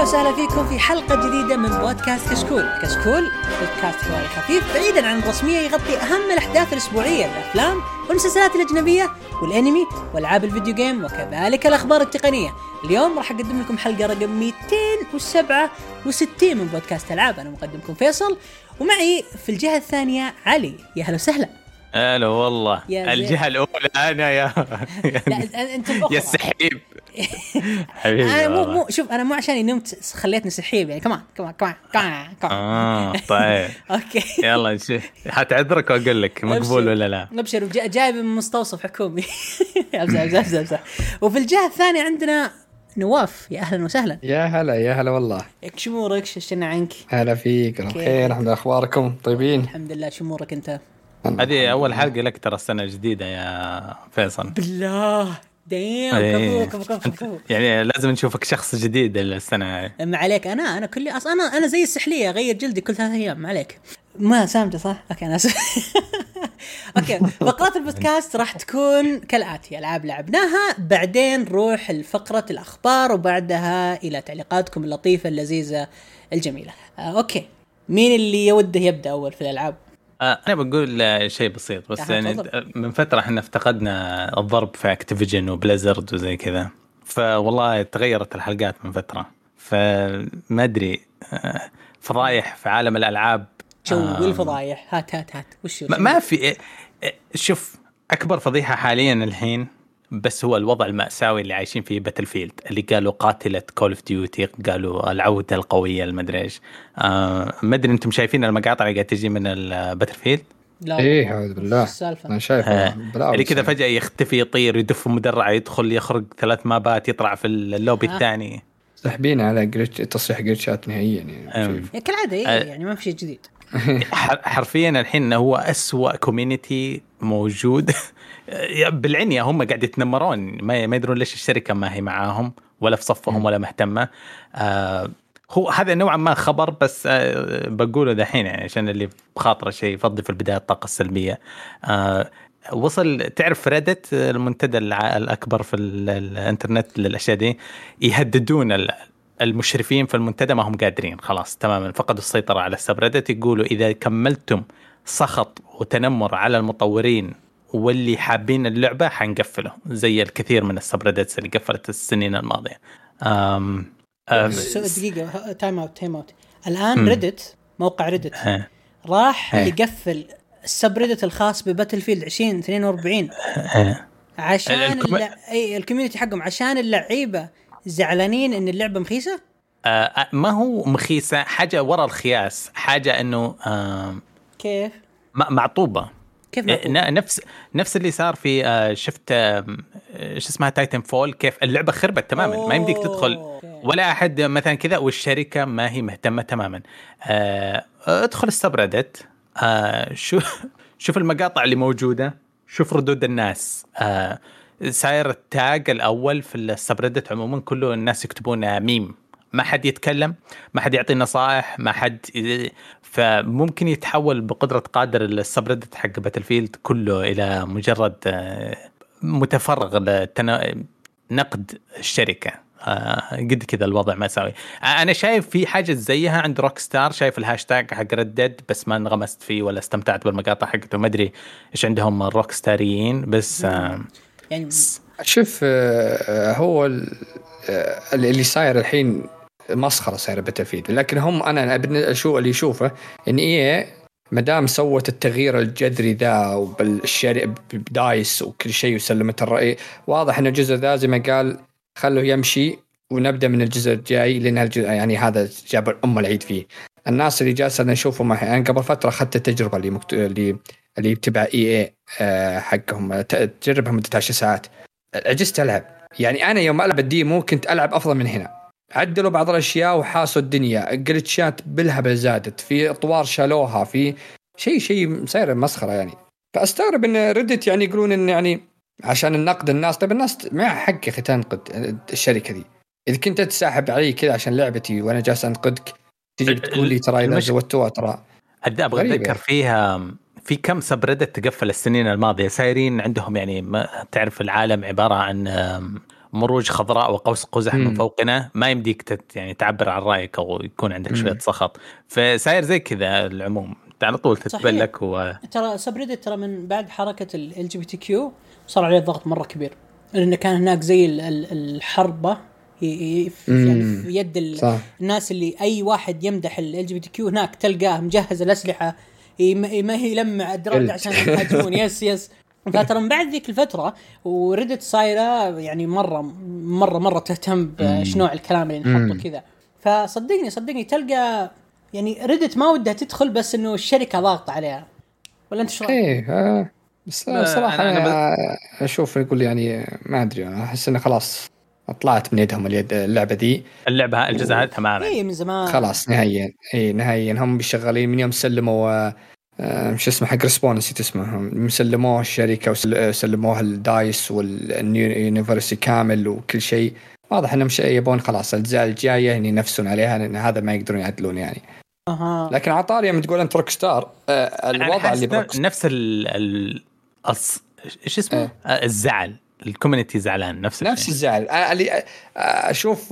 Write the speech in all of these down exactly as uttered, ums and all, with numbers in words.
وسهلا فيكم في حلقة جديدة من بودكاست كشكول. كشكول بودكاست حواري خفيف بعيدا عن الرسمية يغطي أهم الأحداث الأسبوعية، الأفلام والمسلسلات الأجنبية والأنمي والألعاب الفيديو جيم وكذلك الأخبار التقنية. اليوم راح أقدم لكم حلقة رقم مئتين وسبعة وستين من بودكاست ألعاب. أنا مقدمكم فيصل، ومعي في الجهة الثانية علي. يا هلا وسهلا. هلا والله. الجهة الأولى أنا يا لا أنت يا السحيب حبيبي. أنا مو مو شوف أنا مو عشان نمت خليتني سحيب يعني. كمان كمان كمان كمان كمان آه طيب أوكي يلا نشوف. حتعذرك وأقول لك مقبول ولا لا. نبشر جايب من مستوصف حكومي. أبزع أبزع أبزع أبزع. وفي الجهة الثانية عندنا نواف. يا أهلا وسهلا. يا هلا يا هلا والله. شو أمورك؟ ششنا عنك. هلا فيك. بخير الحمد لله. أخباركم طيبين؟ الحمد لله. شو أمورك أنت؟ هذه أول حلقة لك ترى السنة جديدة يا فيصل. بالله دايم كفو كفو كفو. يعني لازم نشوفك شخص جديد السنة. ما عليك. أنا أنا كل أصلا أنا أنا زي السحلية غير جلدي كل ثلاثة أيام. ما عليك. ما سامته صح؟ أوكي أنا أسف. أوكي فقرات البودكاست راح تكون كالآتي: ألعاب لعبناها، بعدين نروح لفقرة الأخبار، وبعدها إلى تعليقاتكم اللطيفة اللذيذة الجميلة. آه، أوكي مين اللي يوده يبدأ أول في الألعاب؟ آه أنا بقول شيء بسيط بس يعني من فترة إحنا افتقدنا الضرب في أكتيفيجن وبليزرد وزي كذا، فوالله تغيرت الحلقات من فترة، فما أدري آه فضايح في عالم الألعاب. جو آه الفضايح. هات هات هات وش ما, ما في. شوف أكبر فضيحة حاليا الحين بس هو الوضع المأساوي اللي عايشين فيه باتلفيلد، اللي قالوا قاتلة كول اوف ديوتي، قالوا العودة القوية المدري ايش. آه ما ادري انتم شايفين المقاطع اللي قاعد تجي من الباتلفيلد؟ لا ايه اعوذ بالله انا شايفه آه اللي كذا فجأة يختفي، يطير، يدف مدرع، يدخل يخرج ثلاث مابات، يطلع في اللوبي آه. الثاني سحبين على جريتش، تصريح جريتشات نهائيا يعني آه. كالعادة إيه؟ آه. يعني ما في شيء جديد. حرفيا الحين هو أسوأ كوميونيتي موجود. بالعنية هم قاعد يتنمرون، ما ما يدرون ليش الشركة ما هي معاهم ولا في صفهم ولا مهتمة. آه هو هذا نوعا ما خبر بس آه بقوله دحين يعني عشان اللي بخاطر شيء يفضي في البداية الطاقة السلبية. آه وصل تعرف ريدت المنتدى الأكبر في الانترنت للأشياء دي، يهددون المشرفين في المنتدى ما هم قادرين، خلاص تماما فقدوا السيطرة على السبريدت. يقولوا إذا كملتم سخط وتنمر على المطورين واللي حابين اللعبة حنقفله، زي الكثير من السبريدتس اللي قفلت السنين الماضية. أم أم دقيقة تايم اوت تايم اوت الآن ريدت موقع ريدت راح يقفل السبريدت الخاص بباتلفيلد عشرين اثنين وأربعين عشان الكم... أي الكوميونتي حقهم، عشان اللعيبة زعلانين ان اللعبة مخيسة. آه ما هو مخيسة، حاجة ورا الخياس، حاجة انه آه كيف معطوبة. كيف معطوبة؟ نفس نفس اللي صار في آه شفت آه شو اسمها تايتن فول، كيف اللعبة خربت تماما. أوه. ما يمديك تدخل ولا احد مثلا كذا، والشركة ما هي مهتمة تماما. آه ادخل السبريدت، آه شو شوف المقاطع اللي موجودة، شوف ردود الناس. آه ساير التاج الأول في السبريدت عموما كله الناس يكتبون ميم، ما حد يتكلم، ما حد يعطي نصائح، ما حد. فممكن يتحول بقدرة قادر السبريدت حق باتلفيلد كله إلى مجرد متفرغ لنقد الشركة. قد كذا الوضع مأساوي. أنا شايف في حاجة زيها عند روك ستار، شايف الهاشتاج حق ردد بس ما انغمست فيه ولا استمتعت بالمقاطع حقته. ما أدري إيش عندهم الروك ستاريين بس يعني شوف هو اللي صاير الحين مسخرة صايرة باتلفيلد، لكن هم أنا أشوف اللي يشوفه إن إيه مدام سوت التغيير الجذري ذا وبالشارع بدايس وكل شيء وسلمت الرأي، واضح إن الجزء ذا زي ما قال خلوه يمشي ونبدأ من الجزء الجاي، لأن يعني هذا جاب أم العيد فيه. الناس اللي جالسة نشوفه معي يعني قبل فترة أخذت التجربة اللي مكت... اللي اللي تبع إي إيه أه حقهم تجربها مدة عشر ساعات، عجزت ألعب. يعني أنا يوم ألعب الديمو كنت ألعب أفضل من هنا، عدلوا بعض الأشياء وحاسوا الدنيا، جلتشات بالهبل زادت، في أطوار شالوها، في شيء شيء صاير مسخرة يعني. فأستغرب إن ردت يعني يقولون إن يعني عشان النقد الناس، طيب الناس معها حق يا أخي تنقد الشركة دي. إذا كنت تساحب علي كذا عشان لعبتي وأنا جالس أنقدك تجي تقول لي ترى إذا زودتوها ترى. أبغى أذكر فيها في كم سبريدت تقفل السنين الماضية سايرين عندهم، يعني ما تعرف العالم عبارة عن مروج خضراء وقوس قزح من فوقنا، ما يمديك تت يعني تعبر عن رايك او يكون عندك مم. شويه سخط. فصاير زي كذا العموم على طول تتبلك. و... ترى سبريدت ترى من بعد حركه ال جي بي تي كيو صار عليه ضغط مره كبير، لانه كان هناك زي ال- ال- الحربه يعني في يد ال- الناس اللي اي واحد يمدح ال جي بي تي كيو هناك تلقاه مجهز الاسلحه، ما هي يلمع الدرج عشان يهاجمون. يس يس فترى من بعد ذيك الفتره وردت صايره يعني مره مره مره تهتم بشنوع الكلام اللي نحطه كذا. فصدقني صدقني تلقى يعني ردت ما ودها تدخل، بس انه الشركه ضاغطه عليها. ولا انت شو رايك؟ ايه آه بس صراحه أنا أنا اشوف يقول يعني ما ادري، احس انه خلاص طلعت من يدهم اليد اللعبه دي، اللعبه الجزء هذا تماما ايه من زمان خلاص نهائيا. ايه نهائيا هم شغالين من يوم سلموا آه مش اسمه حق ريسبون نسيت اسمه، سلموه الشركه وسلموها الدايس واليونيفرسي كامل وكل شيء. واضح انهم يبون خلاص الأجزاء الجايه يعني ينفسون عليها، لان هذا ما يقدرون يعدلون يعني. أه. لكن عطاري يوم تقول انت روك ستار آه الوضع اللي بروك نفس ال ال ايش اسمه آه. الزعل الكوميونتي زعلان نفس نفس الشيء. الزعل اللي اشوف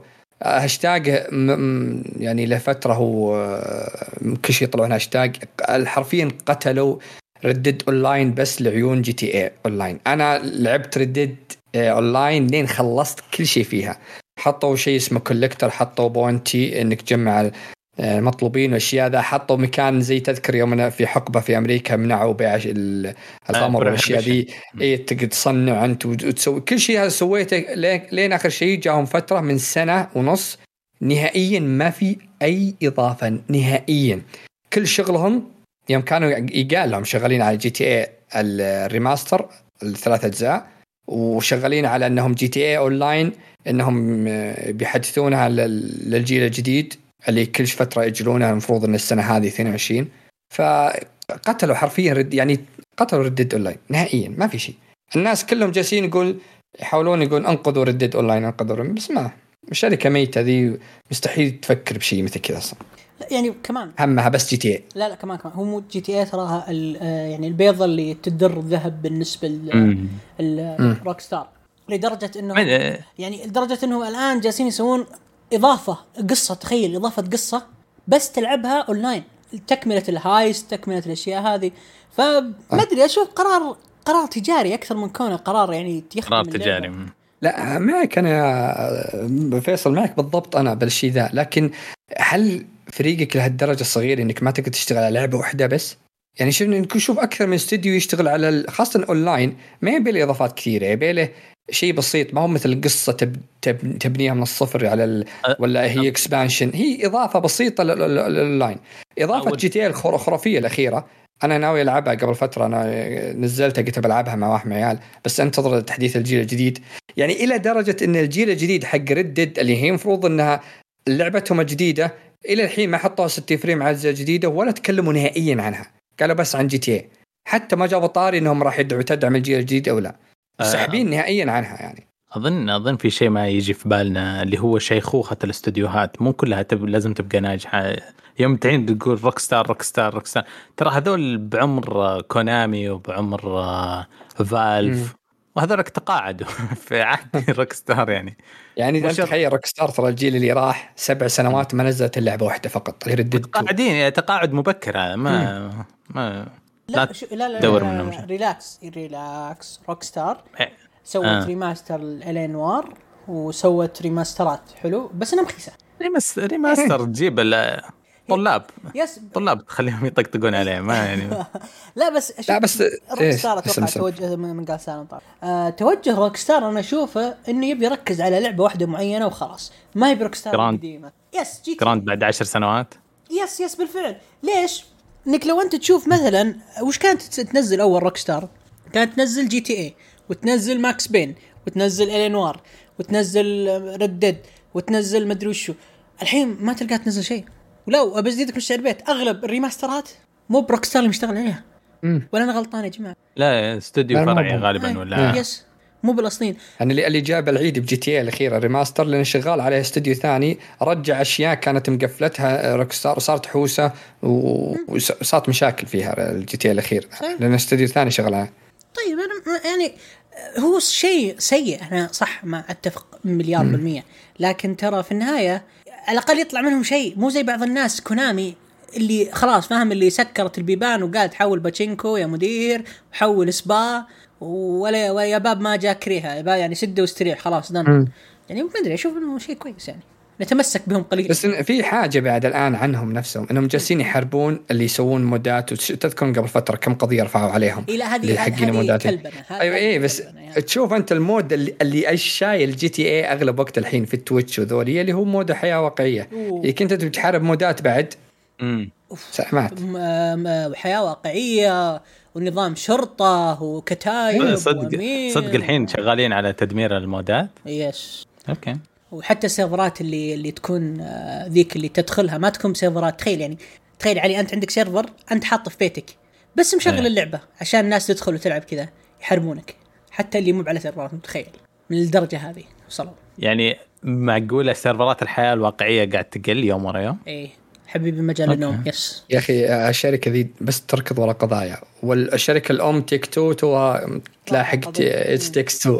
هاشتاج يعني لفتره هو كل شيء يطلعون هاشتاج حرفيا قتلوا ردد اونلاين بس لعيون جي تي اي اونلاين. انا لعبت ردد اونلاين لين خلصت كل شيء فيها، حطوا شيء اسمه كولكتر، حطوا بونتي انك تجمع مطلوبين واشياء، ذا حطوا مكان زي تذكر يوم في حقبه في امريكا منعوا بيع الخمر والاشياء دي، اي تقدر تصنع انت وتسوي كل شيء هذا سويته لين اخر شيء جاهم فتره من سنه ونص نهائيا ما في اي اضافه نهائيا. كل شغلهم يوم كانوا يقال لهم شغالين على جي تي اي الريماستر الثلاث اجزاء، وشغالين على انهم جي تي اي اونلاين انهم بيحدثونها للجيل الجديد اللي كل فترة يجلونها، المفروض ان السنة هذه اثنين وعشرين. فقتلوا حرفيا رد يعني قتلوا ردد اونلاين نهائيا، ما في شيء. الناس كلهم جالسين يقول يحاولون يقول انقذوا ردد اونلاين انقذوا، بس ما الشركة ميتة ذي مستحيل تفكر بشيء مثل كذا اصلا. لا يعني كمان همها بس جي تي اي. لا لا كمان كمان هو مو جي تي اي تراها يعني البيضة اللي تدر الذهب بالنسبة للروك ستار، لدرجة انه يعني لدرجة انه الان جالسين يسوون إضافة قصة، تخيل إضافة قصة بس تلعبها أونلاين، تكملة الهايست تكملة الأشياء هذه. فما أدري أشوف قرار قرار تجاري أكثر من كونه قرار يعني يخدم قرار تجاري. لا معك أنا فيصل معك بالضبط أنا بالشيء ذا، لكن هل فريقك لهالدرجة الصغيرة إنك ما تقدر تشتغل على لعبة واحدة بس؟ يعني شوفنا نشوف أكثر من استوديو يشتغل على خاصة أونلاين ما يبي له إضافات كثيرة، يبي له شيء بسيط، ما هو مثل القصة تب تب تبنيها من الصفر على ال... ولا هي اكسبانشن، هي إضافة بسيطة للأونلاين. إضافة جي تي اي الخرافية الأخيرة أنا ناوي ألعبها قبل فترة، أنا نزلتها قلت بلعبها مع واحد عيال، بس أنتظر تحديث الجيل الجديد. يعني إلى درجة إن الجيل الجديد حق ردد اللي هي مفروض إنها لعبتهم الجديدة إلى الحين ما حطوا ستين فريم على الجيل الجديدة ولا تكلموا نهائيا عنها، قالوا بس عن جي تي اي، حتى ما جابوا طاري إنهم راح يدعوا تدعم الجيل الجديد أو لا، سحبين نهائيا عنها. يعني أظن أظن في شيء ما يجي في بالنا اللي هو شيخوخة الاستوديوهات، مو كلها تب لازم تبقى ناجحة. يوم تعين تقول روك ستار روك ستار روك ستار، ترى هذول بعمر كونامي وبعمر فالف وهذولك تقاعدوا في عهد روك ستار. يعني يعني إذا تخيل روك ستار ترى الجيل اللي راح سبع سنوات ما نزلت اللعبة واحدة فقط، يردد قاعدين تقاعد مبكر. هذا ما مم. ما لا لا, لا, لا, لا, لا ريلاكس ريلاكس روك ستار سوت آه. ريماستر الالينوار وسوت ريماسترات حلو، بس انا مخيسه. ريماستر ريماستر تجيب الطلاب يس طلاب تخليهم يطقطقون عليه ما يعني لا بس لا بس روك ستار اتوقع توجه من قال سالم طبعا آه توجه روك ستار انا اشوفه انه يبي يركز على لعبه واحده معينه وخلاص، ما يبي روك ستار قديمه. يس جي جراند بعد عشر سنوات. يس يس بالفعل. ليش انك لو انت تشوف مثلا وش كانت تنزل اول روك ستار، كانت تنزل جي تي اي وتنزل ماكس بين وتنزل الينوار وتنزل ردد وتنزل مدري وشو. الحين ما تلقى تنزل شيء. ولو ابزيدك مش البيت اغلب الريماسترات مو بروك ستار اللي مشتغل عليها، ولا انا غلطان يا جماعه؟ لا استوديو فرعي غالبا ولا يس مو بالاصلين. يعني اللي اللي جاب العيد بجي تي اي الاخيره ريماستر لان شغال عليه استوديو ثاني، رجع اشياء كانت مقفلتها روك ستار وصارت حوسه وصارت مشاكل فيها الجي تي اي الاخير لان استوديو ثاني شغال عليه. طيب انا يعني هو شيء سيء، أنا صح ما أتفق مليار م. بالمية، لكن ترى في النهاية على الأقل يطلع منهم شيء، مو زي بعض الناس كونامي اللي خلاص فاهم اللي سكرت البيبان وقالت حول باتشينكو يا مدير وحول سبا ولا ويا باب ما جاء كريها يعني سد واستريح خلاص دان. يعني ما أدري أشوف إنه شيء كويس يعني نتمسك بهم قليل. بس في حاجة بعد الآن عنهم نفسهم إنهم جالسين يحاربون اللي يسوون مودات، وتذكرون قبل فترة كم قضية رفعوا عليهم إلى هذه هذه كلبنا. أيوة إيه بس يعني. تشوف أنت المود اللي اللي الشايل جي تي إيه أغلب وقت الحين في التويتش وذولي اللي هو مود حياة واقعية. إيه كنت تحارب مودات بعد امم سمعت حياة واقعية ونظام شرطة وكتايب صدق صدق الحين شغالين على تدمير المودات. يس اوكي. وحتى السيرفرات اللي اللي تكون ذيك اللي تدخلها ما تكون سيرفرات. تخيل يعني تخيل علي انت عندك سيرفر انت حاطه في بيتك بس مشغل أيه. اللعبة عشان الناس تدخل وتلعب كذا يحرمونك حتى اللي مو على سيرفرات. متخيل من الدرجة هذه وصلوا. يعني معقولة سيرفرات الحياة الواقعية قاعد تقل يوم ورا يوم. ايه حبيبي مجال النوم. يس يا أخي الشركة ذي بس تركض ولا قضايا، والشركة الأم تيك تو تو تلاحق تيكس تو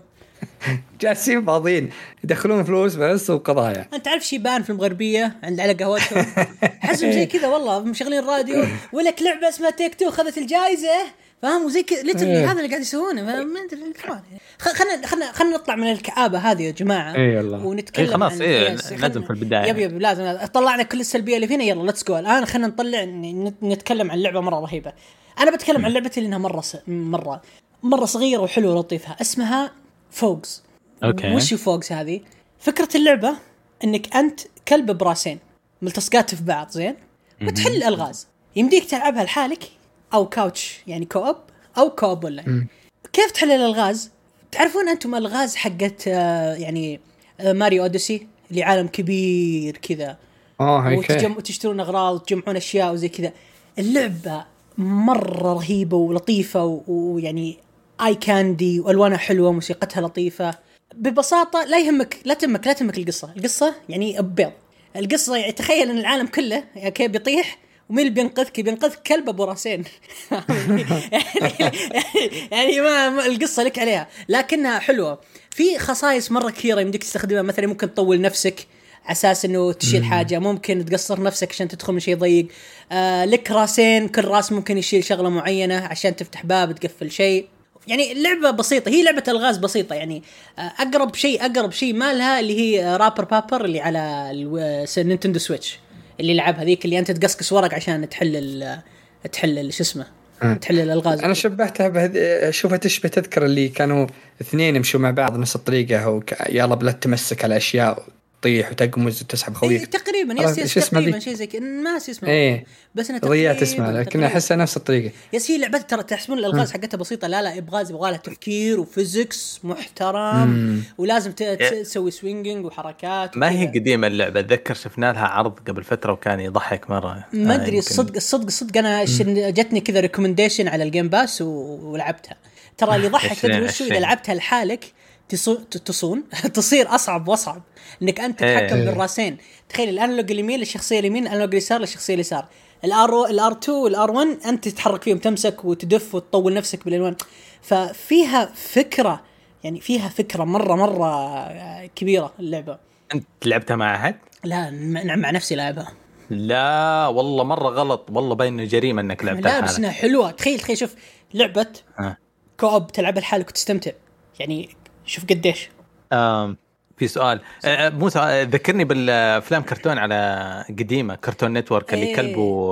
جالسين فاضيين يدخلون فلوس بس وقضايا. انت عارف شي بان في المغربية عند على قهوتهم حسب زي كذا والله مشغلين راديو ولك لعبة اسمها تيك تو خذت الجائزة فاهم وزي كذا ليترلي هذا اللي قاعد يسوونه. ما ادري خلنا خلنا خلنا نطلع من الكآبة هذه يا جماعة ايه ونتكلم ايه خلاص ايه لازم في البداية يب يب لازم طلعنا كل السلبية اللي فينا. يلا ليتس جو الآن خلنا نطلع نتكلم عن لعبة مرة رهيبة. أنا بتكلم عن لعبتي لأنها مرة مرة مرة صغيرة وحلوة ولطيفة اسمها فوكس. اوكي وش فوكس هذه؟ فكرة اللعبة انك انت كلب براسين ملتصقات في بعض زين وتحل الغاز. يمديك تلعبها لحالك او كاوتش يعني كوب او كوب ولا كيف تحل الغاز؟ تعرفون انتم الغاز حقت يعني ماريو اوديسي اللي عالم كبير كذا اه وتجمع وتشترون اغراض وتجمعون اشياء وزي كذا. اللعبة مرة رهيبة ولطيفة ويعني اي كاندي والوانها حلوة موسيقتها لطيفة. ببساطة لا يهمك لا تهمك لا تهمك القصة. القصة يعني بيض. القصة يعني تخيل ان العالم كله يعني كيف بيطيح ومين اللي بينقذك؟ بينقذك كلب ابو راسين يعني, يعني ما القصة لك عليها لكنها حلوة. في خصائص مرة كثيرة يمديك تستخدمها. مثلا ممكن تطول نفسك على اساس انه تشيل حاجة، ممكن تقصر نفسك عشان تدخل من شيء ضيق. آه لك راسين كل راس ممكن يشيل شغلة معينة عشان تفتح باب تقفل شيء. يعني اللعبة بسيطة، هي لعبة الغاز بسيطة. يعني أقرب شيء أقرب شيء مالها اللي هي رابر بابر اللي على النينتندو سويتش اللي لعبها ذيك اللي أنت تقصقص ورق عشان تحل ال تحل شو اسمه تحل الألغاز. أنا شبهتها بهذه شوفها تشبه تذكر اللي كانوا اثنين يمشوا مع بعض نفس الطريقة وك... يلا بلا تمسك على أشياء تطيح وتقمز وتسحب خويك. إيه تقريبا يس يس تقريبا شيء زي كذا ما اسمه ايه بس انا ضيعت اسمها لكن احسها نفس الطريقه. يس هي لعبه ترى تحسبون الالغاز حقتها بسيطه. لا لا يبغى يبغى لها تفكير وفيزيكس محترم مم. ولازم تسوي سوينجينج وحركات. ما هي قديمه اللعبه اتذكر شفنا لها عرض قبل فتره وكان يضحك مره. ما ادري آه الصدق الصدق الصدق انا جتني كذا ريكومنديشن على الجيم باس ولعبتها. ترى اللي ضحك تدري وش اذا لعبتها لحالك تصون تصير أصعب وأصعب إنك أنت تتحكم بالراسين. تخيل الأنالوج اليمين للشخصية اليمين الأنالوج اليسار للشخصية اليسار. الآر الآر تو والآر ون أنت تتحرك فيهم تمسك وتدف وتطول نفسك بالألوان. ففيها فكرة يعني فيها فكرة مرة مرة كبيرة اللعبة. أنت لعبتها مع أحد؟ لا مع نفسي لعبها. لا والله مرة غلط والله باين جريمة إنك لعبتها. لا بس إنها حلوة. تخيل تخيل شوف لعبة أه. كوب تلعبها لحالك وتستمتع يعني شوف قديش. آم في سؤال آه موسى ذكرني بالافلام كرتون على قديمه كرتون نتورك اللي كلب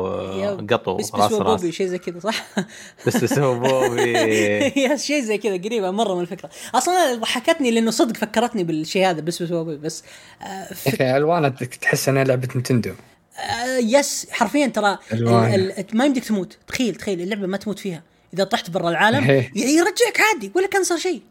وقطو راس راس شيء زي كذا صح. بس بس بوبي يا شيء زي كذا قريبه مره من الفكره. اصلا ضحكتني لانه صدق فكرتني بالشيء هذا بس بس بوبي بس آه فك... الوانها تحس انها لعبه نينتندو. آه يس حرفيا ترى ال... ال... ما يمديك تموت. تخيل تخيل اللعبه ما تموت فيها. إذا طحت برا العالم يرجعك عادي ولا كان صار شيء.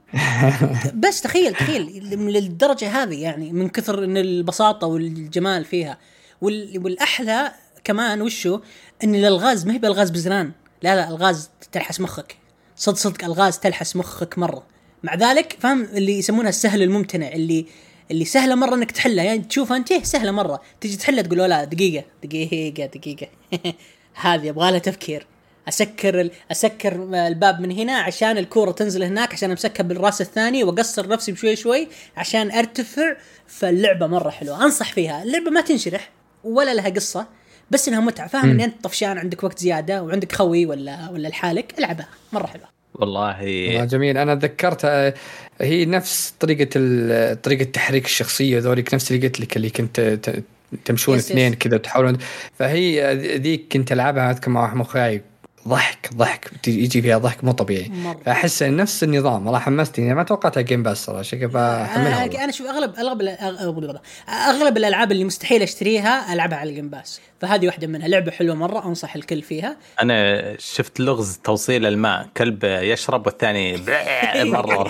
بس تخيل تخيل من الدرجة هذه يعني من كثر إن البساطة والجمال فيها. والأحلى كمان وشو إن الغاز ما هي بالغاز بزران. لا لا الغاز تلحس مخك صدق صدق الغاز تلحس مخك مرة. مع ذلك فهم اللي يسمونها السهل الممتنع اللي اللي سهلة مرة إنك تحلها. يعني تشوف أنت سهلة مرة تيجي تحلها تقول لا دقيقة دقيقة دقيقة هذه يبغى لها تفكير. اسكر ال... اسكر الباب من هنا عشان الكوره تنزل هناك عشان امسكها بالراس الثاني واقصر نفسي بشوي شوي عشان ارتفع. فاللعبه مره حلوه انصح فيها. اللعبه ما تنشرح ولا لها قصه بس انها متعه. فاهم ان انت طفشان عندك وقت زياده وعندك خوي ولا ولا لحالك العبها مره حلوه والله. والله جميل. انا تذكرتها هي نفس طريقه طريقه تحريك الشخصيه ذولك نفس اللي قلت لك اللي كنت تمشون اثنين كذا وتحاولون. فهي ذيك كنت العبها اذكر مع واحد مخاي ضحك ضحك يجي فيها ضحك مو طبيعي. فاحس نفس النظام. والله حمستني ما توقعتها جيم باس صراحه شكل بحملها. انا شوف اغلب اغلب اغلب اغلب الالعاب اللي مستحيل اشتريها العبها على الجيم باس. فهذه واحده منها. لعبه حلوه مره انصح الكل فيها. انا شفت لغز توصيل الماء كلب يشرب والثاني مرر.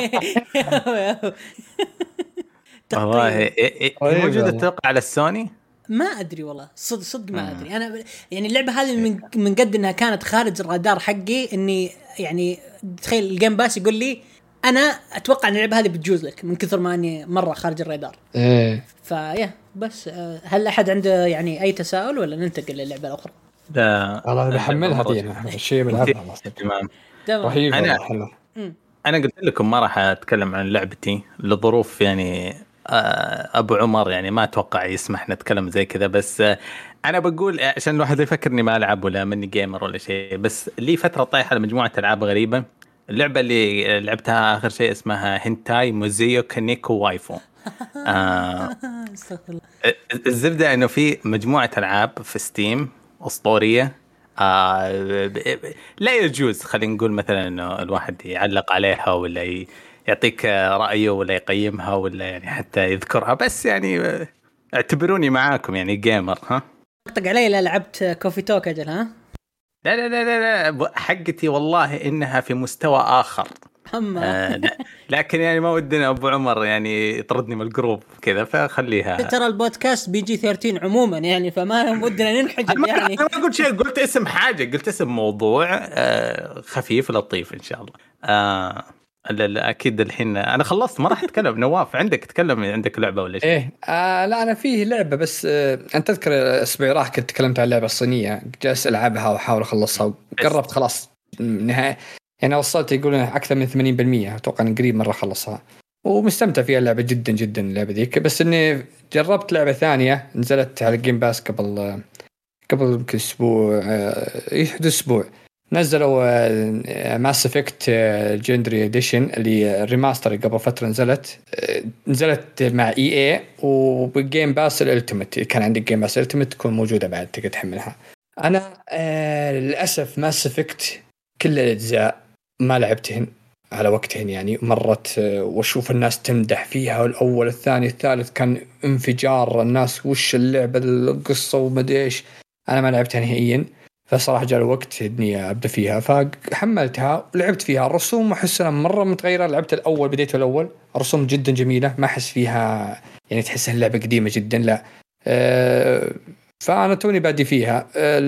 والله موجوده توقع على السوني ما ادري والله صدق صدق ما ادري. انا يعني اللعبه هذه من من قد انها كانت خارج الرادار حقي اني يعني تخيل الجيم باس يقول لي انا اتوقع ان اللعبه هذه بتجوز لك من كثر ما اني مره خارج الرادار. ايه فيا بس هل احد عنده يعني اي تساؤل ولا ننتقل للعبه الاخرى؟ لا والله بحملها دي الشيء بالعبها تمام. رهيبه. انا حلو. انا قلت لكم ما راح اتكلم عن لعبتي لظروف يعني ابو عمر يعني ما اتوقع يسمح نتكلم زي كذا. بس انا بقول عشان الواحد يفكر اني ما العب ولا مني جيمر ولا شيء. بس لي فتره طايحه لمجموعه العاب غريبه. اللعبه اللي لعبتها اخر شيء اسمها هنتاي موزيو كانيكو وايفو. آه الزبده انه في مجموعه العاب في ستيم اسطوريه. آه لا يجوز خلينا نقول مثلا انه الواحد يعلق عليها ولا يعطيك رأيه ولا يقيمها ولا يعني حتى يذكرها. بس يعني اعتبروني معاكم يعني جيمر. ها طق علي لا لعبت كوفي توك أجل. ها لا لا لا لا, لا. حقتي والله إنها في مستوى آخر. آه لكن يعني ما ودنا أبو عمر يعني يطردني من الجروب كذا فخليها. ترى البودكاست بي جي ثلاثة عشر عموما يعني فما ودنا ننحجب يعني. أنا ما قلت شيء قلت اسم حاجة قلت اسم موضوع آه خفيف لطيف إن شاء الله. آه لا لا أكيد الحين أنا خلصت ما راح أتكلم. نواف عندك تكلم عندك لعبة ولا شيء؟ إيه آه لا أنا فيه لعبة بس آه أنت تذكر الأسبوع راح كنت تكلمت عن اللعبة الصينية جالس ألعبها وحاول أخلصها وقربت خلاص نهاية يعني وصلت يقولون أكثر من ثمانين بالمية أتوقع أن قريب مرة خلصها ومستمتع فيها اللعبة جدا جدا اللعبة ذيك. بس إني جربت لعبة ثانية نزلت على الجيم باس قبل قبل يمكن أسبوع يحدث أسبوع نزلوا ماس إفكت ليجندري إديشن اللي الريماستر قبل فترة نزلت نزلت مع إي إي وبالجيم باس الألتيميت كان عندي جيم باس الألتيميت تكون موجودة بعد تقدر تحملها. أنا آه للأسف ماس إفكت كل الأجزاء ما لعبتهن على وقتهن يعني مرت آه وأشوف الناس تمدح فيها والأول الثاني الثالث كان انفجار الناس وش اللعبة القصة ومدري إيش. أنا ما لعبتها نهائيا فصراحة جاء الوقت إني أبدأ فيها فحملتها ولعبت فيها. الرسوم أحسها مرة متغيرة. لعبت الأول بديت الأول الرسوم جدا جميلة ما أحس فيها يعني تحسها اللعبة قديمة جدا لا أه فأنا توني بادي فيها.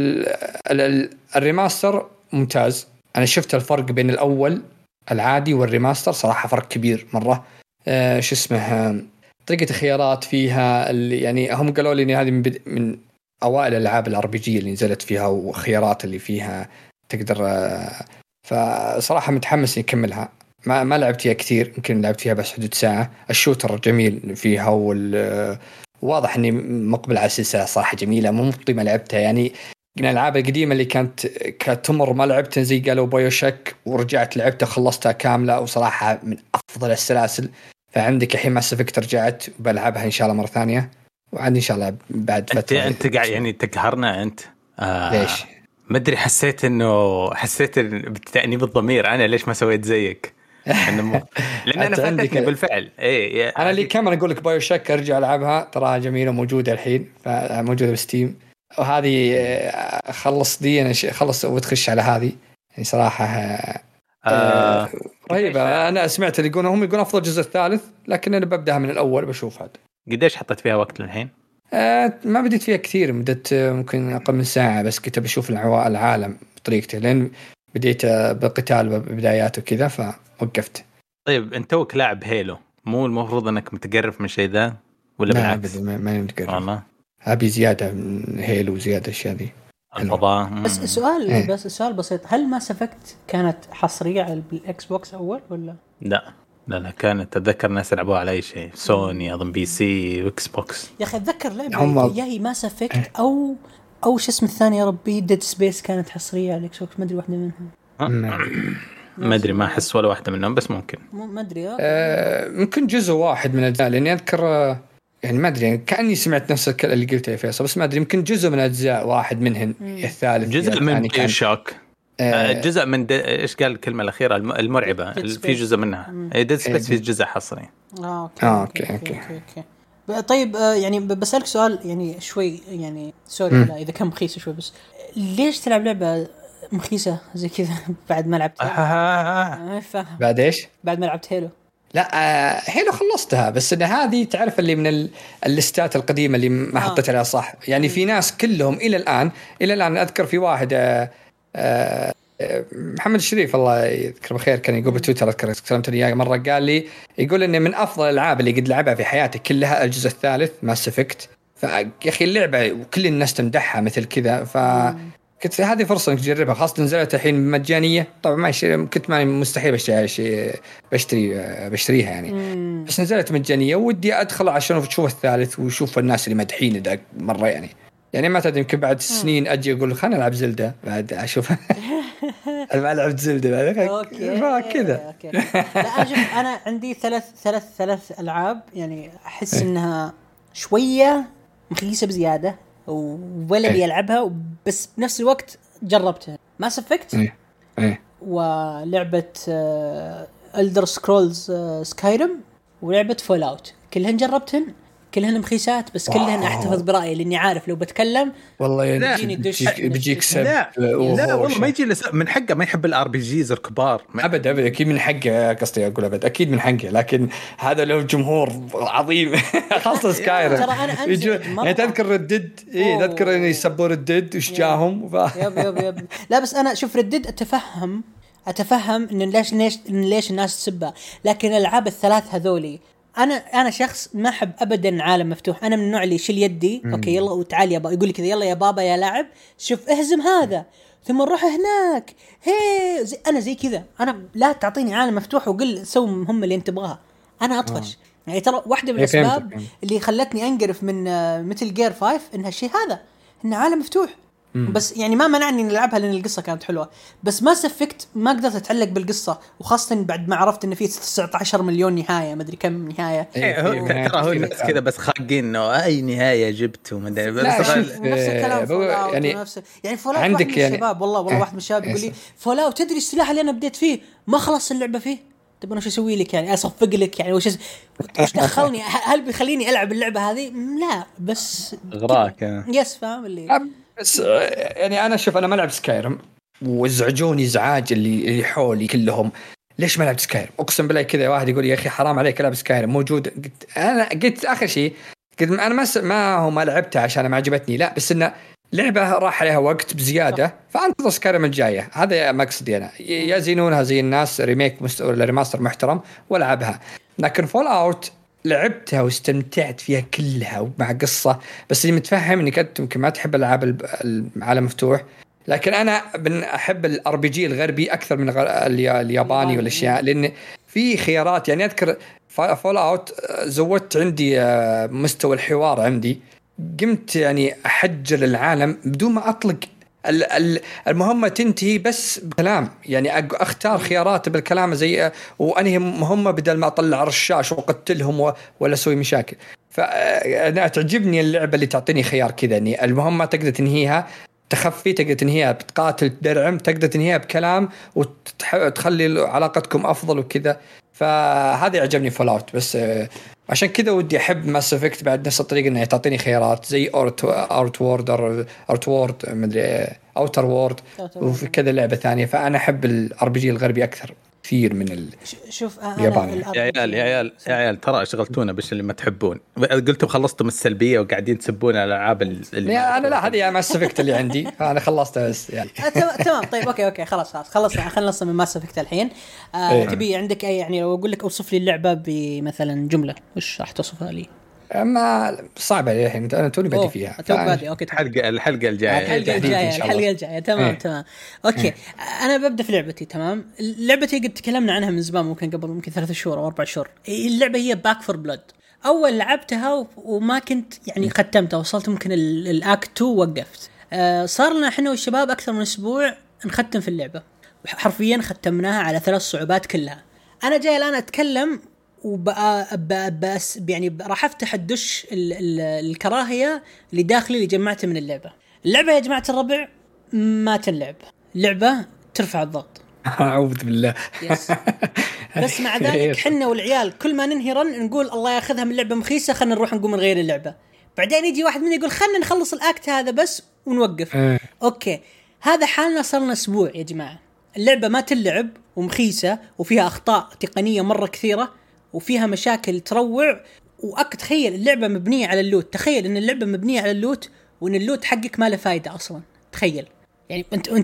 الريماستر ممتاز. أنا شفت الفرق بين الأول العادي والريماستر صراحة فرق كبير مرة. أه شو اسمه طريقة الخيارات فيها اللي يعني هم قالوا لي إن هذه من, من أوائل الألعاب الار بي جي اللي نزلت فيها وخيارات اللي فيها تقدر. فصراحة متحمس نكملها. ما ما لعبت فيها كثير يمكن لعبت فيها بس حدود ساعة. الشوتر جميل فيها وواضح إني مقبل على السلسلة صراحة جميلة مو مطي ما لعبتها يعني من الألعاب القديمة اللي كانت كانت تمر ما لعبتها زي قالوا بايوشك ورجعت لعبتها خلصتها كاملة وصراحة من أفضل السلاسل. فعندك الحين ماس إفكت رجعت بلعبها إن شاء الله مرة ثانية وعندي إن شاء الله بعد فترة. أنت أنت قاعد يعني تقهرنا أنت آه ليش؟ ما أدري حسيت إنه حسيت بتأنيب الضمير. أنا ليش ما سويت زيك؟ م... لأن أنا فاتتني بالفعل. إيه أنا اللي كمان أقول لك بايوشك أرجع ألعبها تراها جميلة موجودة الحين موجودة بستيم وهذه خلص دي أنا خلص وتخش على هذه يعني صراحة آه رهيبة. أنا سمعت اللي يقولون هم يقولون أفضل الجزء الثالث لكن أنا ببدأها من الأول بشوف هذا. قديش حطيت فيها وقت للحين؟ آه ما بديت فيها كثير مدت ممكن أقل من ساعة بس كنت بشوف العالم بطريقته لأن بديت بقتال بداياته كذا فوقفت. طيب أنت توك لاعب هيلو مو المفروض أنك متقرف من شيء ذا ولا بالعكس؟ ما ما متقرف والله أبي زيادة من هيلو وزيادة أشياء ذي. الفضاء. بس السؤال إيه؟ بس السؤال بسيط، هل ماس افكت كانت حصريه على الاكس بوكس اول ولا لا؟ لا لا كانت اتذكر الناس لعبوها على اي شيء، سوني اظن بي سي واكس بوكس. يا اخي اتذكر لعبه يا هي ماس افكت او او شو اسم الثاني يا ربي، ديد سبيس كانت حصريه على الاكس بوكس، ما ادري واحده منهم. ما ادري ما احس ولا واحده منهم، بس ممكن ما ادري آه ممكن جزء واحد من الاجزاء، لاني اذكر يعني ما ادري يعني كاني سمعت نفس الكلام اللي قلته يا فيصل، بس ما ادري يمكن جزء من اجزاء واحد منهن الثالث جزء من بلاي شوك آه جزء من د... ايش قال الكلمه الاخيره المرعبه في جزء منها ديد سبيس في جزء حصري. اه اوكي آه اوكي اوكي, أوكي. أوكي. أوكي. طيب آه يعني بسالك سؤال يعني شوي يعني سوري لا اذا كان مخيس شوي، بس ليش تلعب لعبه مخيسه زي كذا بعد ما لعبت آه آه. بعد ايش بعد ما لعبت هيلو؟ لا آه هيلو خلصتها، بس ان هذه تعرف اللي من الليستات القديمه اللي ما آه. حطيت عليها صح يعني. في ناس كلهم الى الان الى الان اذكر في واحد آه آه محمد الشريف الله يذكره بخير كان يقول بتويتر، اذكر كلمت اياه مره قال لي يقول ان من افضل الالعاب اللي قد لعبها في حياتي كلها الجزء الثالث ماس افكت. فيا اخي اللعبه وكل الناس تمدحها مثل كذا، ف كنت هذه فرصة إنك تجربها، خاصة نزلت الحين مجانية. طبعا ما كنت ماني مستحيل بشتري شيء بشتري بشتريها يعني مم. بس نزلت مجانية ودي أدخل عشان أشوف الثالث وشوف الناس اللي مدحين ذا مرة يعني يعني ما تدري يمكن بعد سنين أجي أقول خلنا نلعب زلدة بعد أشوف أنا لعبت زلدة بعد أوكي كذا. لا أشوف أنا عندي ثلاث ثلاث ثلاث ألعاب يعني أحس إنها شوية مخيسة بزيادة ولا اللي يلعبها، بس بنفس الوقت جربتها. ماس افكت ايه ايه ولعبه إلدر سكرولز سكايرم ولعبه فول اوت، كلهن جربتهن كلهن مخيسات، بس كلهن احتفظ برايي لاني عارف لو بتكلم والله يجيني بيجيك سب. لا, لا والله ما يجي من حقه، ما يحب الار بي جيز الكبار ابد ابد اكيد من حقه، قصدي اقول ابد اكيد من حقه، لكن هذا له جمهور عظيم خاصه سكايرم. ترى انا يعني تذكر ردد ايه تذكر انه يسبوا ردد وش جاهم ف... يب يب يب لا بس انا شوف ردد اتفهم اتفهم ان ليش ليش ليش الناس تسبها، لكن الالعاب الثلاث هذولي انا انا شخص ما احب ابدا عالم مفتوح. انا من النوع اللي يشيل يدي مم. اوكي يلا وتعال يا بابا، يقول لي كذا يلا يا بابا يا لاعب شوف اهزم هذا ثم نروح هناك هي زي انا زي كذا. انا لا تعطيني عالم مفتوح وقل سوي هم اللي انت تبغاه، انا اطفش. آه. يعني ترى واحده من الاسباب اللي خلتني انقرف من مثل جير فايف انها الشيء هذا، انه عالم مفتوح. مم. بس يعني ما منعني نلعبها لأن القصة كانت حلوة، بس ماس افكت ما قدرت أتعلق بالقصة، وخاصة بعد ما عرفت إنه في تسعة عشر مليون نهاية ما أدري كم نهاية. إيه هو ترى هو الناس كذا بس خاقين إنه أي نهاية جبت وما أدري. بس نفس الكلام فولاوت يعني نفس يعني فولاوت عندك يعني الشباب والله والله واحد من الشباب يقول لي فولاوت تدري السلاح اللي أنا بديت فيه ما خلص اللعبة فيه، طيب أنا شو أسوي لك يعني أصفق لك يعني وش وش دخلني هل بيخليني ألعب اللعبة هذه؟ لا بس غراك يس فاهم اللي بس يعني أنا شوف أنا ما لعب سكايرم وازعجوني ازعاج اللي اللي حولي كلهم ليش ما لعبت سكايرم. أقسم بالله كذا واحد يقول يا أخي حرام عليك لعب سكايرم موجود. قلت أنا قلت آخر شيء قلت أنا ما ما هو ما لعبتها عشان ما عجبتني، لا بس إنه لعبة راح عليها وقت بزيادة فأنتظر سكايرم الجاية، هذا مقصدي أنا. يزينونها زي الناس ريميك مست... ولا ريماستر محترم والعبها. لكن فول أوت لعبتها واستمتعت فيها كلها ومع قصة، بس اللي متفهم انك انت يمكن ما تحب العاب العالم مفتوح، لكن انا احب الار بي جي الغربي اكثر من الياباني والاشياء، لان في خيارات. يعني اذكر فول اوت زودت عندي مستوى الحوار عندي، قمت يعني احجر العالم بدون ما اطلق المهمة تنتهي بس بكلام، يعني أختار خيارات بالكلام زي وأنهي مهمة بدل ما أطلع رشاش وقتلهم ولا أسوي مشاكل. فأنا تعجبني اللعبة اللي تعطيني خيار كذا، يعني المهمة تقدر تنهيها تخفي، تقدر تنهيها بتقاتل تدرعم، تقدر تنهيها بكلام وتخلي علاقتكم أفضل وكذا. فهذا يعجبني فول أوت، بس عشان كذا ودي أحب ماس إفكت بعد نفس الطريقة إنها تعطيني خيارات زي أورت أورت وورد أورت وورد مدري أوتر وورد وفي كذا لعبة ثانية. فأنا أحب الار بي جي الغربي أكثر كثير من ال شوف الياباني. يا عيال يا عيال يا عيال ترى شغلتونا بش اللي ما تحبون، قلتوا خلصتم السلبية وقاعدين تسبون الألعاب اللي أنا لا هذه ماس إفكت اللي عندي أنا خلصتها بس يعني تمام. طيب أوكي أوكي خلاص خلاص خلصنا خلصنا من ماس إفكت الحين. آه تبي عندك أي يعني لو أقول لك أوصف لي اللعبة بمثلا جملة وش راح توصفها لي؟ ما صعب عليه الحين، انا توني بادي فيها. تو بادي اوكي. الحلقه الحلقه الجايه الحلقه الجايه الحلقه الجايه تمام ايه. تمام اوكي ايه. انا ببدا في لعبتي. تمام لعبتي قد تكلمنا عنها من زمان، ممكن قبل ممكن ثلاثة شهور او أربعة شهور. اللعبه هي باك فور بلود. اول لعبتها وما كنت يعني ختمتها، وصلت ممكن الاكت تو وقفت. آه صار لنا احنا والشباب اكثر من اسبوع نختم في اللعبه، حرفيا ختمناها على ثلاث صعوبات كلها. انا جاي الان اتكلم وبقى بس يعني راح افتح الدش ال ال الكراهيه اللي داخلي اللي جمعته من اللعبه. اللعبه يا جماعه الربع ما تنلعب، لعبه ترفع الضغط. اعوذ بالله. بس مع ذلك حنا والعيال كل ما ننهي رن نقول الله ياخذها من لعبه مخيسه، خلينا نروح نقوم نغير اللعبه. بعدين يجي واحد مني يقول خلينا نخلص الاكت هذا بس ونوقف. اوكي هذا حالنا، صار لنا اسبوع يا جماعه اللعبه ما تلعب ومخيسه وفيها اخطاء تقنيه مره كثيره وفيها مشاكل تروع. وأتخيل اللعبة مبنية على اللوت، تخيل إن اللعبة مبنية على اللوت وإن اللوت حقك ما له فايدة أصلاً. تخيل يعني أنت أنت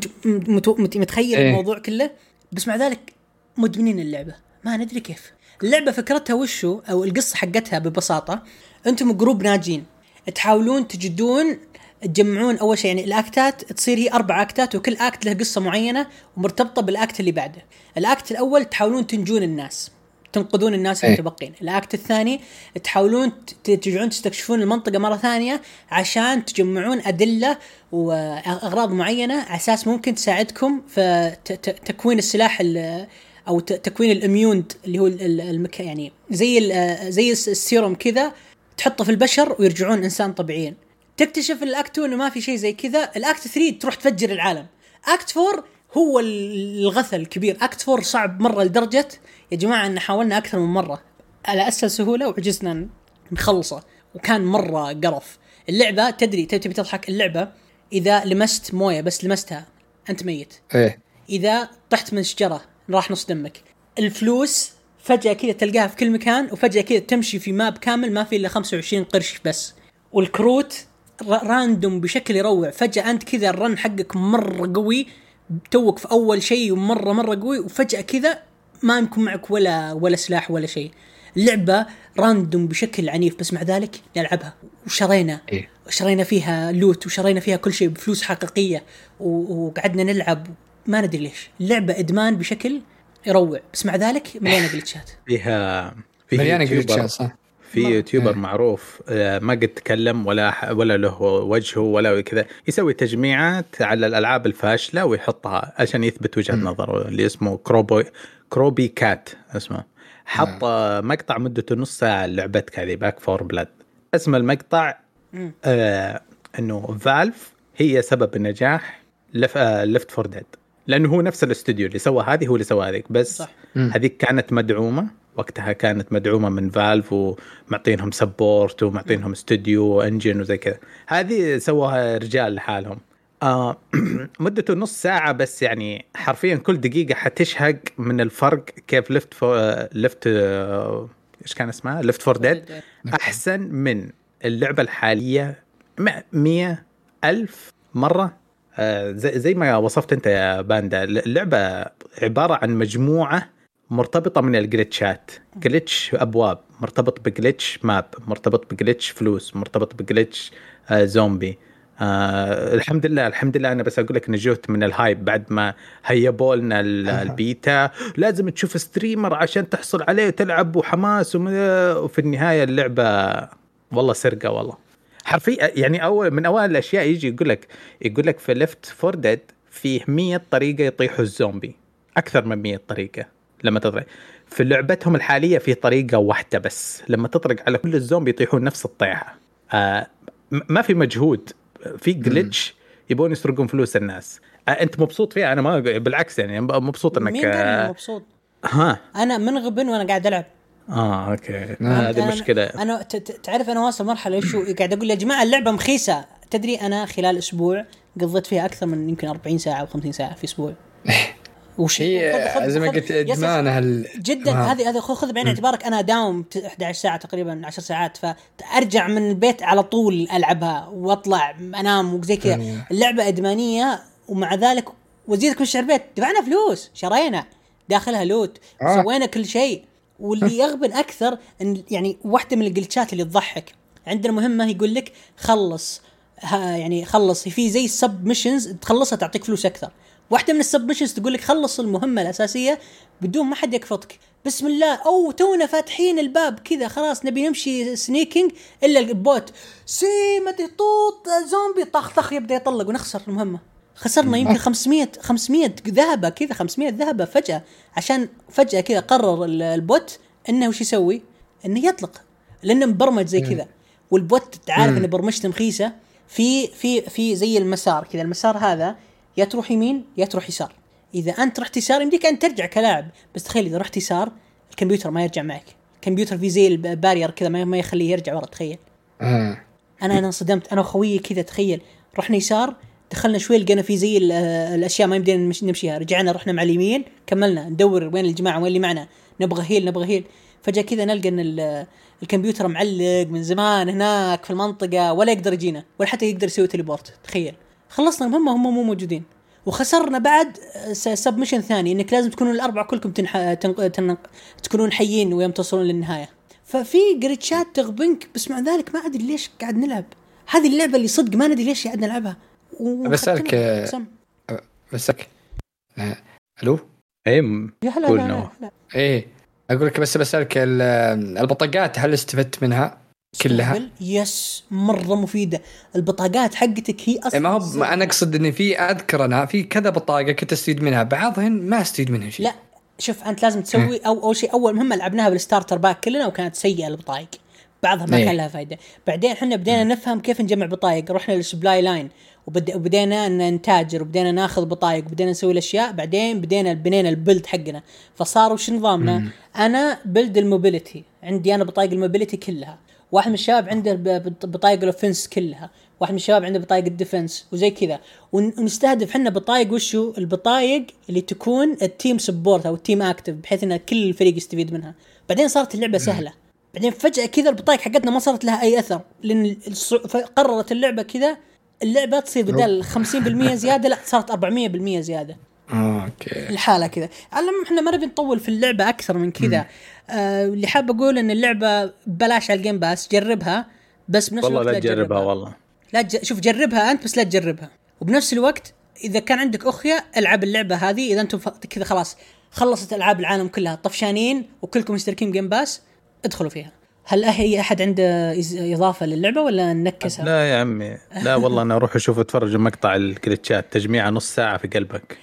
متخيل إيه؟ الموضوع كله. بس مع ذلك مدمنين اللعبة، ما ندري كيف. اللعبة فكرتها وشو أو القصة حقتها ببساطة، أنتم جروب ناجين تحاولون تجدون تجمعون أول شيء يعني الأكتات تصير هي أربع أكتات، وكل أكت له قصة معينة ومرتبطة بالأكت اللي بعده. الأكت الأول تحاولون تنجون الناس، تنقذون الناس المتبقين. الأكت الثاني تحاولون ترجعون تستكشفون المنطقة مرة ثانية عشان تجمعون أدلة وأغراض معينة على أساس ممكن تساعدكم في تكوين السلاح أو تكوين الإميوند اللي هو المك يعني زي زي السيروم كذا، تحطه في البشر ويرجعون إنسان طبيعيين. تكتشف الأكت إنه ما في شيء زي كذا. الأكت ثلاثة تروح تفجر العالم. أكت فور هو الغثل الكبير. أكت فور صعب مرة لدرجة يا جماعة إن حاولنا أكثر من مرة على أسهل سهولة وعجزنا نخلصه، وكان مرة قرف. اللعبة تدري تبي تضحك، اللعبة إذا لمست موية بس لمستها أنت ميت. إيه. إذا طحت من شجرة راح نص دمك. الفلوس فجأة كذا تلقاها في كل مكان، وفجأة كذا تمشي في ماب كامل ما في إلا خمسة وعشرين قرش بس. والكروت راندوم بشكل يروع. فجأة أنت كذا الرن حقك مرة قوي، توك في أول شيء ومرة مرة قوي، وفجأة كذا ما يكون معك ولا ولا سلاح ولا شيء. اللعبة راندوم بشكل عنيف، بس مع ذلك نلعبها. وشرينا إيه؟ شرينا فيها لوت وشرينا فيها كل شيء بفلوس حقيقية، وقعدنا نلعب ما ندري ليش. اللعبة إدمان بشكل يروع، بس مع ذلك مليانة جلتشات. فيها فيها مليانة جلتشات صح. في يوتيوبر معروف ما قد تكلم ولا ولا له وجهه ولا كذا، يسوي تجميعات على الألعاب الفاشلة ويحطها عشان يثبت وجهة نظره، اللي اسمه كروبي كروبي كات اسمه. حط مقطع مدته نص ساعة لعبتك هذه باك فور بلاد. اسم المقطع آه انه فالف هي سبب النجاح لفت فور ديد، لانه هو نفس الاستوديو اللي سوى هذه هو اللي سوى هذيك، بس هذيك كانت مدعومة وقتها، كانت مدعومة من فالف ومعطينهم سبورت ومعطينهم استوديو وانجن وزي كذا. هذه سووها رجال لحالهم. آه مدته نص ساعة بس، يعني حرفيا كل دقيقة حتشهق من الفرق كيف لفت فور لفت آه إيش كان اسمها لفت فور ديد أحسن من اللعبة الحالية مية ألف مرة. آه زي, زي ما وصفت أنت يا باندا، اللعبة عبارة عن مجموعة مرتبطة من الجليتشات. جليتش أبواب مرتبط بجليتش ماب، مرتبط بجليتش فلوس، مرتبط بجليتش آه زومبي. آه الحمد لله الحمد لله أنا بس أقول لك نجوت من الهايب بعد ما هيبولنا البيتا. لازم تشوف ستريمر عشان تحصل عليه وتلعب وحماس، وفي النهاية اللعبة والله سرقة والله حرفيا. يعني أول من أوائل الأشياء يجي يقول لك يقول لك في ليفت فور ديد فيه مية طريقة يطيحوا الزومبي، أكثر من مية طريقة. لما تطرق في لعبتهم الحالية في طريقة واحدة بس، لما تطرق على كل الزومبي يطيحون نفس الطيحة. آه ما في مجهود، في جليتش يبون يسرقون فلوس الناس. آه انت مبسوط فيها؟ انا ما بالعكس يعني مبسوط انك مين قال مبسوط؟ ها انا منغبن وانا قاعد العب. اه اوكي هذه مشكله. انا تعرف انا واصل مرحله شو قاعد اقول يا جماعه اللعبه مخيسه. تدري انا خلال اسبوع قضيت فيها اكثر من يمكن أربعين ساعه او خمسين ساعه في اسبوع. وش هي زي ما قلت ادمان هال جدا. هذه هذا خذ بعين اعتبارك انا داوم إحدى عشرة ساعه تقريبا عشر ساعات، فارجع من البيت على طول العبها واطلع انام وزي كذا. اللعبه ادمانيه، ومع ذلك وزيدك من الشعر بيت دفعنا فلوس، شرينا داخلها لوت، آه. سوينا كل شيء، واللي يغبن اكثر ان يعني واحده من الجلتشات اللي تضحك عندنا مهمه يقول لك خلص يعني خلص في زي السب ميشنز تخلصها تعطيك فلوس اكثر. واحده من السب ميشنز تقول لك خلص المهمه الاساسيه بدون ما حد يكفطك. بسم الله او تونا فاتحين الباب كذا خلاص نبي نمشي سنيكينج الا البوت سي ما تطوط زومبي طخ طخ يبدا يطلق ونخسر المهمه. خسرنا يمكن خمسمية خمسمية ذهبه كذا خمسمية ذهبه فجاه عشان فجاه كذا قرر البوت انه وش يسوي انه يطلق لانه مبرمج زي كذا. والبوت تعرف ان برمجته مخيسه في في في زي المسار كذا. المسار هذا يا تروح يمين يا تروح يسار. اذا انت رحت يسار يمديك انت ترجع كلاعب بس تخيل اذا رحت يسار الكمبيوتر ما يرجع معك. الكمبيوتر في زي البارير كذا ما يخليه يرجع ورا. تخيل آه. انا انا انصدمت انا وخويي كذا. تخيل رحنا يسار دخلنا شوي لقينا في زي الاشياء ما يمدينا نمشيها. رجعنا رحنا مع اليمين كملنا ندور وين الجماعه وين اللي معنا نبغى هيل نبغى هيل. فجاه كذا نلقى ان الكمبيوتر معلق من زمان هناك في المنطقه ولا يقدر يجينا ولا حتى يقدر يسوي تليبورت. تخيل خلصنا المهمه هم مو موجودين وخسرنا بعد سبمشن ثاني انك لازم تكونوا الاربعه كلكم تنح... تنق... تنق... تكونون حيين ويوم توصلون للنهايه. ففي جريتشات تغبنك بس مع ذلك ما ادري ليش قاعد نلعب هذه اللعبه اللي صدق ما ندري ليش قاعد نلعبها. بسالك بسك الو ايه يا هلا لا لا ايه اقول لك بس بسالك البطاقات هل استفدت منها كلها؟ يس مره مفيده البطاقات حقتك هي اصلا. ما هو ما انا اقصد ان في اذكر انا في كذا بطاقه كنت استفيد منها بعضهن ما استفيد منها شيء. لا شوف انت لازم تسوي او اول شيء اول مهمه لعبناها بالستارتر باك كلنا وكانت سيئه البطايق بعضها ما كان لها فايده. بعدين احنا بدينا نفهم كيف نجمع بطايق رحنا للسبلاي لاين وبدينا نتاجر وبدينا ناخذ بطايق وبدينا نسوي الاشياء. بعدين بدينا بنينا البيلد حقنا. فصار وش نظامنا مم. انا بيلد الموبيليتي عندي انا بطايق الموبيليتي كلها. واحد من الشباب عنده بطايق الاوفنس كلها. واحد من الشباب عنده بطايق الديفنس وزي كذا. ونستهدف احنا بطايق وشو البطايق اللي تكون التيم سبورت او التيم اكتف بحيث ان كل الفريق يستفيد منها. بعدين صارت اللعبه سهله. بعدين فجاه كذا البطايق حقتنا ما صارت لها اي اثر لان قررت اللعبه كذا اللعبه تصير بدل خمسين بالمية زياده لا صارت أربعمية بالمية زياده. اوكي الحاله كذا. علم احنا ما نبي نطول في اللعبه اكثر من كذا. آه اللي حاب اقول ان اللعبه بلاش على الجيم باس جربها بس بنفس الوقت لا تجربها والله لا تج... شوف جربها انت بس لا تجربها. وبنفس الوقت اذا كان عندك اخويا العب اللعبه هذه. اذا انتم ف... كذا خلاص خلصت العاب العالم كلها طفشانين وكلكم مشتركين جيم باس ادخلوا فيها. هل اي احد عنده اضافه للعبه ولا نكسها؟ لا يا عمي لا والله انا اروح اشوف اتفرج مقطع الكليتشات تجميعه نص ساعه في قلبك.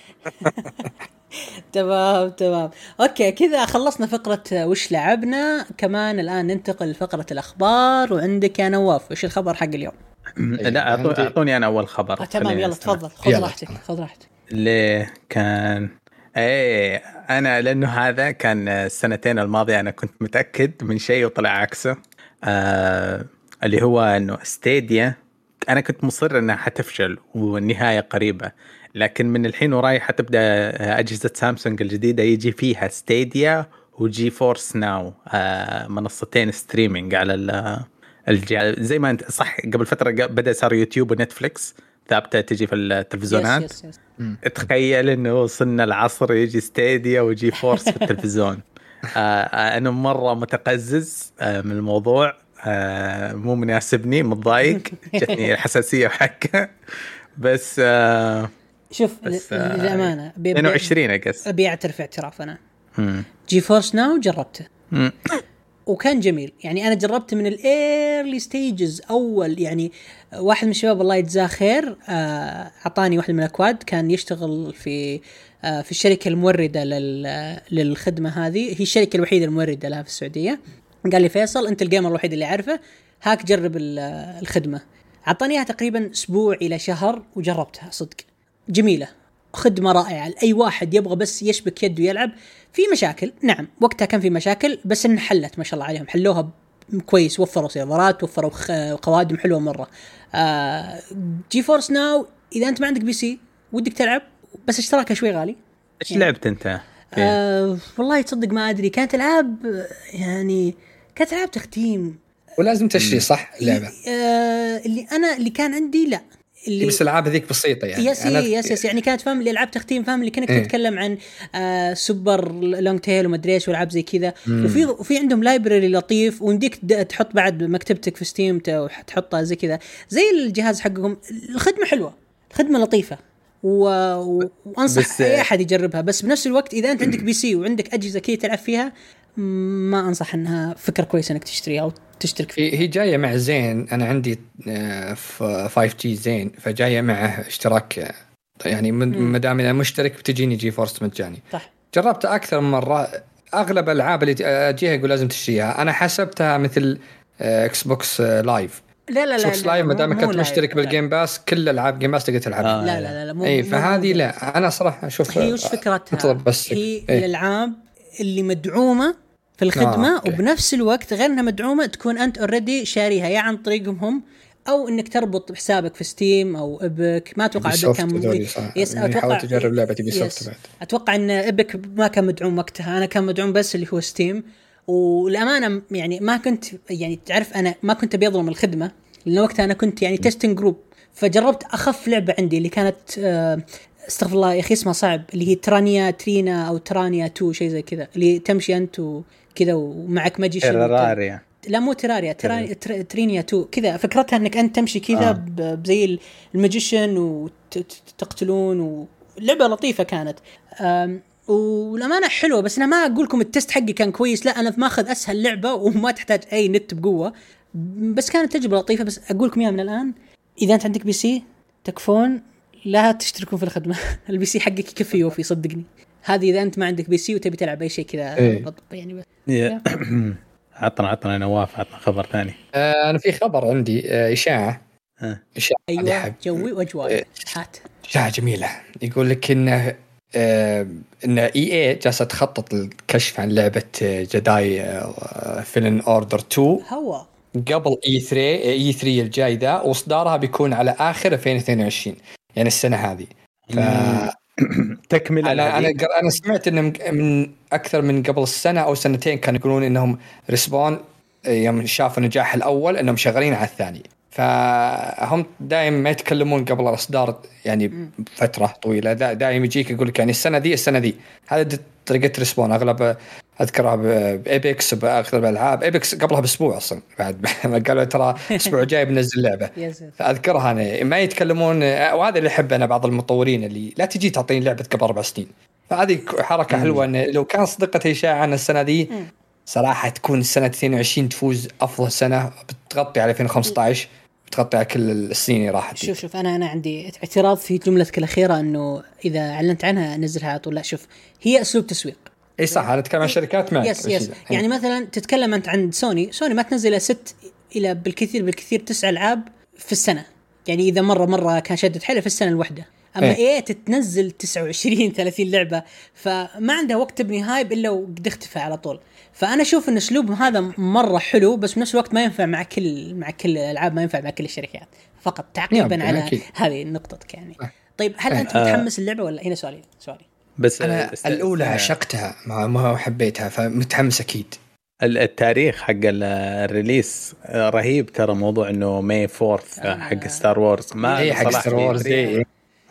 تمام تمام اوكي كذا خلصنا فقره وش لعبنا. كمان الان ننتقل لفقره الاخبار. وعندك يا نواف وش الخبر حق اليوم؟ لا اعطوني انا اول خبر. آه تمام يلا تفضل خذ راحتك خذ راحتك. ليه كان ايه انا لانه هذا كان السنتين الماضيه انا كنت متاكد من شيء وطلع عكسه. آه اللي هو انه ستيديا انا كنت مصر انها حتفشل والنهايه قريبه. لكن من الحين ورايح حتبدا اجهزه سامسونج الجديده يجي فيها ستيديا وجي فورس ناو آه منصتين ستريمينج على الجهاز زي ما انت صح. قبل فتره بدا صار يوتيوب ونتفليكس ثابته تجي في التلفزيونات. يس يس يس. تخيل انه وصلنا العصر يجي ستيديا وجي فورس في التلفزيون. آه انا مره متقزز آه من الموضوع. آه مو مناسبني متضايق جتني حساسيه وحكه بس آه شوف للامانه اثنين وعشرين اقص ابي اعترف اعتراف انا جي فورس ناو جربته وكان جميل. يعني انا جربت من الايرلي ستيجز اول. يعني واحد من الشباب الله يجزاه خير اعطاني واحد من الاكواد كان يشتغل في في الشركه المورده للخدمه هذه. هي الشركه الوحيده المورده لها في السعوديه. قال لي فيصل انت الجيمر الوحيد اللي اعرفه هاك جرب الخدمه. اعطانيها تقريبا اسبوع الى شهر وجربتها صدق جميله خدمه رائعه لاي واحد يبغى بس يشبك يده ويلعب. في مشاكل نعم وقتها كان في مشاكل بس ان حلت ما شاء الله عليهم حلوها كويس. وفروا سيرفرات وفروا قوادم حلوه مره. آه جي فورس ناو اذا انت ما عندك بي سي ودك تلعب بس اشتراكها شوي غالي. ايش يعني لعبت انت؟ آه والله تصدق ما ادري. كانت العاب يعني كانت العاب تختيم ولازم تشتري صح اللعبه. آه اللي انا اللي كان عندي لا اللي بس الالعاب هذيك بسيطه يعني يس يس يس يعني كانت فاهم اللي العاب تختيم فاهم اللي كانك إيه. تتكلم عن آه سوبر لونج تيل وما ادري ايش والعاب زي كذا. وفي وفي عندهم لايبرري لطيف ويمديك تحط بعد مكتبتك في ستيم وتحطها زي كذا زي الجهاز حقهم. الخدمه حلوه الخدمه لطيفه و... وانصح اي احد يجربها. بس بنفس الوقت اذا انت عندك بي سي وعندك اجهزه كذا تلعب فيها ما انصح انها فكره كويسه انك تشتريها او تشترك فيها. هي جايه مع زين. انا عندي فايف جي زين فجايه معه اشتراك يعني ما دام انا مشترك بتجيني جي فورس مجاني. صح. جربت اكثر من مره. اغلب الالعاب اللي اجيها يقول لازم تشتريها. انا حسبتها مثل اكس بوكس لايف. لا لا لا اكس لايف ما دام كنت مشترك بالجيم باس كل العاب جيم باس تقدر تلعبها. آه لا لا لا مو اي فهذه لا انا صراحه اشوف هي وش فكرتها بس هي إيه؟ الالعاب اللي مدعومه في الخدمه آه، وبنفس الوقت غير انها مدعومه تكون انت اوريدي شاريها يا عن طريقهم هم او انك تربط بحسابك في ستيم او ابك. ما اتوقع ابك كان يس اتوقع تجرب لعبه بي سوفت بعد. اتوقع ان ابك ما كان مدعوم وقتها. انا كان مدعوم بس اللي هو ستيم. والامانه يعني ما كنت يعني تعرف انا ما كنت بيظلم الخدمه لأن وقتها أنا كنت يعني تيستنج جروب فجربت أخف لعبة عندي اللي كانت استغفر الله يا أخي اسمها صعب اللي هي ترانيا ترينا أو ترانيا تو شيء زي كذا اللي تمشي أنت وكذا ومعك ماجيشن. تراريا لا مو تراريا ترانيا ترينيا تو كذا. فكرتها أنك أنت تمشي كذا آه. بزي الماجيشن وتقتلون ولعبة لطيفة كانت. والأمانة حلوة بس أنا ما أقولكم التست حقي كان كويس. لا أنا ماخذ أسهل لعبة وما تحتاج أي نت بقوة بس كانت تجربة لطيفة. بس أقولكم إياها من الآن إذا أنت عندك بي سي تكفون لا تشتركون في الخدمة. البي سي حقك يكفي يوفي صدقني. هذه إذا أنت ما عندك بي سي وتبي تلعب أي شيء كذا إيه. يعني بس عطنا عطنا نواف عطنا خبر ثاني. آه أنا في خبر عندي آه إشاعة آه. إشاعة أيوة جوي وأجواء آه. هات إشاعة جميلة يقول لك إنه آه إن إي إيه جالسة تخطط الكشف عن لعبة جداي آه فيلن أوردر تو هوا قبل إي ثري إي ثري الجاي ذا وإصدارها بيكون على آخر ألفين واثنين وعشرين يعني السنة هذه. ف تكمل أنا أنا أنا سمعت إن من أكثر من قبل السنة أو سنتين كانوا يقولون إنهم ريسبون يوم شافوا نجاح الأول إنهم شغالين على الثاني. فهم دائما ما يتكلمون قبل الإصدار يعني فترة طويلة. دائما يجيك يقول لك يعني السنة دي السنة دي. هذا طريقة ريسبون. أغلب أذكرها بإيبكس وبأغلب الألعاب. إيبكس قبلها بأسبوع أصلا بعد ما قالوا ترى أسبوع جاي بنزل لعبة. فأذكرها أنا ما يتكلمون. وهذا اللي أحب أنا بعض المطورين اللي لا تجي تعطيني لعبة قبل أربع سنين. فهذه حركة حلوة إن لو كان صدقت إشاعة عن السنة دي صراحة تكون السنة اثنين وعشرين تفوز أفضل سنة بتغطي على ألفين وخمسة عشر بتغطي على كل السنين راحت. شوف شوف أنا أنا عندي اعتراض في جملتك الأخيرة إنه إذا أعلنت عنها نزلها على طول. لا شوف هي أسلوب تسويق. اي صح. انا اتكلم عن شركات معك. يس يس يعني مثلا تتكلم انت عن سوني. سوني ما تنزل ست الى بالكثير بالكثير تسع العاب في السنه. يعني اذا مره مره كان شدت حيله في السنه الواحده. اما ايه, إيه تتنزل تسعة وعشرين ثلاثين لعبه فما عنده وقت تبني هايب الا وقد اختفى على طول. فانا اشوف ان اسلوبهم هذا مره حلو بس بنفس الوقت ما ينفع مع كل مع كل الالعاب. ما ينفع مع كل الشركات. فقط تعقيبا على أكيد. هذه نقطتك يعني. طيب هل انت متحمس اللعبه ولا هنا سؤالي سؤالي بس أنا الأولى عشقتها ما ما حبيتها فمتحمس أكيد. التاريخ حق الريليس رهيب ترى. موضوع إنه ماي فورث حق ستار وورز ما هي حق ستار وورز إيه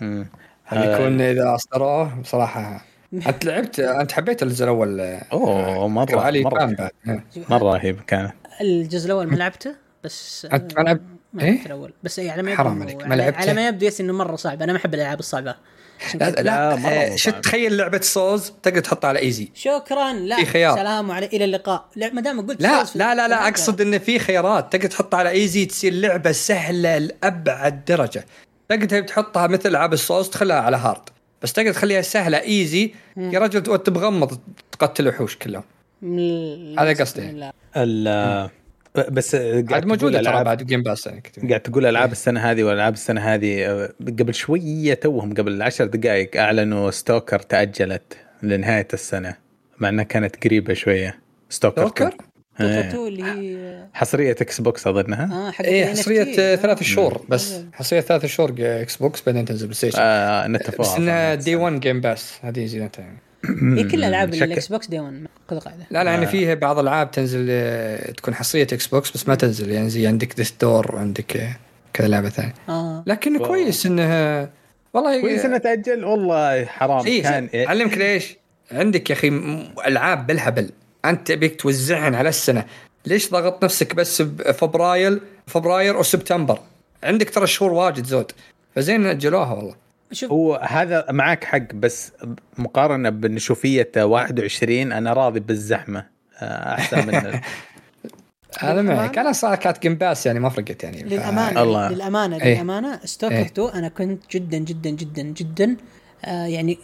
يكون إذا أصدروه بصراحة. أنت لعبت أنت حبيت الجزء الأول؟ أوه مرة مرة, مرة رهيب كان الجزء الأول ما لعبته بس أنت ما لعبت إيه الأول بس يعني ما حرام عليك ما لعبت. على ما يبدو يس إنه مرة صعب. أنا ما أحب الألعاب الصعبة. لا لا, لا شو تخيل لعبة سولز تقدر تحطها على ايزي. شكرا لا سلام على الى اللقاء. لا ما دام قلت لا لا لا, لا اقصد ان في خيارات تقدر تحطها على ايزي تصير لعبة سهلة لأبعد درجة. تقدر تحطها مثل العاب السولز تخليها على هارد بس تقدر تخليها سهلة ايزي يا رجل وانت تغمض تقتل وحوش كلهم. هذا قصدي. ال بس قاعد موجودة ترى بعد جيم باس. قاعد تقول ألعاب السنة هذه والألعاب السنة هذه قبل شوية توهم قبل عشر دقائق أعلنوا ستوكر تأجلت لنهاية السنة مع أنها كانت قريبة شوية. ستوكر ستوكر اللي هي حصرية إكس بوكس أظنها. آه إيه حصرية ثلاث شهور بس. حصرية ثلاث شهور إكس بوكس بعدين تنزل بلايستيشن. آه نتفق. بس إنها دي ون جيم باس هذه زينتها يعني. هي كل العاب الاكس بوكس دي ون خذ قاعده. لا لا يعني فيها بعض العاب تنزل تكون حصريه اكس بوكس بس ما تنزل يعني زي عندك ديستور وعندك كذا لعبه ثانيه. اه لكن ف... كويس انه والله كويس انه تاجل. والله حرام إيه كان إيه؟ علمك ليش عندك يا اخي العاب بالهبل، انت تبيك توزعهن على السنه، ليش ضغط نفسك بس بفبراير فبراير وسبتمبر؟ عندك ترى شهور واجد زود، فزين اجلوها والله. هو هذا معك حق، بس مقارنه بنشوفيه واحد وعشرين انا راضي بالزحمه احسن من انا معك. انا صار كانت جيمباس يعني ما فرقت يعني للامانه الله. للامانه ايه. للامانه ستوكرتو ايه. انا كنت جدا جدا جدا جدا آه يعني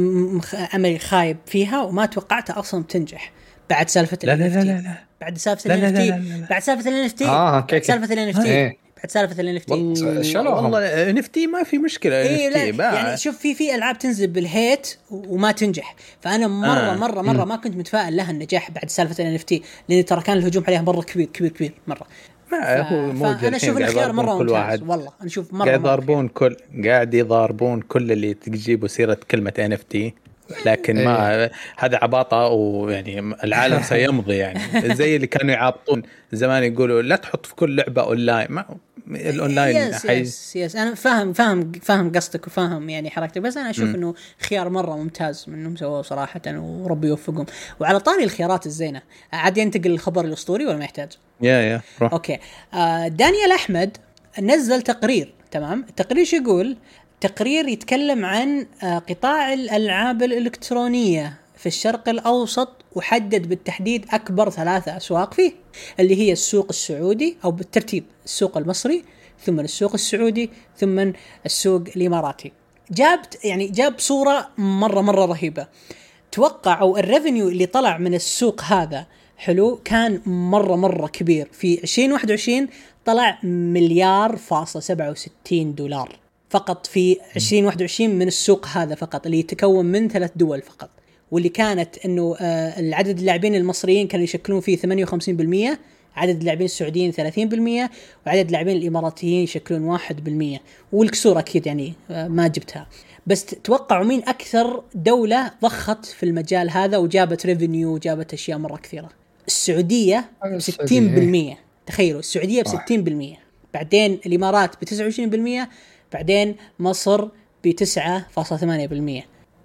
امري خايب فيها، وما توقعت اصلا تنجح بعد سالفه لا لا لا لا بعد سالفه ال إن إف تي بعد سالفه ال إن إف تي اه سالفه ال إن إف تي بعد سالفه ال إن إف تي والله إن إف تي ما في مشكله. إيه يعني شوف في في العاب تنزل بالهيت وما تنجح، فانا مره آه. مره مره م. ما كنت متفائل لها النجاح بعد سالفه ال إن إف تي، لان ترى كان الهجوم عليها مره كبير كبير كبير مره. ف... فانا اشوف الخيار مره ممتاز والله. انا اشوف مره قاعد يضاربون كل قاعد يضاربون كل اللي تجيبوا سيره كلمه إن إف تي، لكن ما هذا عباطة، ويعني العالم سيمضي يعني زي اللي كانوا يعابطون زمان يقولوا لا تحط في كل لعبة أونلاين. ما الأونلاين يس يس يس أنا فاهم فاهم فاهم قصدك وفاهم يعني حركتك، بس أنا أشوف م. إنه خيار مرة ممتاز منهم سووه صراحة، وربي يوفقهم. وعلى طاري الخيارات الزينة عاد ينتقل الخبر الأسطوري ولا ما يحتاج؟ يا يا روح. أوكي آه دانيال أحمد نزل تقرير. تمام، التقرير شو يقول؟ تقرير يتكلم عن قطاع الألعاب الإلكترونية في الشرق الأوسط، وحدد بالتحديد أكبر ثلاثة أسواق فيه، اللي هي السوق السعودي أو بالترتيب السوق المصري، ثم السوق السعودي، ثم السوق الإماراتي. جاب يعني جاب صورة مرة مرة رهيبة. توقعوا الريفينيو اللي طلع من السوق هذا حلو كان مرة مرة كبير. في عشرين واحد وعشرين طلع مليار فاصلة سبعة وستين دولار فقط في عشرين واحد وعشرين من السوق هذا فقط، اللي يتكون من ثلاث دول فقط، واللي كانت انه آه العدد اللاعبين المصريين كانوا يشكلون فيه ثمانية وخمسين بالمئة، عدد اللاعبين السعوديين ثلاثين بالمئة، وعدد اللاعبين الاماراتيين يشكلون واحد بالمئة. والكسور اكيد يعني آه ما جبتها، بس توقعوا مين اكثر دولة ضخت في المجال هذا وجابت ريفينيو وجابت اشياء مرة كثيرة؟ السعودية ستين بالمئة. تخيلوا السعودية بستين بالمئة، بعدين الامارات بتسعة وعشرين بالمئة، بعدين مصر بتسعة فاصلة ثمانية بالمئة.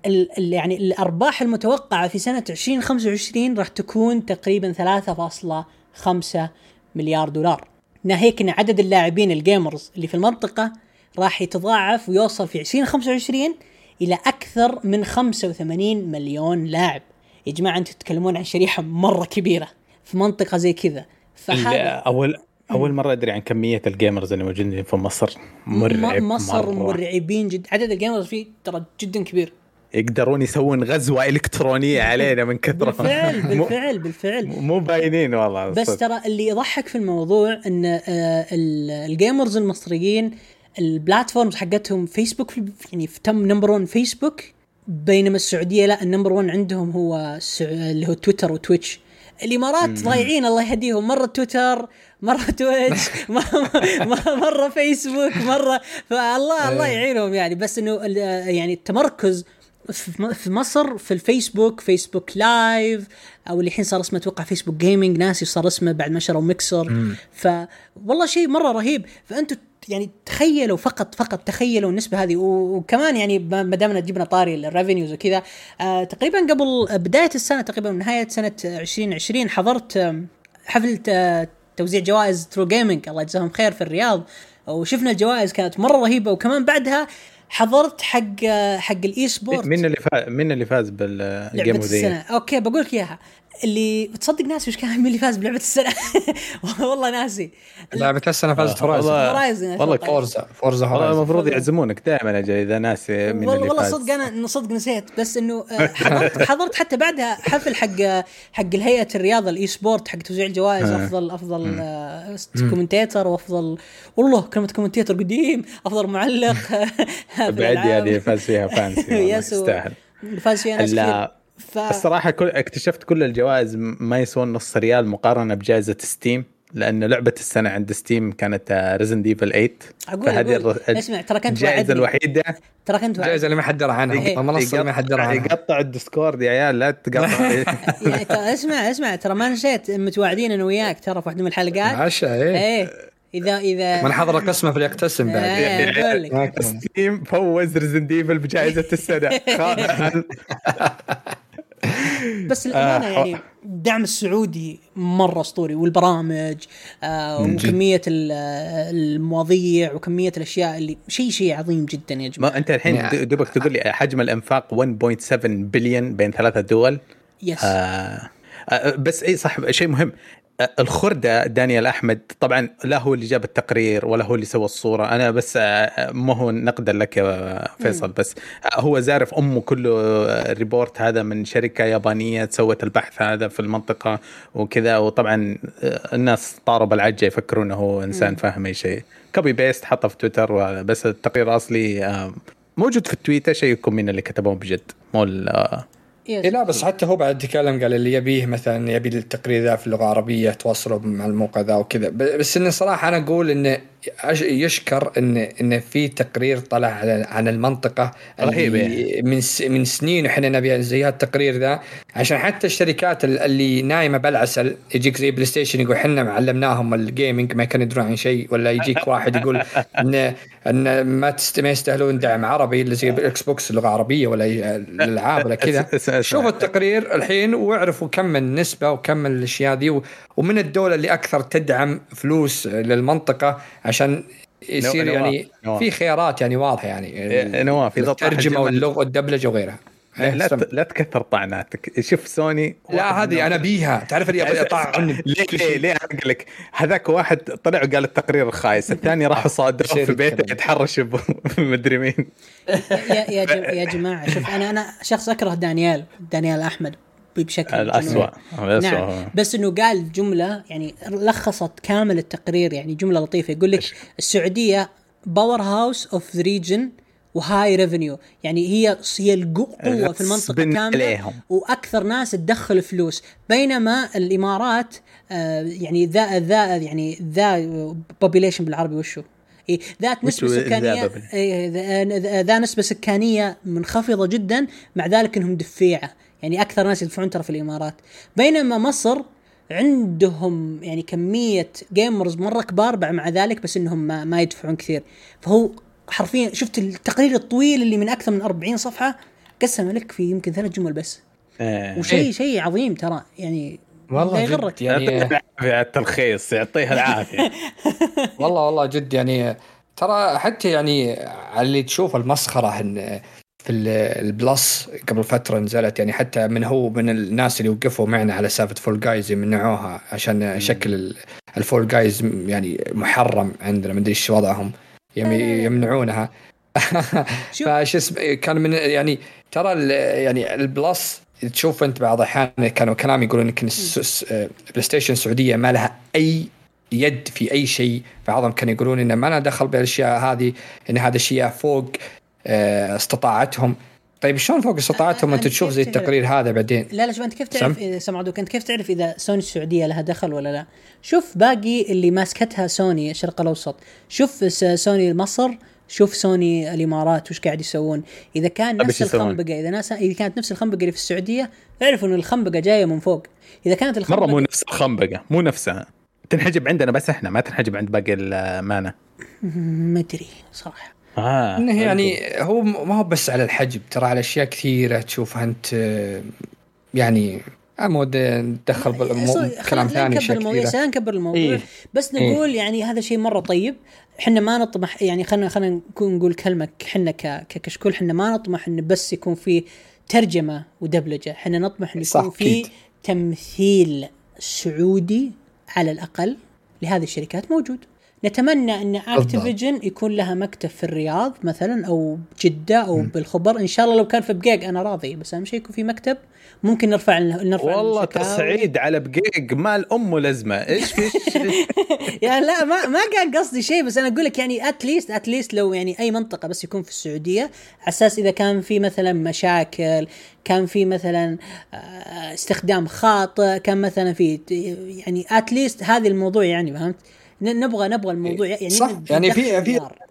يعني الأرباح المتوقعة في سنة عشرين خمسة وعشرين راح تكون تقريبا ثلاثة فاصلة خمسة مليار دولار. ناهيك أن عدد اللاعبين الجيمرز اللي في المنطقة راح يتضاعف ويوصل في عشرين خمسة وعشرين إلى أكثر من خمسة وثمانين مليون لاعب. يا جماعة أنتوا تتكلمون عن شريحة مرة كبيرة في منطقة زي كذا. فهذا أول أول مرة أدري عن كمية الجيمرز اللي موجودين في مصر. مرعب مصر مرة. مرعبين جدا، عدد الجيمرز فيه ترى جدا كبير، يقدرون يسوون غزوة إلكترونية علينا من كثرة. بالفعل بالفعل بالفعل مو باينين والله. بس ترى اللي يضحك في الموضوع أن الجيمرز المصريين البلاتفورمز حقتهم فيسبوك يعني في تم نمبر ون فيسبوك، بينما السعودية لا، النمبر ون عندهم هو اللي هو تويتر وتويتش. الإمارات ضايعين الله يهديهم، مرة تويتر مرة تويتش مرة فيسبوك مرة، فالله الله يعينهم يعني. بس إنه يعني التمركز في مصر في الفيسبوك، فيسبوك لايف، أو اللي الحين صار اسمه توقع فيسبوك جيمينج، ناسي صار اسمه بعد ما شروا ميكسر. فوالله شيء مرة رهيب. فأنتوا يعني تخيلوا فقط فقط تخيلوا النسبة هذه. وكمان يعني ما دامنا جبنا طاري الريفينيوز وكذا، آه تقريبا قبل بداية السنة، تقريبا نهاية سنة عشرين عشرين، حضرت آه حفل آه توزيع جوائز ترو جيمينج الله يجزاهم خير في الرياض، وشفنا الجوائز كانت مرة رهيبة. وكمان بعدها حضرت حق حق الاي سبورت. من اللي فاز من اللي فاز بالجيم السنة؟ اوكي بقول لك اياها. اللي تصدق ناسي وش كان مين اللي فاز بلعبة السنة؟ والله ناسي. لعبة السنة فازت هورايزن. والله فورزا فورزا هورايزن. المفروض يعزمونك دائما أجل إذا ناسي من اللي فاز. والله صدق أنا صدق نسيت، بس إنه حضرت حضرت حتى بعدها حفل حق حق الهيئة الرياضة الإي سبورت حق توزيع الجوائز، أفضل أفضل كومنتاتور، وأفضل والله كلمة كومنتاتور قديم، أفضل معلق. بعدي هذه فاز فيها فانسي يستاهل. فاز فيها ناس كثير. ف... الصراحة كل اكتشفت كل الجوائز ما يسوون نص ريال مقارنة بجائزة ستيم، لأن لعبة السنة عند ستيم كانت ريزن ديفل ثمانية. فهذه الر... اسمع ترى كنت الجائزة الوحيدة، ترى كنت الجائزة اللي ما حد درى عنها، المنصة اللي ما حد درى عنها. يقطع الديسكورد يا عيال، لا تقطع. يعني اسمع اسمع ترى ما نسيت متواعدين أنا وياك ترى في واحدة من الحلقات عشاء إيه. إيه اذا اذا من حضر قسمه فليقتسم بعد. آه ستيم فوز ريزدنت ايفل بجائزه السنه. بس الامانه آه يعني الدعم السعودي مره اسطوري، والبرامج آه وكميه المواضيع وكميه الاشياء اللي شيء شيء عظيم جدا يا جماعه. ما انت الحين دوبك تقول لي حجم الانفاق واحد فاصلة سبعة بليون بين ثلاثه دول. يس. آه آه بس اي صح، شيء مهم. الخردة دانيال أحمد طبعا لا هو اللي جاب التقرير ولا هو اللي سوى الصورة، أنا بس ما هو نقدا لك يا فيصل، بس هو زارف أمه كله ريبورت هذا من شركة يابانية سوت البحث هذا في المنطقة وكذا، وطبعا الناس طاروا بالعجة يفكرون هو إنسان فاهم أي شيء، كوبي بيست حطه في تويتر، بس التقرير الأصلي موجود في التويتر، شيء من اللي كتبوه بجد مو إيه لا بس حتى هو بعد تكلم قال اللي يبيه مثلا يبي التقرير ذا في اللغة العربية توصله مع الموقع ذا وكذا، بس إن صراحة أنا أقول إن يشكر إن إن في تقرير طلع عن المنطقة اللي من من سنين وحنا نبي زي هالتقرير ذا، عشان حتى الشركات اللي نايمة بالعسل يجيك زي بلاي ستيشن يقول حنا معلمناهم الجيمينج ما كانوا يدرون عن شيء، ولا يجيك واحد يقول إن إن ما ما يستاهلون دعم عربي اللي زي الإكس بوكس اللغة عربية ولا الألعاب ولا كذا. شوف التقرير الحين واعرفوا كم النسبة وكم الأشياء دي، ومن الدولة اللي أكثر تدعم فلوس للمنطقة عشان يصير نو يعني نو في خيارات يعني واضحة يعني نواف في الترجمة واللغة والدبلجة وغيرها. لا, لا, لا تكثر طعناتك. شوف سوني لا هذه أنا بيها تعرف اللي أبغى أطعن ليه ليه أقول لك هذاك واحد طلع وقال التقرير الخايس، الثاني راح صادره في بيته يتحرش بمدري مين. يا يا يا جماعة شوف أنا أنا شخص أكره دانيال دانيال أحمد بشكل الأسوأ. نعم. بس إنه قال جملة يعني لخصت كامل التقرير، يعني جملة لطيفة يقول لك السعودية باور هاوس اوف ذا ريجن وهاي ريفينيو، يعني هي هي القوة في المنطقة كاملة وأكثر ناس تدخل فلوس، بينما الإمارات آه يعني ذا ذا يعني ذا population بالعربي وشو إيه ذات نسبة سكانية إيه ذا نسبة سكانية منخفضة جدا، مع ذلك إنهم دفيعة، يعني أكثر ناس يدفعون ترى في الإمارات، بينما مصر عندهم يعني كمية جيمرز مرة كبار مع ذلك بس إنهم ما, ما يدفعون كثير. فهو حرفيا شفت التقرير الطويل اللي من أكثر من أربعين صفحة قسم لك في يمكن ثلاث جمل بس آه. وشيء إيه؟ شيء عظيم ترى يعني والله جد يعني في التلخيص يعطيها العافية والله والله جد يعني ترى حتى يعني اللي تشوف المسخرة إن في البلس قبل فترة نزلت، يعني حتى من هو من الناس اللي وقفوا معنا على سالفة فول جايز يمنعوها عشان شكل الفول جايز يعني محرم عندنا، ما ادري ايش وضعهم يمنعونها فايش اسم كان من يعني ترى يعني البلس تشوف انت بعض الاحيان كانوا كلام يقولون ان بلاي ستيشن السعودية ما لها اي يد في اي شيء، بعضهم كانوا يقولون ان ما لنا دخل بالاشياء هذه، ان هذا الشيء فوق استطاعتهم. طيب شلون فوق استطاعتهم انت تشوف زي التقرير هذا بعدين؟ لا لا شوف انت كيف تعرف اذا سمعوا انت كيف تعرف اذا سوني السعوديه لها دخل ولا لا؟ شوف باقي اللي ماسكتها سوني الشرق الاوسط، شوف سوني مصر، شوف سوني الامارات وش قاعد يسوون. اذا كان نفس الخنبقه اذا ناس اذا كانت نفس الخنبقه اللي في السعوديه اعرفوا ان الخنبقه جايه من فوق. اذا كانت الخنبقه مره مو نفس الخنبقه مو نفسها تنحجب عندنا بس احنا ما تنحجب عند باقي المانا ما ادري صراحه. آه إنه يعني هو ما هو بس على الحجب، ترى على أشياء كثيرة تشوفها أنت يعني أمود ندخل بالكلام ثاني أشياء كثيرة. خلينا نكبر الموضوع إيه؟ بس نقول إيه؟ يعني هذا شيء مرة طيب، إحنا ما نطمح يعني خلنا خلنا نكون نقول كلمة إحنا ككشكول إحنا ما نطمح إن بس يكون في ترجمة ودبلجة، إحنا نطمح إن يكون في تمثيل سعودي على الأقل لهذه الشركات موجود. نتمنى أن أكتيفيجن يكون لها مكتب في الرياض مثلا أو جدة أو م. بالخبر، إن شاء الله لو كان في بقيق أنا راضي، بس أهم شيء يكون في مكتب ممكن نرفع نرفع والله تصعيد على بقيق ما الأم لازمة إيش في يعني لا ما ما كان قصدي شيء، بس أنا أقول لك يعني أتليست أتليست لو يعني أي منطقة بس يكون في السعودية، أساس إذا كان في مثلا مشاكل، كان في مثلا استخدام خاطئ، كان مثلا في يعني أتليست هذا الموضوع يعني فهمت، نبغى نبغى الموضوع يعني صح يعني في في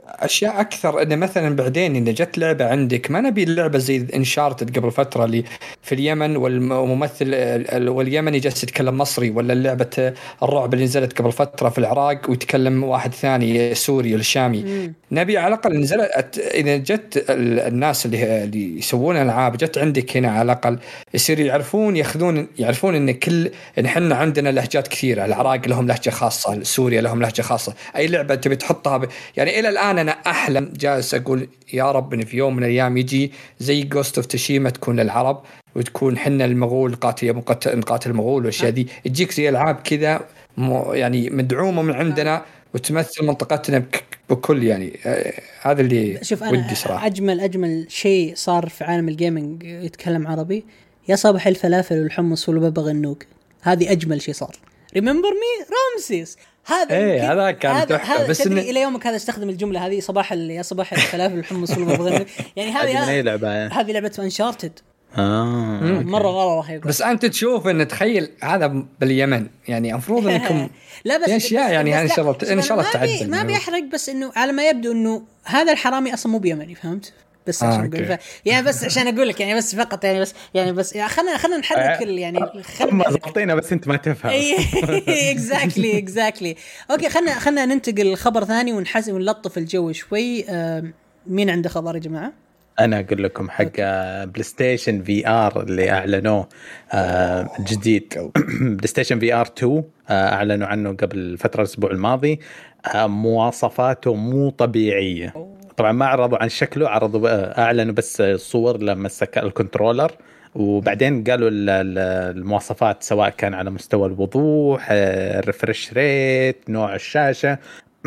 اشياء اكثر. انه مثلا بعدين اذا جت لعبه عندك ما نبي اللعبه زي انشارتد قبل فتره اللي في اليمن والممثل واليمني جالس يتكلم مصري، ولا اللعبه الرعب اللي نزلت قبل فتره في العراق ويتكلم واحد ثاني سوري ولا شامي. مم. نبي على الاقل نزلت اذا جت الناس اللي اللي يسوون العاب جت عندك هنا على الاقل يصير يعرفون ياخذون يعرفون ان كل ان احنا عندنا لهجات كثيره، العراق لهم لهجه خاصه، سوريا لهم لهجه خاصه. اي لعبه تبي تحطها ب... يعني الى الان انا احلم جالس اقول يا رب ان في يوم من الايام يجي زي جوست اوف تشيما تكون للعرب وتكون حنا المغول قاتل نقاتل المغول والاشياء دي، تجيك زي العاب كذا يعني مدعومه من عندنا وتمثل منطقتنا بكل يعني آه هذا اللي شوف ودي صراحه. اجمل اجمل شيء صار في عالم الجيمنج يتكلم عربي، يا صباح الفلافل والحمص والببغ النوق، هذه اجمل شيء صار. ريمبر مي رامسيس، هذا ايه هذا كان تحفه. بس إن... الى يومك هذا استخدم الجمله هذه صباح ال... يا صباح الفلافل والحمص والببغ النوق، يعني هذه هذه لعبه انشارتد. آه مرة مرة رهيبة. بس أنت تشوف إن تخيل هذا باليمن، يعني المفروض إنكم لا بس أشياء يعني إن شاء الله إن شاء الله تعدل. ما بيحرق بس إنه على ما يبدو إنه هذا الحرامي أصلا مو بيمني، فهمت؟ بس عشان آه أقول ف... يعني بس عشان أقول لك يعني بس فقط يعني بس يعني بس يعني خلنا خلنا نحرك كل يعني خلنا ضبطينا بس أنت ما تفهم. exactly exactly. أوكي خلنا خلنا ننتقل لخبر ثاني ونحسن ونلطف الجو شوي. آه مين عنده خبر يا جماعة؟ أنا أقول لكم حق بلاي ستيشن في آر اللي أعلنوه آه جديد. بلاي ستيشن في آر تو آه أعلنوا عنه قبل فترة الأسبوع الماضي. آه مواصفاته مو طبيعية. طبعا ما عرضوا عن شكله، عرضوا أعلنوا بس صور لما سك الكنترولر، وبعدين قالوا المواصفات سواء كان على مستوى الوضوح، الريفرش ريت، نوع الشاشة،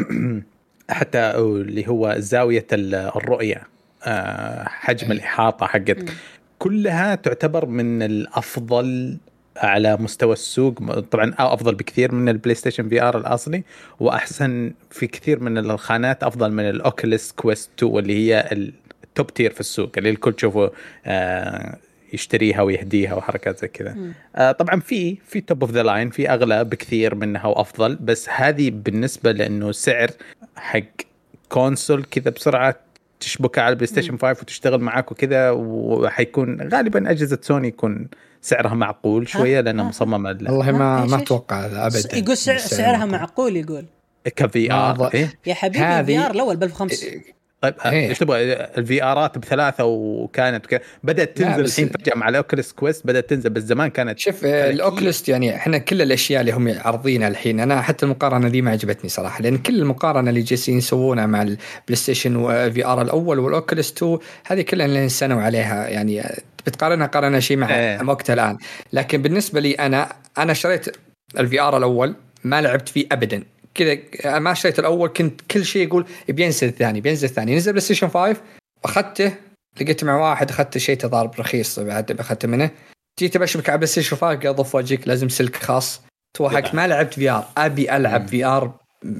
حتى اللي هو زاوية الرؤية، حجم الإحاطة حقت، كلها تعتبر من الأفضل على مستوى السوق. طبعا أفضل بكثير من البلاي ستيشن في آر الأصلي، وأحسن في كثير من الخانات، أفضل من الأوكيليس كويست تو اللي هي التوب تير في السوق اللي الكل تشوفه يشتريها ويهديها وحركات زي كذا. طبعا في في توب اوف ذا لاين، في أغلى بكثير منها وأفضل، بس هذه بالنسبة لأنه سعر حق كونسول كذا بسرعة تشبكها على البلاي ستيشن فايف وتشتغل معاك وكذا، وحيكون غالبا أجهزة سوني يكون سعرها معقول شوية لأنها مصممة. والله ما ما أتوقع أبدا يقول سعر سعرها معقول، يقول كفي آر. إيه؟ يا حبيبي الفي آر الأول بألف وخمس. طيب ايش تبغى؟ الفي آرات بثلاثة وكانت كده بدأت تنزل الحين فجأة مع الأوكيليس كويست بدأت تنزل، بس زمان كانت شوف الأوكيليس يعني احنا كل الأشياء اللي هم عارضينها الحين أنا حتى المقارنة دي ما عجبتني صراحة، لأن كل المقارنة اللي جالسين يسوونها مع البلاي ستيشن وفي آر الأول والأوكيليس تو هذه كلها اللي نسنوا عليها، يعني بتقارنها قارنها شيء مع ايه. وقتها الآن. لكن بالنسبة لي أنا أنا شريت الفي آر الأول ما لعبت فيه أبدا كذا، ما شريت الأول كنت كل شيء يقول بينزل الثاني بينزل الثاني، نزل بلاي ستيشن فايف أخذته، لقيت مع واحد أخذت شيء تضارب رخيص بعد أخذته منه، جيت بشبك على بلاي ستيشن فايف قال ضف وجهك لازم سلك خاص، توهقت ما لعبت في آر، أبي ألعب في آر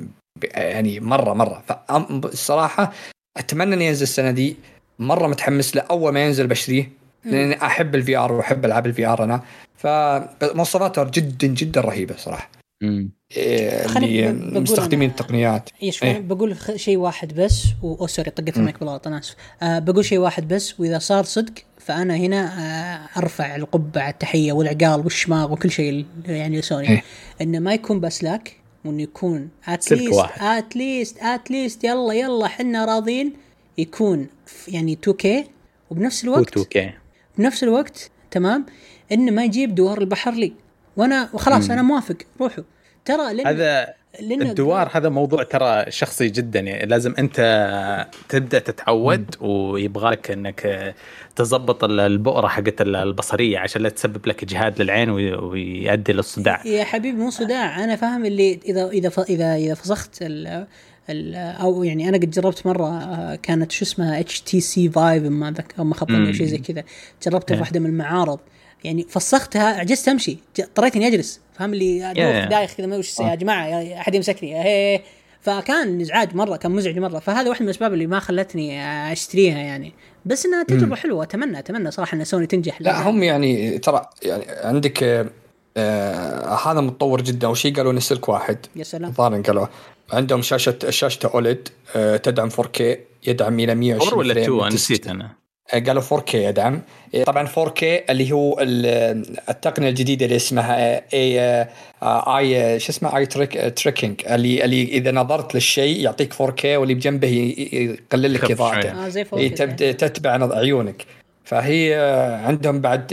يعني مرة مرة. فالصراحة أتمنى أن ينزل السنة دي، مرة متحمس له، أول ما ينزل بشريه لأن أحب الفي آر وأحب ألعب الفي آر أنا، فمواصفاته جدا جدا رهيبة صراحة. امم اللي مستخدمين التقنيات. ايش ايه. بقول شيء واحد بس و سوري طقت المايك بالغلط انا اسف. أه بقول شيء واحد بس، واذا صار صدق فانا هنا أه ارفع القبعه التحيه والعقال والشماغ وكل شيء يعني سوني ايه. انه ما يكون بس لك، وانه يكون اتليست اتليست اتليست يلا يلا حنا راضين يكون يعني تو كيه، وبنفس الوقت تو كيه بنفس الوقت تمام، انه ما يجيب دوار البحر لي وانا وخلاص مم. انا موافق روحوا. ترى لأن هذا الدوار هذا موضوع ترى شخصي جدا، يعني لازم انت تبدا تتعود مم. ويبغالك انك تضبط البؤره حقت البصريه عشان لا تسبب لك اجهاد للعين ويؤدي للصداع. يا حبيبي مو صداع، انا فاهم اللي اذا اذا اذا اذا فسخت ال او يعني انا قد جربت مره كانت شو اسمها اتش تي سي فايف ما ذاك او ما خطني شيء زي كذا، جربتها في واحده من المعارض يعني فسختها عجزت امشي، اضطريت اني اجلس، فهم اللي ادور دايخ كذا ما وش يا جماعه احد يمسكني هي، فكان ازعاج مره، كان مزعج مره، فهذا واحد من الاسباب اللي ما خلتني اشتريها يعني. بس انها تجربه حلوه، اتمنى اتمنى صراحه ان سوني تنجح. لا هم يعني ترى يعني عندك آه هذا متطور جدا، وشي قالوا نسلك واحد يا سلام ظاهر قالوا عندهم شاشة شاشة أوليد تدعم فور كي، يدعم إلى مية وعشرين ولا فريم. تو نسيت أنا. قالوا فور كي يدعم طبعا. فور كي اللي هو التقنية الجديدة اللي اسمها اي اي شو اسمها اي تريك تريكينج، اللي اللي إذا نظرت للشيء يعطيك فور كي واللي بجنبه يقلل لك إضاءته، تبدأ تتبع عيونك. فهي عندهم بعد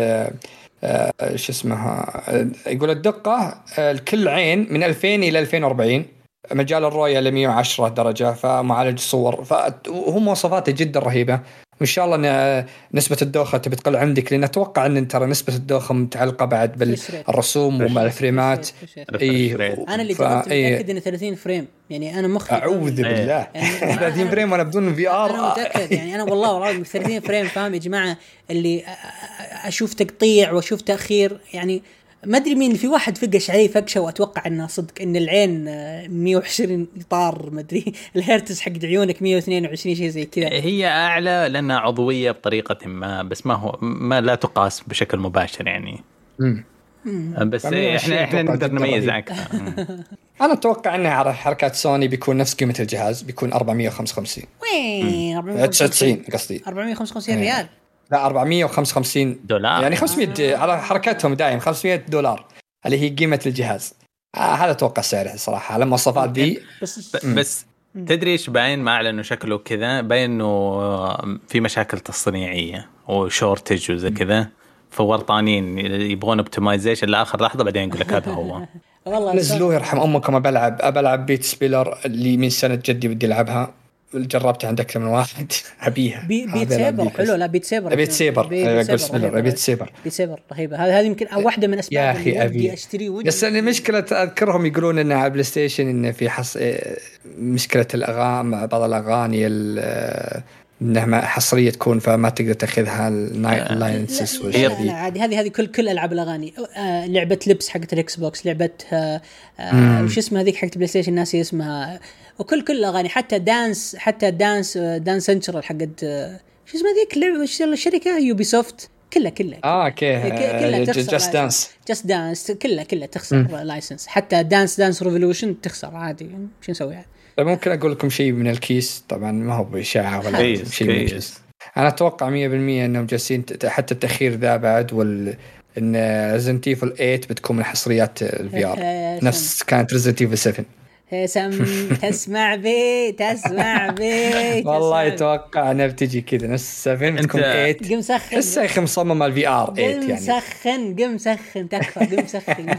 شو اسمها يقول الدقة الكل عين من ألفين إلى ألفين وأربعين، مجال الرؤية ل مية وعشرة درجة، فمعالج الصور، فهو مواصفاته جدا رهيبة. وإن شاء الله أن نسبة الدوخة تبي تقل عندك، لأن أتوقع أن ترى نسبة الدوخة متعلقة بعد بالرسوم ومع الفريمات. إيه أنا اللي جربت متأكد إن ثلاثين فريم، يعني أنا مخي أعوذ بالله ثلاثين فريم وأنا بدون في آر. أنا متأكد يعني أنا والله والله ثلاثين فريم فاهم يا جماعة، اللي أشوف تقطيع وأشوف تأخير، يعني ما أدري مين في واحد فقش عليه فقشة، وأتوقع إنه صدق إن العين مية وعشرين إطار ما أدري الهرتز حق عيونك مية واثنين وعشرين شيء زي كذا. هي أعلى لأنها عضوية بطريقة ما، بس ما هو ما لا تقاس بشكل مباشر يعني. مم. بس إحنا إحنا نقدر نميز أكثر. أنا أتوقع إنه على حركات سوني بيكون نفس قيمة الجهاز، بيكون أربعمية وخمسة وخمسين. وين أربعمية وتسعة وتسعين قصدي. أربعمية وخمسة وخمسين ريال. لا أربعمية وخمسة وخمسين دولار، يعني خمسمية على حركتهم دائم خمسمية دولار اللي هي قيمة الجهاز. آه هذا أتوقع سعره صراحة على مواصفات دي. بس, بس تدري إيش باين؟ ما أعلن إنه شكله كذا، باين إنه في مشاكل تصنيعية وشورتج وزي كذا، فورطانين يبغون اوبتمايزيشن لآخر لحظة، بعدين يقول لك هذا هو. والله نزلوه يرحم أمك. ما بلعب أبلعب بيت سبيلر اللي من سنة جدي بدي ألعبها، جربت عندك أكثر من واحد أبيها. بي بيت سيبر حلو. لا بيت سيبر بيت سيبر بيت سيبر بيت سيبر بيت سيبر رهيبة. هذا هذه يمكن أو واحدة من أسباب اللي ودي أشتري. بس المشكلة أذكرهم يقولون إن على بلاي ستيشن إن في حص مشكلة الأغاني، بعض الأغاني إنها حصرية تكون فما تقدر تأخذها اللاينسز والشيء عادي. هذه هذه كل كل ألعاب الأغاني. آه لعبة لبس حقت الإكس بوكس، لعبة آه آه وش اسمها هذيك حقت بلاي ستيشن ناسي اسمها، وكل كل الأغاني حتى دانس حتى دانس دانس سنترال حقت شو اسمها ذيك اللعبة الشركة يوبي سوفت كلها كلها اه اوكي كلها جاست دانس جاست دانس كلها كلها تخسر لايسنس. حتى دانس دانس ريفولوشن تخسر عادي. شو نسوي يعني؟ طيب ممكن أقول لكم شيء من الكيس، طبعا ما هو بإشاعة ولا شيء من الكيس. أنا أتوقع مية بالمية إنهم جالسين حتى التأخير ذا بعد، وال إن ريزنت إيفل ثمانية بتكون من حصريات الفي آر نفس كانت ريزنت إيفل سبعة. سم تسمع بي تسمع بي والله يتوقع أنها بتجي كذا نفس سبعة بتكون ثمانية. قم سخن بس يا أخي مصمم على الفي آر ثمانية يعني. قم سخن قم سخن تكفى قم سخن.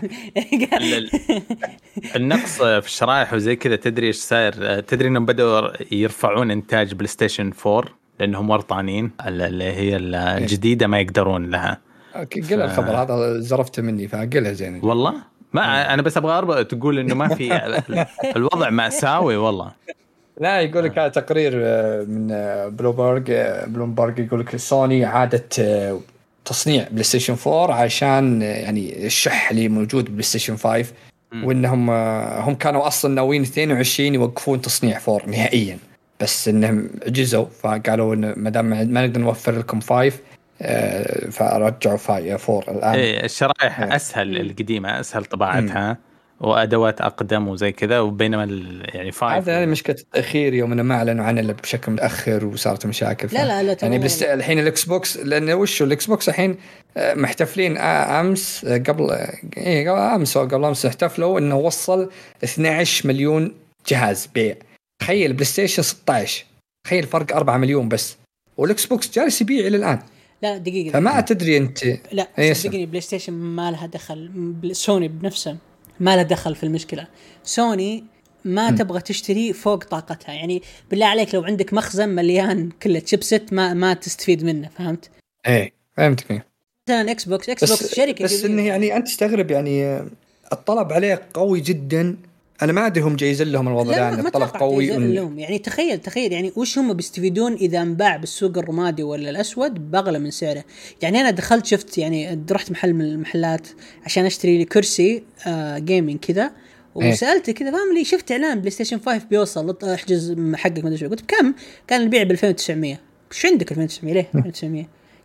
النقص في الشرائح وزي كذا تدري إيش صاير؟ تدري إنهم بدأوا يرفعون إنتاج بلاي ستيشن فور لأنهم ورطانين، اللي هي الجديدة ما يقدرون لها. أوكي قل الخبر هذا زرفته مني فقلها زين والله. ما أنا بس أبغى أربط تقول إنه ما في الوضع مأساوي والله. لا يقول لك هذا تقرير من بلومبرج بلومبرج يقول لك سوني عادت تصنيع بلاي ستيشن فور عشان يعني الشح اللي موجود بلاي ستيشن فايف، وإنهم هم كانوا أصلا ناويين اثنين وعشرين يوقفون تصنيع فور نهائيا، بس إنهم عجزوا فقالوا إن ما دام ما نقدر نوفر لكم فايف فرجعوا فاي فور الآن. إيه الشرائح إيه. أسهل القديمة أسهل طباعتها م. وأدوات أقدم وزي كذا، وبينما يعني فايف هذا مشكلة التأخير يوم إنه ما أعلنوا عنه بشكل متأخر وصارت مشاكل. لا لا لا يعني بس الحين الإكس بوكس لأنه وشو الإكس بوكس الحين محتفلين أمس قبل إيه قبل أمس أو قبل أمس احتفلوا إنه وصل اثني عشر مليون جهاز بيع. تخيل بلاي ستيشن ستة عشر، تخيل فرق أربعة مليون بس، والإكس بوكس جالس يبيع إلى الآن. لا دقيقة فما تدري أنت. لا صدقني بلاي ستيشن ما لها دخل، سوني بنفسها ما لها دخل في المشكلة. سوني ما م. تبغى تشتري فوق طاقتها، يعني بالله عليك لو عندك مخزن مليان كله تشيبسيت ما ما تستفيد منه، فهمت؟ ايه فهمتك. مثلا اكس بوكس اكس بوكس شركة بس إنه يعني أنت تستغرب يعني الطلب عليه قوي جدا. أنا ما أدري هم جايزين لهم الوضع يعني الطلب قوي لهم. يعني تخيل تخيل يعني وش هم بيستفيدون إذا انباع بالسوق الرمادي ولا الأسود بأغلى من سعره. يعني أنا دخلت شفت يعني رحت محل من المحلات عشان أشتري لي كرسي آه جيمين كذا، وسألت كذا فاهم لي شفت إعلان بلاي ستيشن فايف بيوصل احجز حقك ما أدري. قلت بكم؟ كان البيع بالألفين وتسعمية. وش عندك ألفين وتسعمية ليه؟ ألفين وتسعمية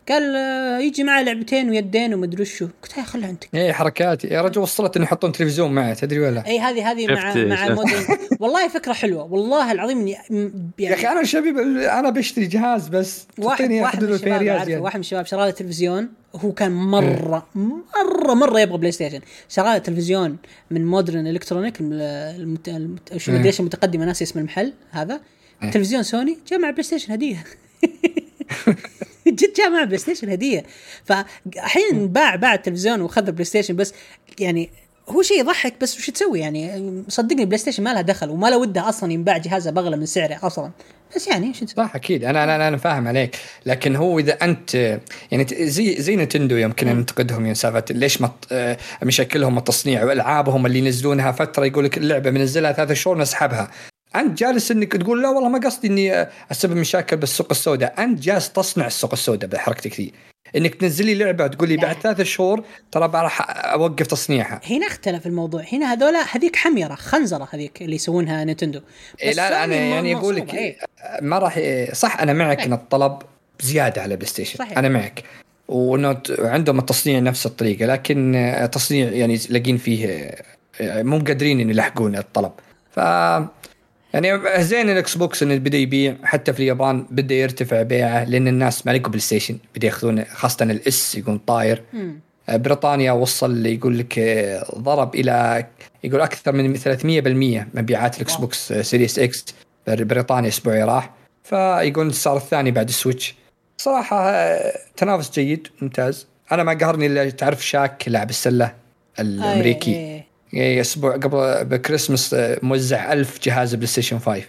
قال آه يجي معه لعبتين ويدين ومدري شو. قلت هاي خلها انت ايه حركاتي يا رجل، وصلت انه يحطون تلفزيون معه تدري ولا؟ اي هذه هذه مع مع مودرن. والله فكره حلوه والله العظيم. يعني يا اخي انا شباب انا بشتري جهاز بس واحد واحد من الشباب يعني. واحد من الشباب شرى له تلفزيون، هو كان مره مره مره يبغى بلاي ستيشن، شرى له تلفزيون من مودرن الكترونيك المت... المت... شو مدري ايش المتقدمه، ناسي اسم المحل هذا. تلفزيون سوني جاء مع بلاي ستيشن هديه. جد جاء مع بلاي ستيشن هديه. فالحين باع باع التلفزيون وخذ بلاي ستيشن. بس يعني هو شيء يضحك، بس وش تسوي يعني؟ صدقني بلاي ستيشن ما لها دخل وما له وده اصلا ينباع جهازه بغلى من سعره اصلا. بس يعني شو صح اكيد انا انا انا فاهم عليك. لكن هو اذا انت يعني زي زي نتندو يمكن ننتقدهم يا سالفه ليش مط... مشاكلهم التصنيع والعابهم اللي ينزلونها فتره يقول لك اللعبه منزلها ثلاثة شهور نسحبها. انت جالس انك تقول لا والله ما قصدي اني اسبب مشاكل بالسوق السوداء. انت جالس تصنع السوق السوداء بحركتك ذي، انك تنزلي لعبه تقول لي بعد ثلاثة شهور ترى راح اوقف تصنيعها. هنا اختلف الموضوع. هنا هذولا هذيك حميره خنزره هذيك اللي يسوونها نينتندو. إيه لا لا انا يعني اقول لك إيه؟ ما راح صح. انا معك إيه؟ ان الطلب زياده على بلاي ستيشن صحيح. انا معك وانه عندهم التصنيع نفس الطريقه، لكن التصنيع يعني لاقين فيه مو قادرين ان يلحقون الطلب. ف يعني زين الاكس بوكس انه بدا يبيع حتى في اليابان، بدا يرتفع بيعه لان الناس ما لقوا بلاي ستيشن بدا ياخذون خاصه الاس يكون طاير. مم. بريطانيا وصل يقول لك ضرب الى يقول اكثر من ثلاثمية بالمية مبيعات الاكس بوكس سيريس اكس بريطانيا اسبوعي راح. فيقول صار الثاني بعد السويتش. صراحه تنافس جيد ممتاز. انا ما قهرني الا تعرف شاك لاعب السله الامريكي أي أي. اسبوع قبل بكريسماس موزع ألف جهاز بلاي ستيشن خمسة.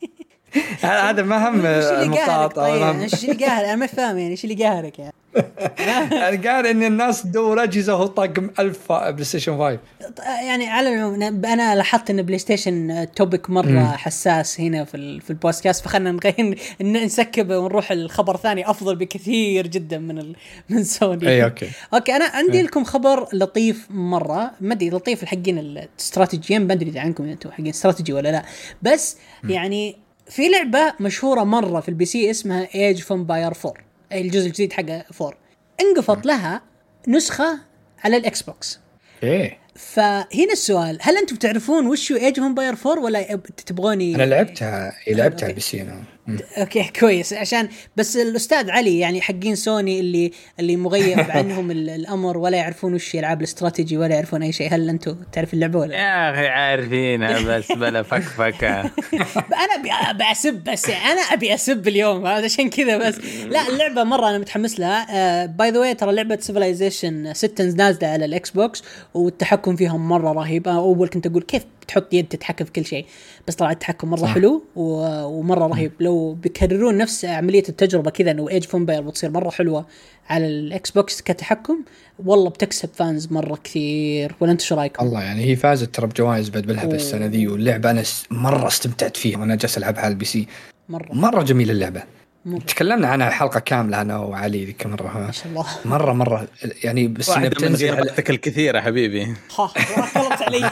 هذا ما هم مقاطع. ايش اللي قاهر؟ انا ما فاهم يعني ايش اللي قاهرك يعني. انا قاعد ان الناس تدور اجهزه هو طاقم ألف بلاي ستيشن خمسة. يعني على العموم انا لاحظت ان بلاي ستيشن توبك مره م. حساس هنا في في البودكاست، فخلنا نغير نسكب ونروح الخبر ثاني افضل بكثير جدا من ال... من سوني. اي اوكي اوكي انا عندي أي. لكم خبر لطيف مره، ما ادري لطيف الحقين الاستراتيجيين، ما ادري عنكم انتم حقين استراتيجي ولا لا، بس م. يعني في لعبه مشهوره مره في البي سي اسمها ايج اوف امباير فور، الجزء الجديد حقه فور، انقفت لها نسخة على الإكس بوكس. إيه. فهنا السؤال، هل أنتم تعرفون وش هو ايج اوف امباير فور ولا تبغوني؟ أنا لعبتها لعبتها بي أنا. أوكي كويس، عشان بس الأستاذ علي يعني حقين سوني اللي اللي مغيب عنهم الأمر ولا يعرفون وش يلعب الاستراتيجي ولا يعرفون أي شيء. هل أنتم تعرف اللعبة ولا؟ يا أخي عارفينها بس بلا فكفكة. أنا بأسب بس أنا أبي أسب اليوم هذا عشان كذا بس. لا اللعبة مرة أنا متحمس لها. باي ذا واي ترى لعبة سيفلايزيشن ستة نازلة على الإكس بوكس والتحكم فيها مرة رهيب. أول كنت أقول كيف تحط يد تتحكم في كل شيء، بس طلع التحكم مرة حلو ومرة رهيب. لو بيكررون نفس عملية التجربة كذا إنه إيج اوف امباير بتصير مرة حلوة على الإكس بوكس كتحكم، والله بتكسب فانز مرة كثير. ولا أنت شو رأيكم؟ الله يعني هي فازت ترى بجوائز بعد بالهبة السنة ذي، واللعبة أنا مرة استمتعت فيها وأنا جالس ألعبها على البي سي. مرة مرة جميلة اللعبة. مرة. تكلمنا عنها حلقة كاملة أنا وعلي ذيك مرة. ما شاء الله. مرة مرة يعني بس بتنزل غيرتك الكثيرة حبيبي. ها ركلت علي.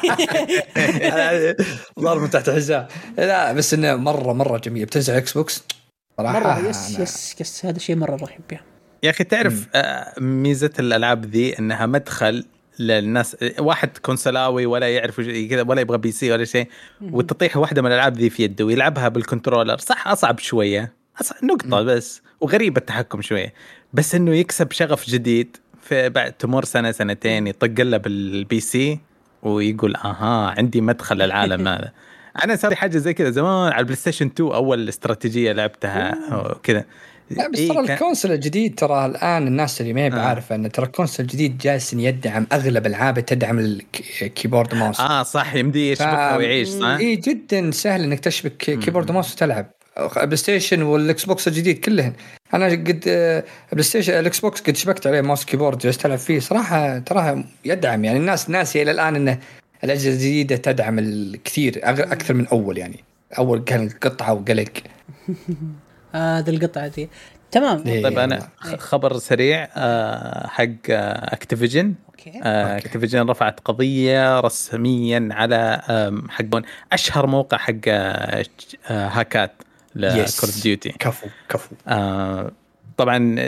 ضرب تحت حزام. لا بس إنه مرة مرة جميلة بتنزل إكس بوكس صراحة. مرة يس يس يس هذا شيء مرة رهيب يعني. يا أخي تعرف ميزة الألعاب ذي إنها مدخل للناس، واحد كونسلاوي ولا يعرف كذا ولا يبغى بي سي ولا شيء، وتطيح واحدة من الألعاب ذي في يده ويلعبها بالكنترولر. صح أصعب شوية نقطة بس وغريب التحكم شوية، بس إنه يكسب شغف جديد في بعد تمر سنة سنتين يطقله بالبي سي ويقول أها عندي مدخل العالم هذا. أنا صار حاجة زي كذا زمان على البلاي ستيشن تو، أول استراتيجية لعبتها كذا. لا بس ترى إيه الكونسول الجديد ترى الآن الناس اللي ما هي بعارفة آه. أن ترى الكونسول الجديد جالس يدعم أغلب ألعابه تدعم الكيبورد ماوس. آه صح يمدي يشبكه ويعيش صح. إيه جدا سهل إنك تشبك كيبورد ماوس وتلعب. بلاي ستيشن والإكس بوكس الجديد كلهن أنا قد بلاي ستيشن الإكس بوكس قد شبكت عليه ماوس كيبورد جالس تلعب فيه صراحة تراها يدعم. يعني الناس ناسية إلى الآن إنه الأجهزة الجديدة تدعم الكثير أكثر من أول. يعني أول كان قطعة وقلق. هذا القطعة دي تمام. طيب أنا خبر سريع حق أكتيفيجن. أكتيفيجن رفعت قضية رسميا على حقون أشهر موقع حق هاكات لكول اوف ديوتي. كفو كفو. طبعا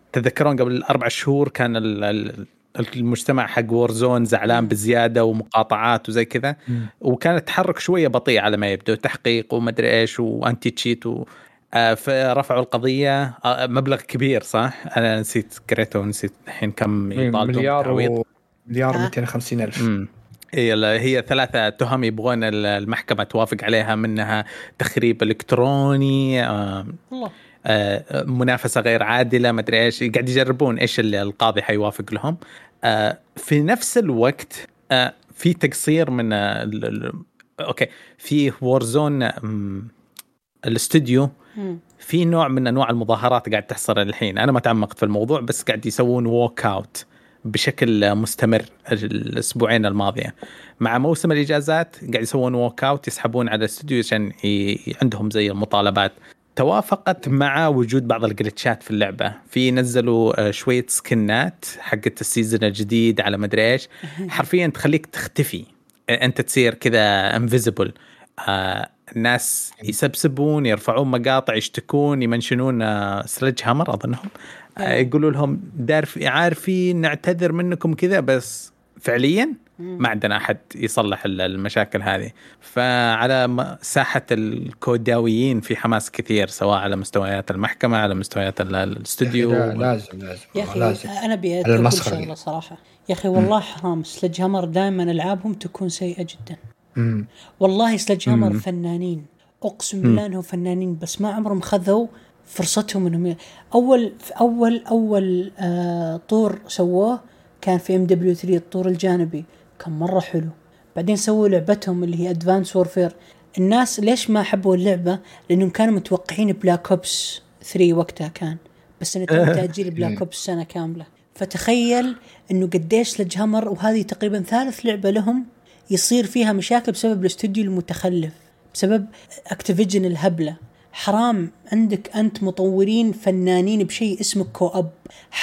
تذكرون قبل أربع شهور كان المجتمع حق وورزون زعلان بزيادة ومقاطعات وزي كذا، وكانت تحرك شوية بطيء على ما يبدو، تحقيق ومدري إيش وأنتي تشيت و... فرفعوا القضية مبلغ كبير صح؟ أنا نسيت قريته ونسيت الحين كم يطالبون مليار و... مليار ومئتين وخمسين ألف. مم. هي هي ثلاثة تهم يبغون المحكمة توافق عليها، منها تخريب إلكتروني، آه آه منافسة غير عادلة، ما أدري إيش، قاعد يجربون إيش اللي القاضي حيوافق لهم. آه في نفس الوقت آه في تقصير من آه ال... ال... أوكي في وورزون الاستوديو في نوع من أنواع المظاهرات قاعد تحصل الحين. أنا ما تعمقت في الموضوع بس قاعد يسوون ووك أوت بشكل مستمر الأسبوعين الماضية مع موسم الإجازات، قاعد يسوون ووك أوت، يسحبون على الاستوديو عشان ي... عندهم زي المطالبات. توافقت مع وجود بعض الجلتشات في اللعبة، في نزلوا شوية سكنات حقت السيزن الجديد على مدري إيش، حرفيا تخليك تختفي، أنت تصير كذا invisible. آه الناس يسبسبون، يرفعون مقاطع، يشتكون، يمنشنون آه سلج هامر أظنهم، آه يقولوا لهم دارف عارفين نعتذر منكم كذا، بس فعليا ما عندنا أحد يصلح المشاكل هذه. فعلى ساحة الكوداويين في حماس كثير، سواء على مستويات المحكمة على مستويات الاستوديو. لازم لازم يا أخي لازم. أنا بيأكل شغلة صراحة يا أخي، والله حرام سلج هامر دائما ألعابهم تكون سيئة جدا. مم. والله سلج هامر فنانين، أقسم بالله أنهم فنانين، بس ما عمرهم خذوا فرصتهم انهم ي... اول اول اول آه طور سووه كان في ام دبليو ثلاثة، الطور الجانبي كان مره حلو. بعدين سووا لعبتهم اللي هي ادفانس وورفير. الناس ليش ما حبوا اللعبه؟ لانهم كانوا متوقعين بلاك اوبس ثلاثة وقتها كان، بس انه تم تاجيل بلاك اوبس سنه كامله. فتخيل انه قديش سلج هامر، وهذه تقريبا ثالث لعبه لهم يصير فيها مشاكل بسبب الاستوديو المتخلف، بسبب اكتيفيجن الهبله. حرام عندك أنت مطورين فنانين بشيء اسمه كوأب،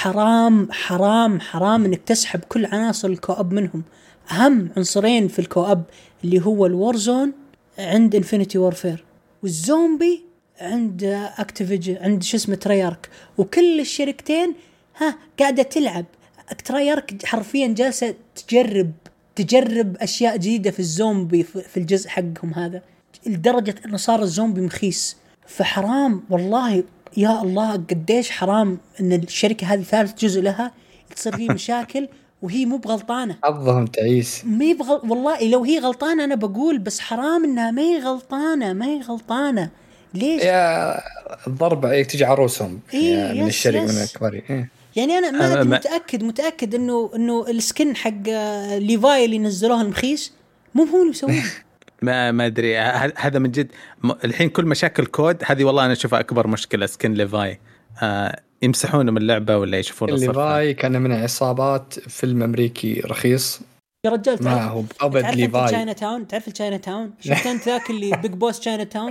حرام حرام حرام إنك تسحب كل عناصر الكوأب منهم. أهم عنصرين في الكوأب اللي هو الورزون عند إنفينيتي وورفير، والزومبي عند أكتيفيجن عند شو اسمه تريارك، وكل الشركتين ها قاعدة تلعب. تريارك حرفيا جالسة تجرب تجرب أشياء جديدة في الزومبي في الجزء حقهم هذا، لدرجة إنه صار الزومبي مخيس. فحرام والله يا الله قديش حرام ان الشركه هذه ثالث جزء لها تصير فيه مشاكل وهي مو بغلطانه. حظهم تعيس. ما يبغى والله، لو هي غلطانه انا بقول، بس حرام انها ما هي غلطانه ما هي غلطانه ليش؟ يا الضربه ايه تجي عروسهم إيه من الشركه من الكبار. إيه. يعني انا ما متاكد متاكد انه انه السكن حق ليفاي اللي نزلوه المخيس مو هو اللي مسويه. ما ما ادري هذا من جد. الحين كل مشاكل كود هذه والله انا اشوفها اكبر مشكله. سكن ليفاي آه يمسحونه من اللعبه ولا يشوفون ليفاي كان من عصابات فيلم امريكي رخيص يا رجال. ما هو ابد ليفاي. تشاينا تاون، تعرف التشاينا تاون؟ شفت انت ذاك اللي بيج بوس تشاينا تاون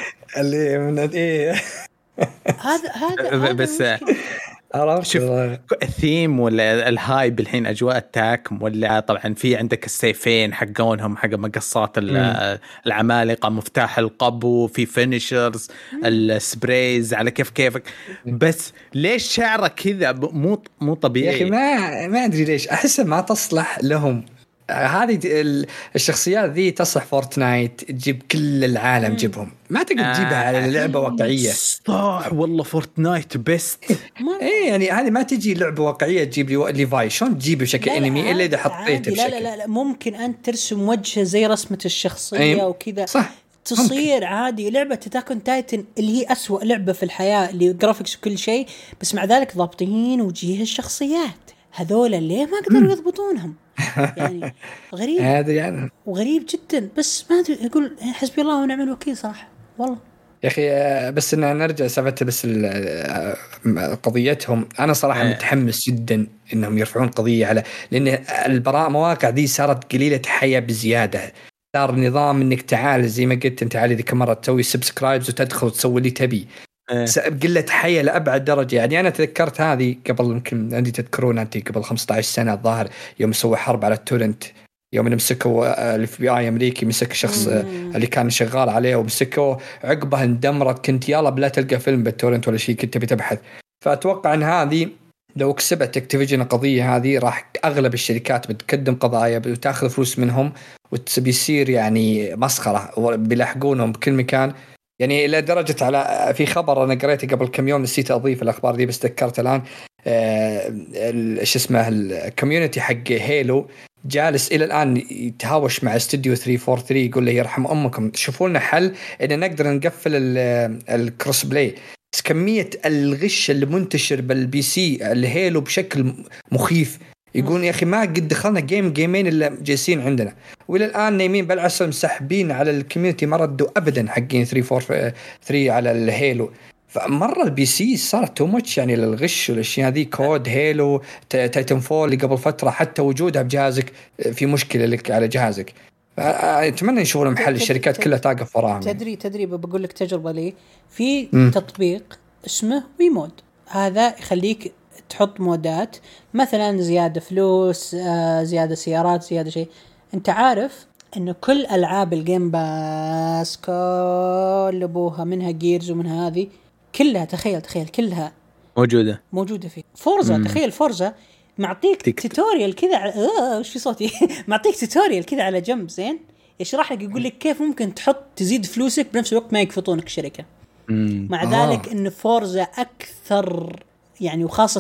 اللي من ايه هذا هذا بس شوف الثيم ولا الهايب الحين أجواء التاكم، ولا طبعا في عندك السيفين حقونهم حق مقصات العمالقة، مفتاح القبو، في فينيشرز، السبريز على كيف كيفك. بس ليش شعره كذا مو مو طبيعي يا أخي؟ ما ما أدري ليش أحسه ما تصلح لهم. هذه الشخصيات ذي تصلح فورتنايت، تجيب كل العالم جيبهم، ما تقدر تجيبها آه على لعبة واقعية. صح والله فورتنايت بيست. ايه يعني هذه ما تجي لعبة واقعية تجيب لي ليفاي، شلون تجيبه بشكل انمي الا اذا حطيته بشكل. لا لا لا ممكن انت ترسم وجهه زي رسمة الشخصية أيه. وكذا تصير ممكن. عادي. لعبة تاكون تايتن اللي هي أسوأ لعبة في الحياة، اللي جرافيكس وكل شيء، بس مع ذلك ضابطين وجيه الشخصيات هذول اللي ما قدروا يضبطونهم. يعني غريب هذا يعني وغريب جدا. بس ما ادري اقول حسبي الله ونعم الوكيل صراحه والله يا اخي. بس ان نرجع سالفه بس قضيتهم، انا صراحه متحمس جدا انهم يرفعون قضيه على، لان البراء مواقع دي صارت قليله حياه بزياده. صار نظام انك تعال زي ما قلت انت علي ذيك مره تسوي سبسكرايبز وتدخل وتسوي اللي تبي. قلة حياة لأبعد درجة. يعني أنا تذكرت هذه قبل يمكن عندي تذكرون أنتي قبل خمسة عشر سنة الظاهر، يوم سووا حرب على التورنت، يوم مسكوا الاف بي اي أمريكي مسك شخص اللي كان شغال عليه ومسكوه، عقبها اندمرت. كنت يلا بلا تلقى فيلم بالتورنت ولا شيء، كنت بتبحث. فأتوقع أن هذه لو كسبت اكتيفيجن القضيه هذه راح اغلب الشركات بتقدم قضايا وتاخذ فلوس منهم وبيصير يعني مسخره بيلحقونهم بكل مكان. يعني الى درجه على في خبر انا قريته قبل كم يوم نسيت اضيف الاخبار دي بس تذكرت الان ايش اسمه الكوميونتي حق هيلو جالس الى الان يتهاوش مع استوديو ثلاثمية وثلاثة وأربعين يقول له يرحم امكم شوفوا لنا حل ان نقدر نقفل الكروس بلاي. كميه الغش اللي منتشر بالبي سي الهيلو بشكل مخيف يقول يا اخي ما قد دخلنا جيم جيمين اللي جالسين عندنا والى الان نايمين بالعسل مسحبين على الكوميونتي ما ردوا ابدا حقين ثلاثمية وثلاثة وأربعين على الهيلو. فمره البي سي صارت تو ماتش يعني للغش والاشياء هذه كود هيلو تايتن فول اللي قبل فتره حتى وجودها بجهازك في مشكله لك على جهازك. اتمنى نشوفون محل الشركات كلها تقف وراهم. تدري تدري بقول لك تجربه لي في م. تطبيق اسمه وي مود. هذا يخليك تحط مودات مثلا زياده فلوس زياده سيارات زياده شيء. انت عارف انه كل العاب الجيم باس كل ابوها منها جيرز ومنها هذه كلها تخيل تخيل كلها موجوده موجوده في فورزا. مم. تخيل فورزا معطيك توتوريال كذا اه وش في صوتي معطيك توتوريال كذا على جنب زين يشرح لك يقول لك كيف ممكن تحط تزيد فلوسك بنفس الوقت ما يكفطونك الشركه. مم. مع ذلك آه. ان فورزا اكثر يعني وخاصه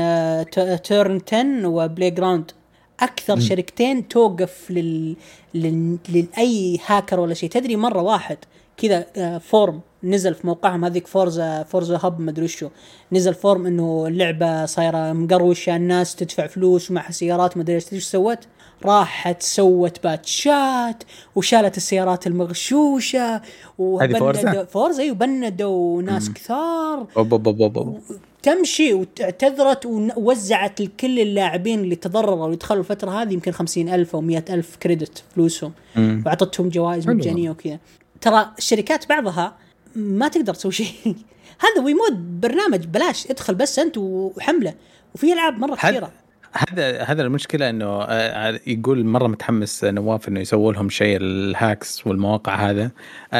تيرن عشرة وبلاي جراوند اكثر م. شركتين توقف لل... لل... للاي هاكر ولا شيء. تدري مره واحد كذا فورم نزل في موقعهم هذيك فورزا فورزا هب ما ادري شو نزل فورم انه اللعبه صايره مقروشه الناس تدفع فلوس ومع سيارات ما ادري ايش سوت راحت سوت باتشات وشالت السيارات المغشوشه وبندوا فورزا وبندوا ناس م. كثار أوب أوب أوب أوب. تمشي واعتذرت ووزعت لكل اللاعبين اللي تضرروا ويدخلوا الفترة هذه يمكن خمسين ألف أو مئة ألف كريدت فلوسهم وعطتهم جوائز مجانية وكذا. ترى الشركات بعضها ما تقدر تسوي شيء. هذا ويمود برنامج بلاش ادخل بس أنت وحمله وفي ألعاب مرة كثيرة. هذا هذا المشكلة إنه يقول مرة متحمس نواف إنه يسووا لهم شيء الهاكس والمواقع هذا.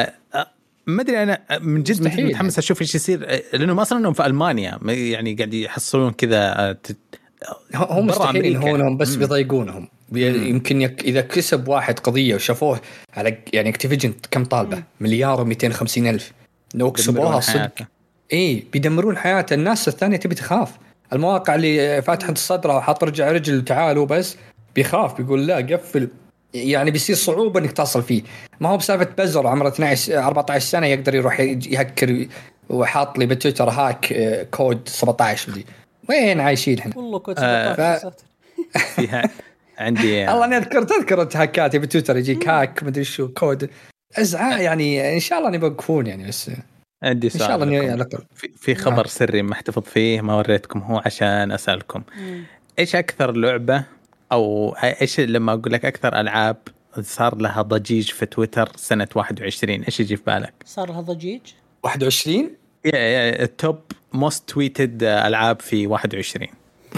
ما أدري أنا من جد متحمس أشوف إيش يصير لأنه ما أصلاً إنهم في ألمانيا يعني قاعد يحصلون كذا تت... هم مستحيل هونهم بس بيضايقونهم. يمكن يك... إذا كسب واحد قضية وشافوه على يعني اكتيفيجن كم طالبة مليار ومئتين وخمسين ألف لو كسبوها صدق إيه بيدمرون حياة الناس الثانية. تبي تخاف المواقع اللي فاتحة الصدر وحاط رجع رجل تعالوا بس بيخاف بيقول لا قفل يعني بيصير صعوبة إنك تصل فيه. ما هو بسالفة بزر عمره اثناشر أربعة عشر سنة يقدر يروح يهكر وحاط لي بتويتر هاك كود سبعة عشر دي وين عايشين احنا والله كود سبعة عشر ف... فيها عندي الله اني اذكر تذكر هاكات بتويتر يجيك هاك مدري شو كود ازعاء يعني ان شاء الله نبغى نكون يعني بس عندي سؤال. ان شاء الله في, في خبر آه. سري محتفظ فيه ما وريتكم هو عشان اسالكم مم. ايش اكثر لعبة او ايش لما اقول لك اكثر العاب صار لها ضجيج في تويتر سنة واحد وعشرين ايش يجي في بالك؟ صار لها ضجيج واحد وعشرين يا التوب موست تويتد العاب في واحد وعشرين.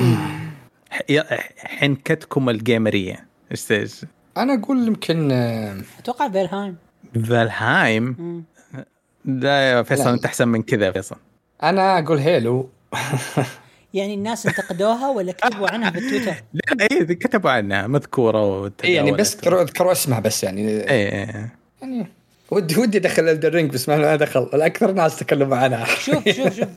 حنكتكم الجيمرية ايش؟ انا اقول يمكن اتوقع فالهايم. فالهايم لا يا فيصل انت احسن من كذا فيصل. انا اقول هيلو. يعني الناس انتقدوها ولا كتبوا عنها في تويتر؟ لا ايه كتبوا عنها مذكوره يعني بس ذكروا ذكروا اسمها بس يعني ايه يعني ودي ودي ادخل الدرينج بس ما دخل الاكثر ناس تكلموا عنها. شوف شوف شوف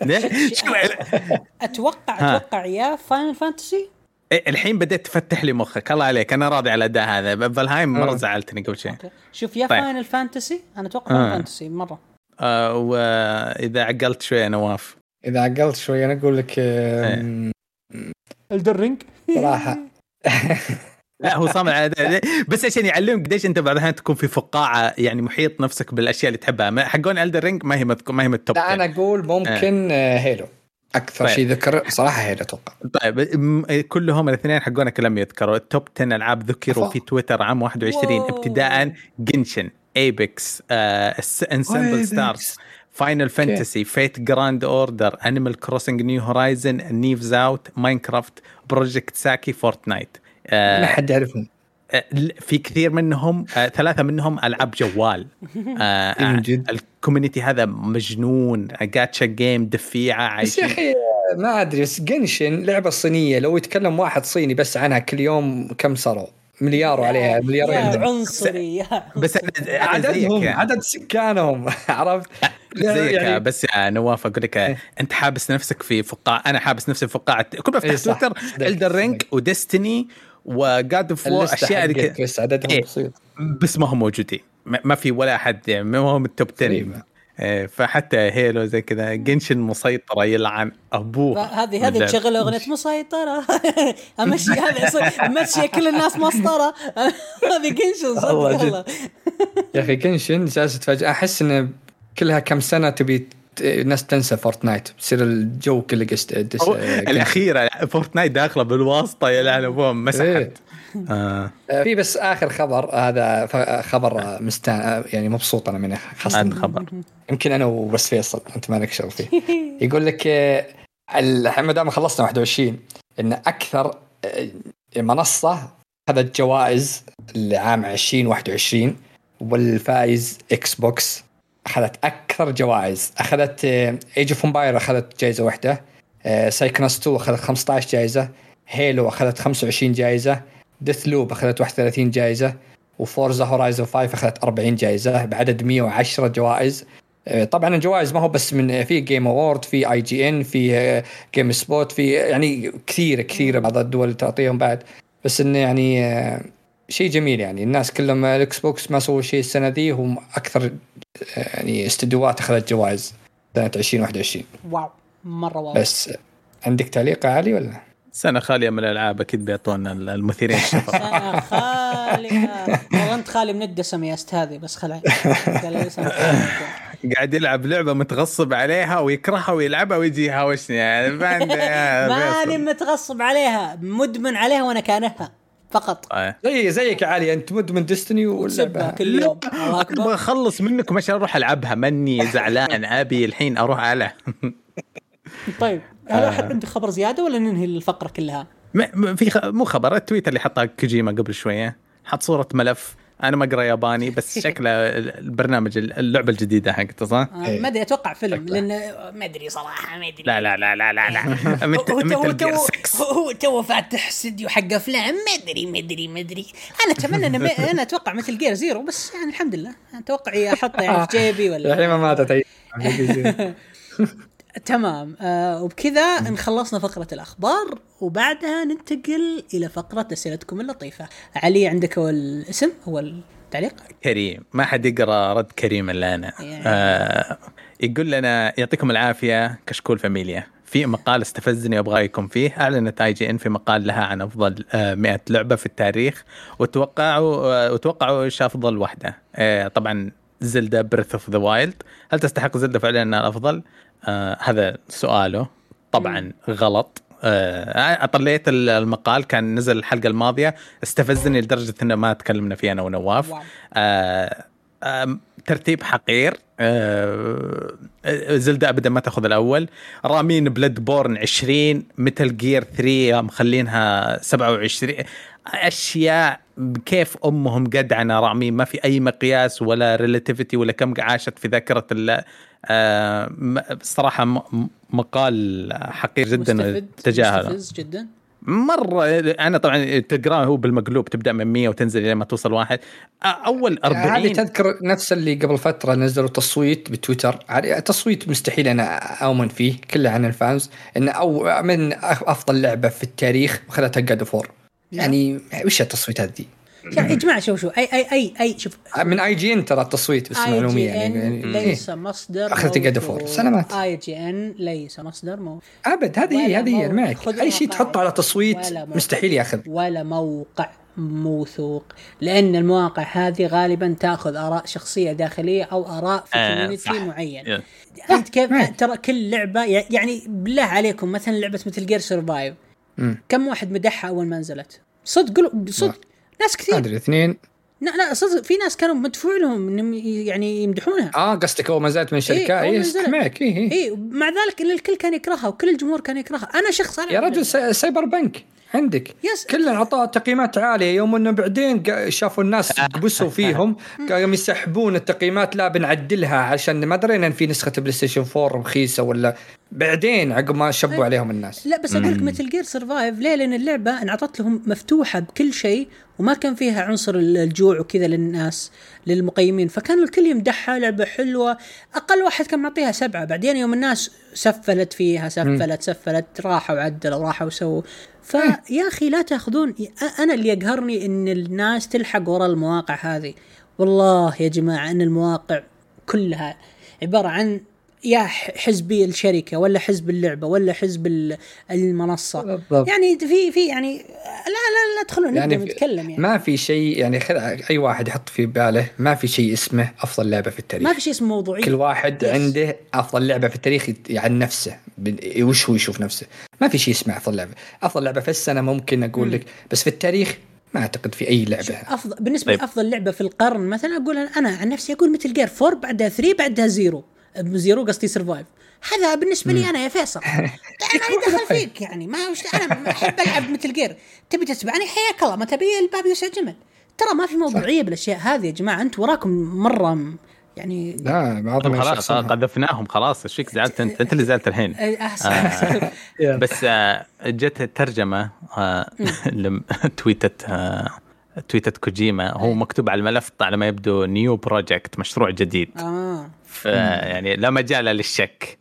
اتوقع اتوقع يا فاينل فانتسي. الحين بدأت تفتح لي مخك الله عليك انا راضي على الاداء هذا. فالهايم مره زعلتني قبل شيء. شوف يا طيب. فاينل فانتسي انا اتوقع فاينل آه. فانتسي مره آه واذا عقلت شويه نواف اذا عقلت شويه انا اقول لك الدرينج صراحه. لا هو صامل على بس عشان يعلمك قديش انت بعد الحين تكون في فقاعه يعني محيط نفسك بالاشياء اللي تحبها. حقون الدرينج ما هي ما هي التوب. لا انا اقول ممكن آه. هيلو اكثر طيب. شيء ذكر صراحه هيلو اتوقع. طيب كلهم الاثنين حقونا كلام يذكروا التوب عشرة العاب ذكروا في تويتر عام واحد وعشرين واو. ابتداء جنشن ايبكس انسمبل ستارز فاينل فانتسي فيت جراند اوردر انيمال كروسنج نيو هورايزن نيفز اوت ماينكرافت بروجكت ساكي فورتنايت. ما حد يعرفهم. في كثير منهم آه، ثلاثة منهم ألعاب جوال. آه، الكوميونيتي هذا مجنون جاتشا جيم دفيعة عايشين. بس يا أخي ما ادري بس جنشن لعبه صينيه لو يتكلم واحد صيني بس عنها كل يوم كم صاروا مليار عليها مليارين عنصري يا بس عددهم عدد سكانهم عرفت زيك يعني. بس يا نواف اقول لك انت حابس نفسك في فقاعه انا حابس نفسي في فقاعه كل ما افتح تويتر إلدر رينج وديستني وجاد اوف وور اشياء كذا بس عددهم إيه. بسيط بس ما هم موجودين ما في ولا احد يعني ما هم التوب عشرة إيه. فحتى هيلو زي كذا جنشن مسيطره يلعن ابوه هذه هذه تشغل اغنيه مسيطره امشي هذا امشي كل الناس مسطره هذه جنشن صدق والله يا اخي جنشن جالسه فجاه احس ان كلها كم سنه تبي الناس تنسى فورتنايت بصير الجو كله قست دس... الأخيرة فورتنايت داخلة بالواسطة يلعن أبوهم مسحت إيه. آه. في بس آخر خبر هذا خبر مستان يعني مبسوط أنا منه خاصة خبر يمكن أنا وبس فيصل أنت ما لك شغل فيه يقول لك الحين دام خلصنا واحد وعشرين إن أكثر منصة أخذت جوائز العام عشرين واحد وعشرين والفائز إكس بوكس أخذت أكثر جوائز أخذت إيج أوف إمباير أخذت جائزة واحدة سايكوناس تو أخذت خمسة عشر جائزة هيلو أخذت خمسة وعشرين جائزة ديث لوب أخذت واحد وثلاثين جائزة وفورزا هورايزون خمسة أخذت أربعين جائزة بعدد مية وعشرة جوائز. طبعا الجوائز ما هو بس من في جيم أوورد في آي جي إن في جيم سبوت في يعني كثير كثير بعض الدول تعطيهم بعد بس إنه يعني شيء جميل يعني الناس كلهم الإكس بوكس ما سووا شيء السنة دي هم أكثر يعني استديوهات أخذت جوائز سنة عشرين واحد وعشرين. واو مرة واو. بس عندك تعليق عالي ولا؟ سنة خالية من الألعاب أكيد بيعطونا المثيرين الشفق. سنة خالية والله أنت خالي من الدسم يا أستاذي بس خلعي قاعد يلعب لعبة متغصب عليها ويكرهها ويلعبها ويجي يهاوشني يعني ماني متغصب عليها مدمن عليها وأنا كانها فقط آه. زي زيك عالي أنت مدمن ديستني وتسبها كل يوم. أبغى أخلص منك مش أروح ألعبها مني زعلان أبي الحين أروح على. طيب هل أحد عنده خبر زيادة ولا ننهي الفقرة كلها؟ ما في خ... مو خبر التويتر اللي حطها كوجيما قبل شوية حط صورة ملف أنا ما أقرأ ياباني بس شكله البرنامج اللعبة الجديدة حقته صح؟ آه ما أدري أتوقع فيلم لأن ما أدري صراحة ما أدري. لا لا لا لا لا لا مت مت هو تو فاتح استديو حق أفلام ما أدري ما أدري ما أدري أنا أتمنى أنا أنا أتوقع مثل جير زيرو بس يعني الحمد لله أتوقع أحطه يعني في جيبي ولا. الحين ما ماتت تمام آه وبكذا نخلصنا فقرة الأخبار وبعدها ننتقل إلى فقرة أسئلتكم اللطيفة. علي عندك هو الاسم هو التعليق كريم ما حد يقرأ رد كريم إلا أنا يعني. آه يقول لنا يعطيكم العافية كشكول فاميليا في مقال استفزني وأبغاكم فيه أعلنت آي جي إن في مقال لها عن أفضل آه مئة لعبة في التاريخ وتوقعوا آه وتوقعوا إيش أفضل واحدة آه طبعا زلدا بريث اوف ذا وايلد هل تستحق زلدا فعلا أنها الأفضل؟ آه هذا سؤاله طبعا مم. غلط. آه أطليت المقال كان نزل الحلقة الماضية استفزني لدرجة إنه ما تكلمنا فيه أنا ونواف. آه آه ترتيب حقير. آه زلدا أبدا ما تأخذ الأول رامين بلاد بورن عشرين ميتل جير ثري مخلينها سبعة وعشرين أشياء كيف أمهم قدعنا رامين ما في أي مقياس ولا ريلاتيفيتي ولا كم عاشت في ذاكرة الله. آه صراحة مقال حقير جدا تجاهله جدا مرة. أنا طبعا تقرأه هو بالمقلوب تبدأ من مية وتنزل لما توصل واحد أول أربعين. هذه تذكر نفس اللي قبل فترة نزلوا تصويت بتويتر تصويت مستحيل أنا أؤمن فيه كله عن الفانز إن أو من أفضل لعبة في التاريخ وخلتها جاد اوف وور يعني وش التصويتات دي يا جماعة شوف شوف أي أي أي أي شوف من أي جي إن ترى التصويت بس معلومية يعني ليس مصدر أخذت جاد اوف وور سلامات. أي جي إن ليس مصدر مو أبد هذه هي هذه هي معك أي شيء تحطه على تصويت مستحيل يأخذ ولا موقع موثوق لأن المواقع هذه غالبا تأخذ آراء شخصية داخلية أو آراء في كوميونيتي آه معين. أنت كيف ترى كل لعبة يعني بالله عليكم مثلا لعبة مثل جير سيرفايف كم واحد مدحها أول ما نزلت صدق قلوا صدق ناس كثير أدري اثنين لا لا صدق في ناس كانوا مدفوع لهم إنهم يعني يمدحونها. آه قصدك هو ما زالت من الشركة إيه معك إيه إيه, إيه مع ذلك الكل كان يكرهها وكل الجمهور كان يكرهها. أنا شخص أنا يا رجل سي... سايبر بنك عندك كلنا عطاه تقييمات عالية يوم إنه بعدين شافوا الناس قبسوا فيهم قاموا يسحبون التقييمات لا بنعدلها عشان ما درينا إن في نسخة بلاي ستيشن فور رخيصة ولا بعدين عقب ما شبوا عليهم الناس. لا بس اقول لك مثل جير سرفايف ليه؟ لان اللعبه انعطت لهم مفتوحه بكل شيء وما كان فيها عنصر الجوع وكذا للناس للمقيمين، فكان الكل يمدحها لعبه حلوه. اقل واحد كان معطيها سبعة، بعدين يوم الناس سفلت فيها سفلت سفلت راحوا وعدلوا راحوا وسووا. فيا اخي لا تاخذون، انا اللي يقهرني ان الناس تلحق وراء المواقع هذه. والله يا جماعه ان المواقع كلها عباره عن يا حزبي الشركة ولا حزب اللعبة ولا حزب المنصة بالضبط. يعني في في يعني لا لا لا تدخلون يعني نبدأ نتكلم يعني ما في شيء يعني خذ أي واحد يحط في باله ما في شيء اسمه أفضل لعبة في التاريخ، ما في شيء اسمه موضوعي. كل واحد يس. عنده أفضل لعبة في التاريخ عن نفسه، وش هو يشوف نفسه. ما في شيء اسمه أفضل لعبة. أفضل لعبة في السنة ممكن أقول م. لك، بس في التاريخ ما أعتقد في أي لعبة أفضل. بالنسبة طيب. أفضل لعبة في القرن مثلا أقول أنا عن نفسي أقول مثل جير فور، بعدها ثري، بعدها زيرو زيرو قصدي سرفايف. هذا بالنسبة لي أنا يا فيصل. أنا دخل فيك يعني ما وش أنا أحب ألعب مثل جير، تبي تتبعني حياك الله، ما تبي الباب يوسع جمل. ترى ما في موضوعية بالأشياء هذه يا جماعة. أنت وراكم مرة يعني لا بعضهم خلاص قذفناهم خلاص. ايش فيك زعلت انت؟ انت اللي زعلت الحين. آه بس آه جت الترجمه آه لم تويتت آه تويتت كوجيما هو مكتوب على الملف على ما يبدو نيو بروجكت، مشروع جديد. اه يعني لا مجال للشك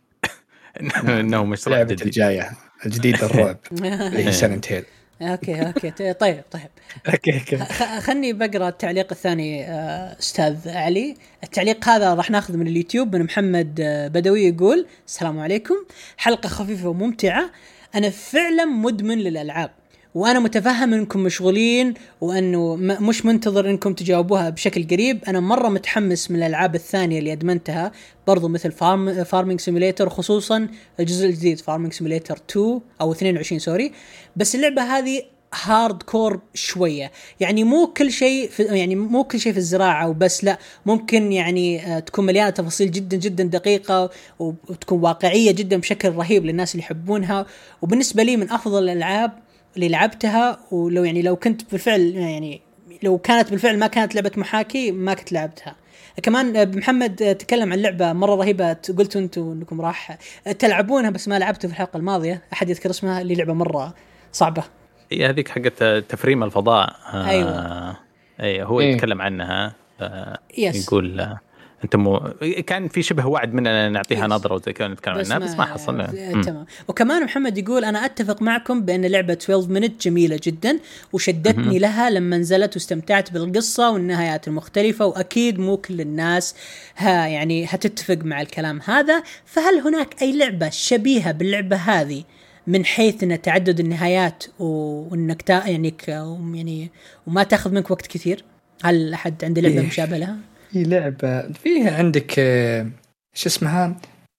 انه مشروع لعبة جديد الجايه الجديد الرعب اللي هي سايلنت هيل. اوكي اوكي طيب طيب اوكي خلني بقرا التعليق الثاني استاذ علي. التعليق هذا راح ناخذ من اليوتيوب من محمد بدوي، يقول السلام عليكم، حلقه خفيفه وممتعه. انا فعلا مدمن للالعاب وانا متفهم انكم مشغولين وانه مش منتظر انكم تجاوبوها بشكل قريب. انا مره متحمس من الالعاب الثانيه اللي ادمنتها برضو مثل فارم فارمينج سيميليتر، خصوصا الجزء الجديد فارمينج سيميليتر تو او اثنين وعشرين سوري. بس اللعبه هذه هارد كور شويه، يعني مو كل شيء يعني مو كل شيء في الزراعه وبس، لا ممكن يعني تكون مليانه تفاصيل جدا جدا دقيقه وتكون واقعيه جدا بشكل رهيب للناس اللي يحبونها. وبالنسبه لي من افضل الالعاب اللي لعبتها. ولو يعني لو كنت بالفعل يعني لو كانت بالفعل ما كانت لعبة محاكي ما كنت لعبتها. كمان محمد تكلم عن لعبة مرة رهيبة قلتوا أنتوا أنكم راح تلعبونها بس ما لعبتوا في الحلقة الماضية، أحد يذكر اسمها؟ اللي لعبة مرة صعبة، هي هذيك حقت تفريم الفضاء. أيوة آه أي هو إيه. يتكلم عنها آه يس. يقول آه انت مو كان في شبه وعد مننا نعطيها نظره وزي كذا نتكلم عنها بس ما حصل. تمام. وكمان محمد يقول انا اتفق معكم بان لعبه اثنا عشر مينت جميله جدا وشدتني م- لها لما نزلت واستمتعت بالقصه والنهايات المختلفه، واكيد مو كل الناس ها يعني هتتفق مع الكلام هذا. فهل هناك اي لعبه شبيهه باللعبه هذه من حيث ان تعدد النهايات وانك تا يعني يعني وما تاخذ منك وقت كثير؟ هل احد عنده لعبه مشابهه لها؟ في لعبة فيها عندك شو اسمها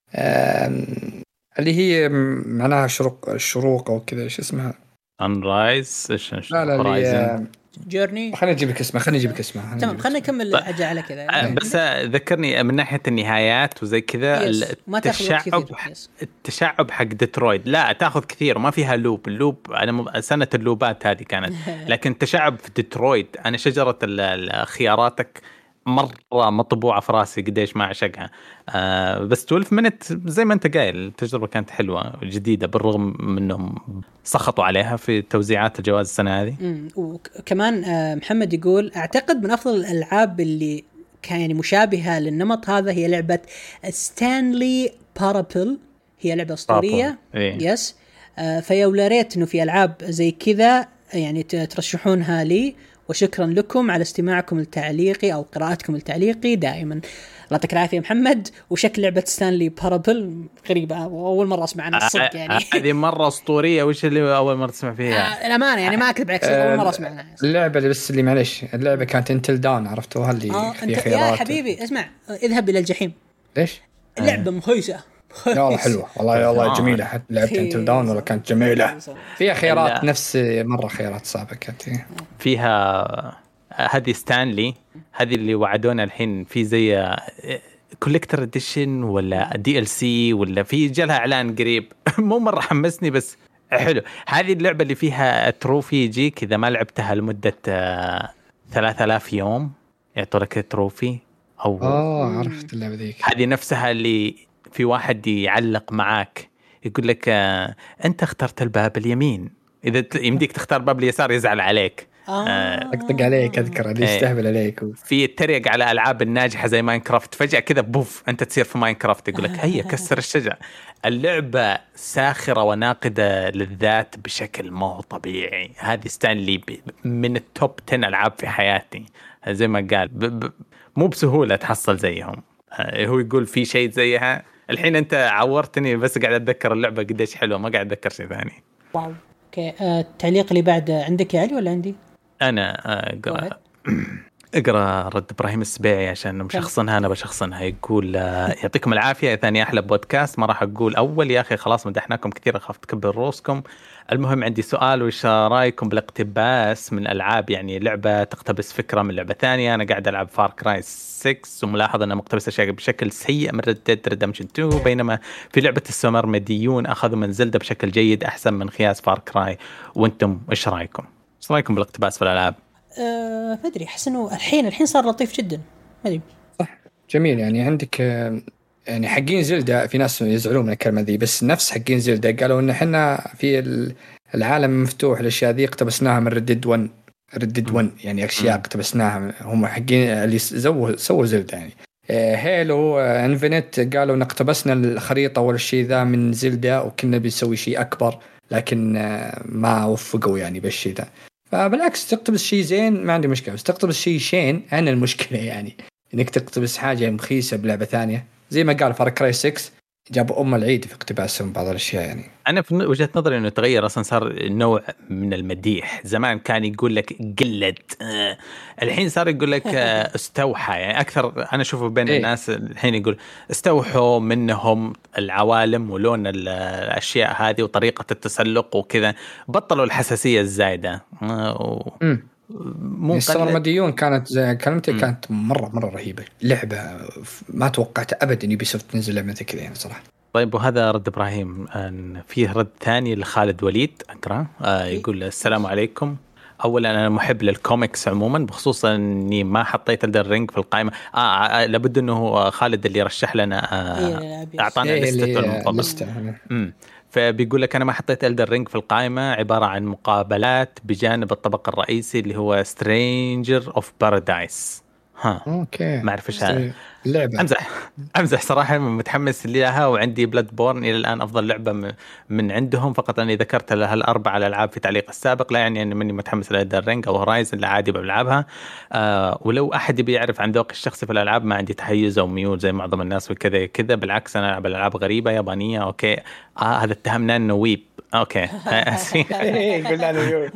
اللي هي معناها شروق الشروق أو كذا، شو اسمها؟ Sunrise. لا لا اللي جورني. خليني أجيب لك اسمها خليني أجيب لك اسمها تمام خلينا نكمل حاجة على كذا يعني. بس ذكرني من ناحية النهايات وزي كذا التشعب التشعب حق ديترويد لا تأخذ كثير وما فيها لوب. اللوب أنا سنة اللوبات هذه كانت لكن التشعب في ديترويد أنا شجرة خياراتك مرة مطبوعة في راسي قديش ما أعشقها. آه بس اثنا عشر منت زي ما أنت قايل التجربة كانت حلوة جديدة بالرغم منهم سخطوا عليها في توزيعات الجوائز السنة هذه. وكمان آه محمد يقول أعتقد من أفضل الألعاب اللي كان يعني مشابهة للنمط هذا هي لعبة ستانلي بارابل، هي لعبة أسطورية. إيه. يس. آه فيا ريت إنه في ألعاب زي كذا يعني ترشحونها لي، وشكرا لكم على استماعكم لتعليقي أو قراءتكم لتعليقي دائما. الله يعطيك العافية محمد. وشكل لعبة ستانلي بارابل غريبة أول مرة أسمع عنها الصدق يعني. هذه مرة أسطورية. وش اللي أول مرة تسمع فيها؟ الأمانة يعني ما أكذب عليك أول مرة أسمع عنها. اللعبة اللي بس اللي معلش اللعبة كانت انتل داون عرفتوها اللي آه فيها خيارات. يا حبيبي اسمع اذهب إلى الجحيم. ليش؟ اللعبة مخيسة. والله حلوة والله والله جميلة. حتى لعبت انتل داون ولا كانت جميلة فيها خيارات نفس مرة خيارات صعبة كانت فيها. هذه ستانلي هذه اللي وعدونا الحين في زي كوليكتر اديشن ولا دي ال سي ولا في جالها اعلان قريب مو مره حمسني بس حلو. هذه اللعبه اللي فيها تروفي يجيك اذا ما لعبتها لمده ثلاثة آلاف يوم يعطوا لك تروفي او اه عرفت اللعبه ذيك. هذه نفسها اللي في واحد يعلق معاك يقول لك آه انت اخترت الباب اليمين، اذا يمديك تختار باب اليسار يزعل عليك. آه. طقطق عليك اذكر اللي يستهبل عليك و... في التريق على العاب الناجحه زي ماينكرافت، فجاه كذا بوف انت تصير في ماينكرافت، يقول لك هيا كسر الشجع. اللعبه ساخره وناقده للذات بشكل مو طبيعي. هذه ستانلي من التوب عشرة العاب في حياتي زي ما قال. ب... ب... مو بسهوله تحصل زيهم. هو يقول في شيء زيها. الحين انت عورتني بس قاعد اتذكر اللعبه قديش حلوه، ما قاعد اتذكر شيء ثاني. واو. اوكي آه، التعليق اللي بعد عندك يا علي ولا عندي؟ انا اقرا اقرا رد ابراهيم السبيعي عشان مشخصنها، انا بشخصنها. يقول يعطيكم العافيه، ثاني احلى بودكاست. ما راح اقول اول يا اخي، خلاص مدحناكم كثير، اخاف تكبر روسكم. المهم عندي سؤال، وش رايكم بالاقتباس من الالعاب؟ يعني لعبه تقتبس فكره من لعبه ثانيه. انا قاعد العب فار كراي ستة وملاحظ ان مقتبس اشياء بشكل سيء من ريد ديد ريدمشن اثنين، بينما في لعبه السمر مديون اخذوا من زلدة بشكل جيد احسن من خياس فار كراي. وانتم ايش رايكم؟ ايش رايكم بالاقتباس في الالعاب؟ أه ما ادري، احس انه الحين الحين صار لطيف جدا. ما ادري. صح جميل. يعني عندك يعني حقين زلدة في ناس يزعلون من الكلمه ذي، بس نفس حقين زلدة قالوا ان احنا في العالم مفتوح، الاشياء ذي اقتبسناها من ردد واحد ردد واحد، يعني اشياء اقتبسناها هم حقين اللي سووا سووا زلدة. يعني هيلو انفينيت قالوا ان اقتبسنا الخريطه والشيء ذا من زلدة وكنا بنسوي شيء اكبر، لكن ما وفقوا يعني بالشيء ذا. فبالعكس تقتبس شيء زين ما عندي مشكله، بس تقتبس شيء شين أنا المشكله. يعني انك تقتبس حاجه مخيسه بلعبه ثانيه زي ما قال فار كراي ستة جابوا ام العيد في اقتباسهم بعض الاشياء. يعني انا في وجهه نظري انه تغير اصلا، صار نوع من المديح. زمان كان يقول لك قلد، آه. الحين صار يقول لك آه استوحى. يعني اكثر انا اشوفه بين إيه؟ الناس الحين يقول استوحوا منهم العوالم ولون الاشياء هذه وطريقه التسلق وكذا، بطلوا الحساسيه الزايده. آه و... مو السمر مديون كانت زي كلمتي، كانت مرة مرة رهيبة. لعبة ما توقعت أبدا يبي سوف تنزل لعبة كذا يعني صراحة. طيب وهذا رد إبراهيم. فيه رد ثاني لخالد وليد أقرأ. آه يقول السلام عليكم. أولا أنا محب للكوميكس عموما، بخصوصا أني ما حطيت إلدر رينج في القائمة. آه, آه لابد أنه خالد اللي رشح لنا آه أعطانا لستة المفضلة. فبيقول لك أنا ما حطيت إلدر رينج في القائمة، عبارة عن مقابلات بجانب الطبق الرئيسي اللي هو سترينجر أوف بارادايس. ها أوكي ما أعرف إيش هذا اللعبة. أمزح أمزح صراحة، متحمس لها. وعندي بلاد بورن إلى الآن أفضل لعبة من عندهم، فقط أني ذكرت لها الأربع الألعاب في تعليق السابق، لا يعني أني مني متحمس لإلدر رينج أو هورايزن، لا عادي بلعبها. آه ولو أحد بيعرف عن ذوقي الشخصي في الألعاب، ما عندي تحيز أو ميول زي معظم الناس وكذا كذا، بالعكس أنا ألعب الألعاب غريبة يابانية. أوكي آه هذا اتهمنا إنه ويب. اوكي قلنا له يا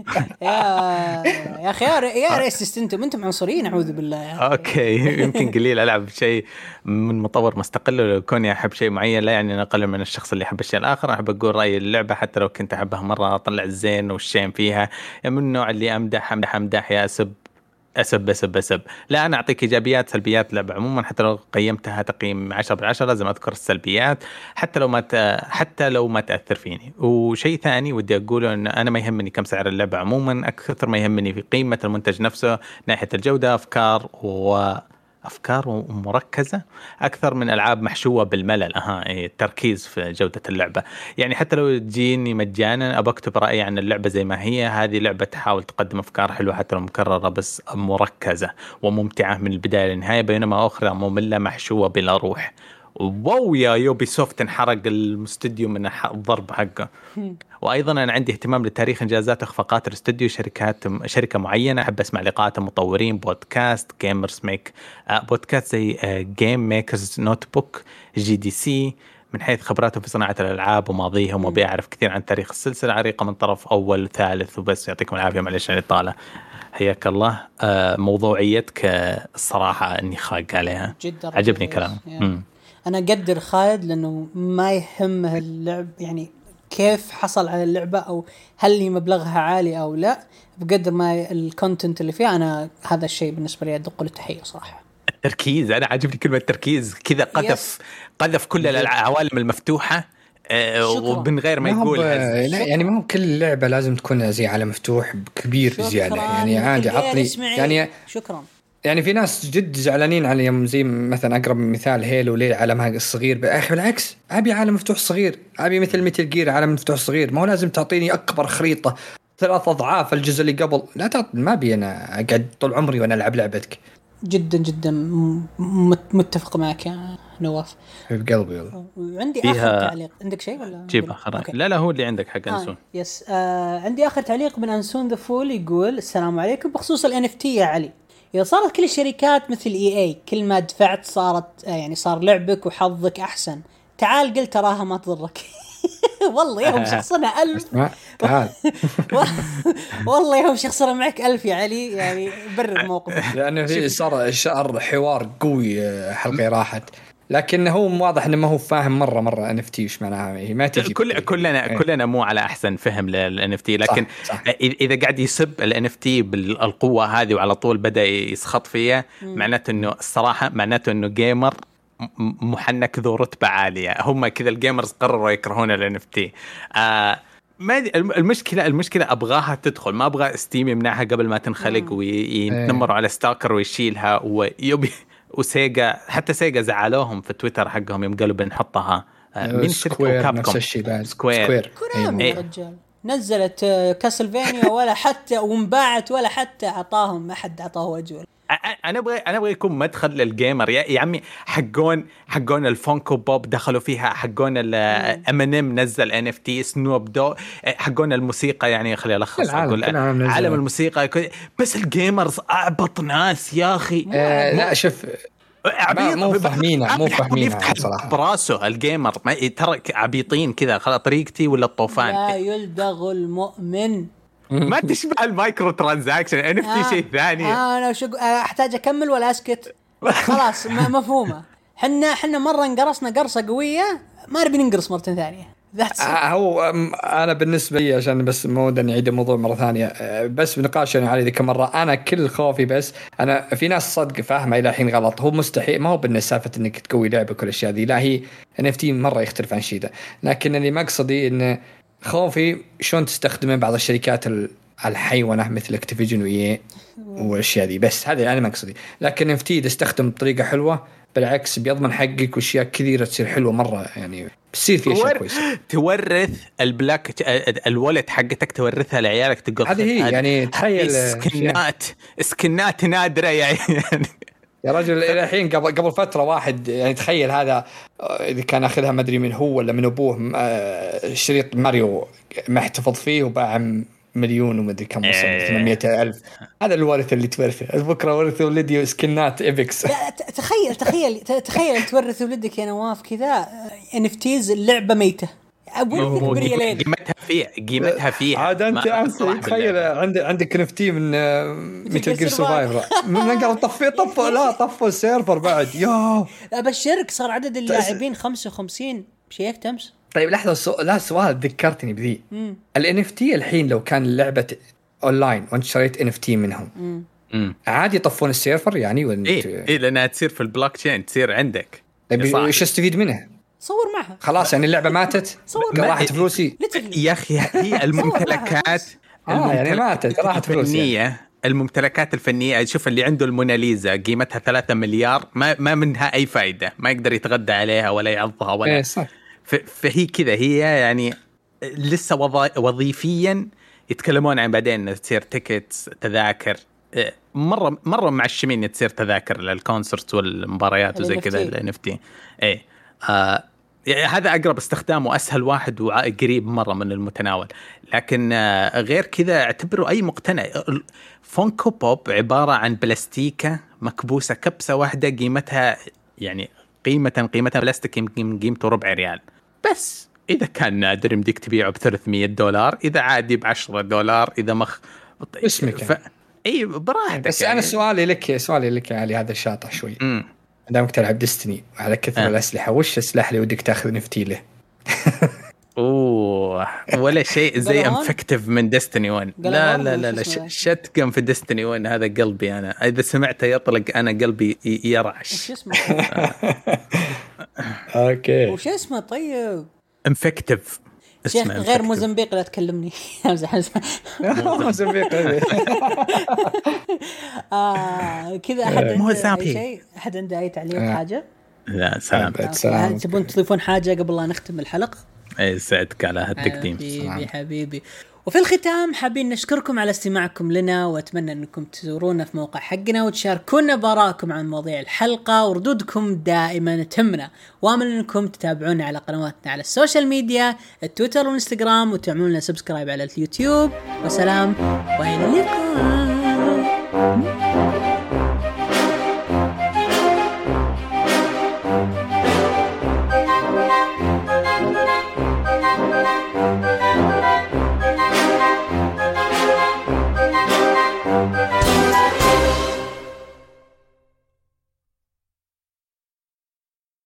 يا اخي يا ريسست، انتم انتم عنصريين اعوذ بالله. اوكي يمكن قليل العب شيء من مطور مستقل، ولو كوني احب شيء معين لا يعني انا اقل من الشخص اللي يحب الشيء الاخر. احب اقول رايي اللعبه حتى لو كنت احبها مره، اطلع الزين والشين فيها. يعني من النوع اللي امدح امدح امدح يا اسب أسب أسب أسب. لا أنا أعطيك إيجابيات سلبيات لعبة عموما، حتى لو قيمتها تقييم عشرة بالعشرة لازم أذكر السلبيات حتى لو ما ت... حتى لو ما تأثر فيني. وشيء ثاني ودي أقوله إن أنا ما يهمني كم سعر اللعبة عموما، أكثر ما يهمني في قيمة المنتج نفسه، ناحية الجودة، أفكار و أفكار مركزة أكثر من ألعاب محشوة بالملل. أها إيه التركيز في جودة اللعبة. يعني حتى لو تجيني مجانا أبى أكتب رأيي عن اللعبة زي ما هي، هذه لعبة تحاول تقدم أفكار حلوة حتى لو مكررة، بس مركزة وممتعة من البداية للنهاية، بينما أخرى مملة محشوة بلا روح. واو يا يوبي سوفت انحرق الاستوديو من الضرب حقه. وايضا انا عندي اهتمام لتاريخ انجازات اخفاقات الاستوديو، شركات شركه معينه احب اسمع لقاءات المطورين، بودكاست جيمرز ميك بودكاست زي جيم ميكرز نوت بوك جي دي سي، من حيث خبراتهم في صناعه الالعاب وماضيهم، وبيعرف كثير عن تاريخ السلسله عريقه من طرف اول وثالث. وبس يعطيكم العافيه، معلش على الاطاله. حياك الله. موضوعيتك الصراحه اني خاق عليها جدا، عجبني كلام. أنا أقدر خالد لأنه ما يهمه اللعب، يعني كيف حصل على اللعبة أو هل هي مبلغها عالي أو لا، بقدر ما الكونتنت اللي فيها. أنا هذا الشيء بالنسبة لي أدق له تحية صراحة. التركيز، أنا عجبني كلمة تركيز كذا، قذف قذف كل العوالم المفتوحة ومن غير ما يقول يعني ما هو كل لعبة لازم تكون زي عالم مفتوح كبير بزيادة. يعني عادي عطني يعني شكرا يعني في ناس جد زعلانين على يوم زي مثلا أقرب مثال هيلو ليه عالمها الصغير بأخي بالعكس أبي عالم مفتوح صغير أبي مثل ميتل جير عالم مفتوح صغير ما هو لازم تعطيني أكبر خريطة ثلاث أضعاف الجزء اللي قبل لا تعط ما بي أنا أقعد طول عمري وأنا ألعب لعبتك جدا جدا متفق معك يا نواف في قلبي والله. وعندي آخر تعليق عندك شيء ولا جيب آخر لا لا هو اللي عندك حق أنسون آه. يس آه. عندي آخر تعليق من أنسون ذا فول يقول السلام عليكم بخصوص ال إن إف تي يا علي إذا صارت كل الشركات مثل إي إي كل ما دفعت صارت يعني صار لعبك وحظك أحسن تعال قلت تراها ما تضرك والله يوم شخصنا ألف تعال والله يوم شخصنا معك ألف يا علي يعني برر موقف لأنه في صار شعر حوار قوي حلقة راحت لكن هو واضح انه ما هو فاهم مره مره ان اف تي ايش معناها هي ما تجي كل كلنا ايه. كلنا مو على احسن فهم للان اف تي لكن صح. صح. اذا قاعد يسب الان اف تي بالقوه هذه وعلى طول بدا يسخط فيها معناته انه الصراحه معناته انه جيمر محنك ذو رتبه عاليه هم كذا الجيمرز قرروا يكرهون الان اف تي آه ما المشكله المشكله ابغاها تدخل ما ابغى ستيم يمنعها قبل ما تنخلق ويتنمروا على ستاكر ويشيلها ويبي وسيجا حتى سيجا زعلوهم في تويتر حقهم يوم قالوا بنحطها من شركة كابكوم سكوير, سكوير. كونامي يا رجال نزلت كاسلفينيا ولا حتى وانباعت ولا حتى عطاهم ما حد عطاه وجه انا ابغى انا ابغى يكون مدخل للجيمر يا, يا عمي حقون حقون الفونكو بوب دخلوا فيها حقون الامنم نزل ان اف تي سنوب دو حقون الموسيقى يعني خليني الخص اقول عالم الموسيقى بس الجيمرز اعبط ناس يا اخي آه لا شوف مو فاهمينها مو فاهمينها صراحه براسه الجيمر ما ترى عبيطين كذا خلاص طريقتي ولا الطوفان لا يلدغ المؤمن ما تشبه المايكرو ترانزاكشن ان اف تي شيء ثاني آه انا شو احتاج اكمل ولا اسكت خلاص مفهومه حنا حنا مره انقرصنا قرصه قويه ما نبي ننقرص مره ثانيه آه هو انا بالنسبه لي عشان بس مو نعيد الموضوع مره ثانيه بس بنقاشنا على ذيك المره انا كل خوفي بس انا في ناس صدق فاهمه الى الحين غلط هو مستحيل ما هو بالنسافه انك تقوي لعبه كل الاشياء ذي لا هي ان اف تي مره يختلف عن شيء ده لكن اللي مقصدي ان خوفي شلون تستخدمه بعض الشركات الحيوانة مثل اكتيفيجن وإيه والأشياء دي بس هذا يعني مقصدي لكن إن فتي تستخدم بطريقة حلوة بالعكس بيضمن حقك وأشياء كثيرة تصير حلوة مرة يعني بتصير في أشياء كويسة تورث البلاك الولد حقتك تورثها لعيالك تقول هذه هي يعني تخيل سكنات سكنات نادرة يعني يا رجل إلى الحين قبل قبل فترة واحد يعني تخيل هذا إذا كان أخذها ما أدري من هو ولا من أبوه شريط ماريو محتفظ فيه وباع مليون وما أدري كم وصل ثمانمائة ألف هذا الوارث اللي تورثه بكرة ورث ولدي سكنات إبكس تخيل تخيل تخيل تورث ولدك يا نواف كذا إن إف تيز اللعبة ميتة قيمتها فيها قيمتها فيها عاد أنت أنت تخيل عندك عندك إن إف تي من مثل جير سرفايفر من قال طفي طفوا لا طفوا السيرفر بعد يا أبشرك صار عدد اللاعبين خمسة وخمسين شيء تمس طيب لحظة سو... لا سؤال ذكرتني بذي ال إن إف تي الحين لو كان لعبة أونلاين وأنت شريت إن إف تي منهم مم. عادي يطفون السيرفر يعني وانت... إيه إيه لأنها تصير في البلوك تشين تصير عندك طيب إيش استفيد منها صور معها خلاص يعني اللعبة ماتت راحت فلوسي يا أخي هي الممتلكات آه يعني ماتت راحت فلوسي الممتلكات الفنية شوف اللي عنده الموناليزا قيمتها ثلاثة مليار ما ما منها أي فائدة ما يقدر يتغدى عليها ولا يعضها ولا إيه صح. فهي كذا هي يعني لسه وظيفيا يتكلمون عن بعدين تصير تيكتس تذاكر مرة مرة معشمين تصير تذاكر للكونسرت والمباريات وزي كذا ال إن إف تي إيه آه هذا أقرب استخدام وأسهل واحد وقريب مرة من المتناول لكن آه غير كذا اعتبروا أي مقتنع فونكو بوب عبارة عن بلاستيكة مكبوسة كبسة واحدة قيمتها يعني قيمة قيمتها بلاستيك يمكن قيمته ربع ريال بس إذا كان نادر يمديك تبيعه بثلاثمية دولار إذا عادي بعشرة دولار إذا مخ اسمك ف... أي براحتك بس يعني. أنا سؤالي لك سؤالي لك علي هذا شاطح شوي دامك تلعب ديستني وعلى كثر أه. الأسلحة وش السلاح اللي ودك تأخذ نفتيله اوه ولا شيء زي انفكتيف من ديستني وان لا لا لا, لا شتقم في ديستني وان هذا قلبي انا اذا سمعته يطلق انا قلبي يرعش وش اسمه اوكي وش اسمه طيب انفكتيف شيخ غير موزمبيق لا تكلمني. امزح امزح. موزمبيق. آه كذا أحد عنده شيء؟ أحد عنده أي تعليق حاجة؟ لا سلام. سلام. تبون تضيفون حاجة قبل لا نختم الحلقة؟ أي سعدك على هالتقديم. حبيبي حبيبي. وفي الختام حابين نشكركم على استماعكم لنا، وأتمنى أنكم تزورونا في موقع حقنا وتشاركونا بآرائكم عن مواضيع الحلقة، وردودكم دائما تهمنا. وآمل أنكم تتابعونا على قنواتنا على السوشيال ميديا التويتر والإنستغرام، وتعملون لنا سبسكرايب على اليوتيوب. وسلام وإلى اللقاء.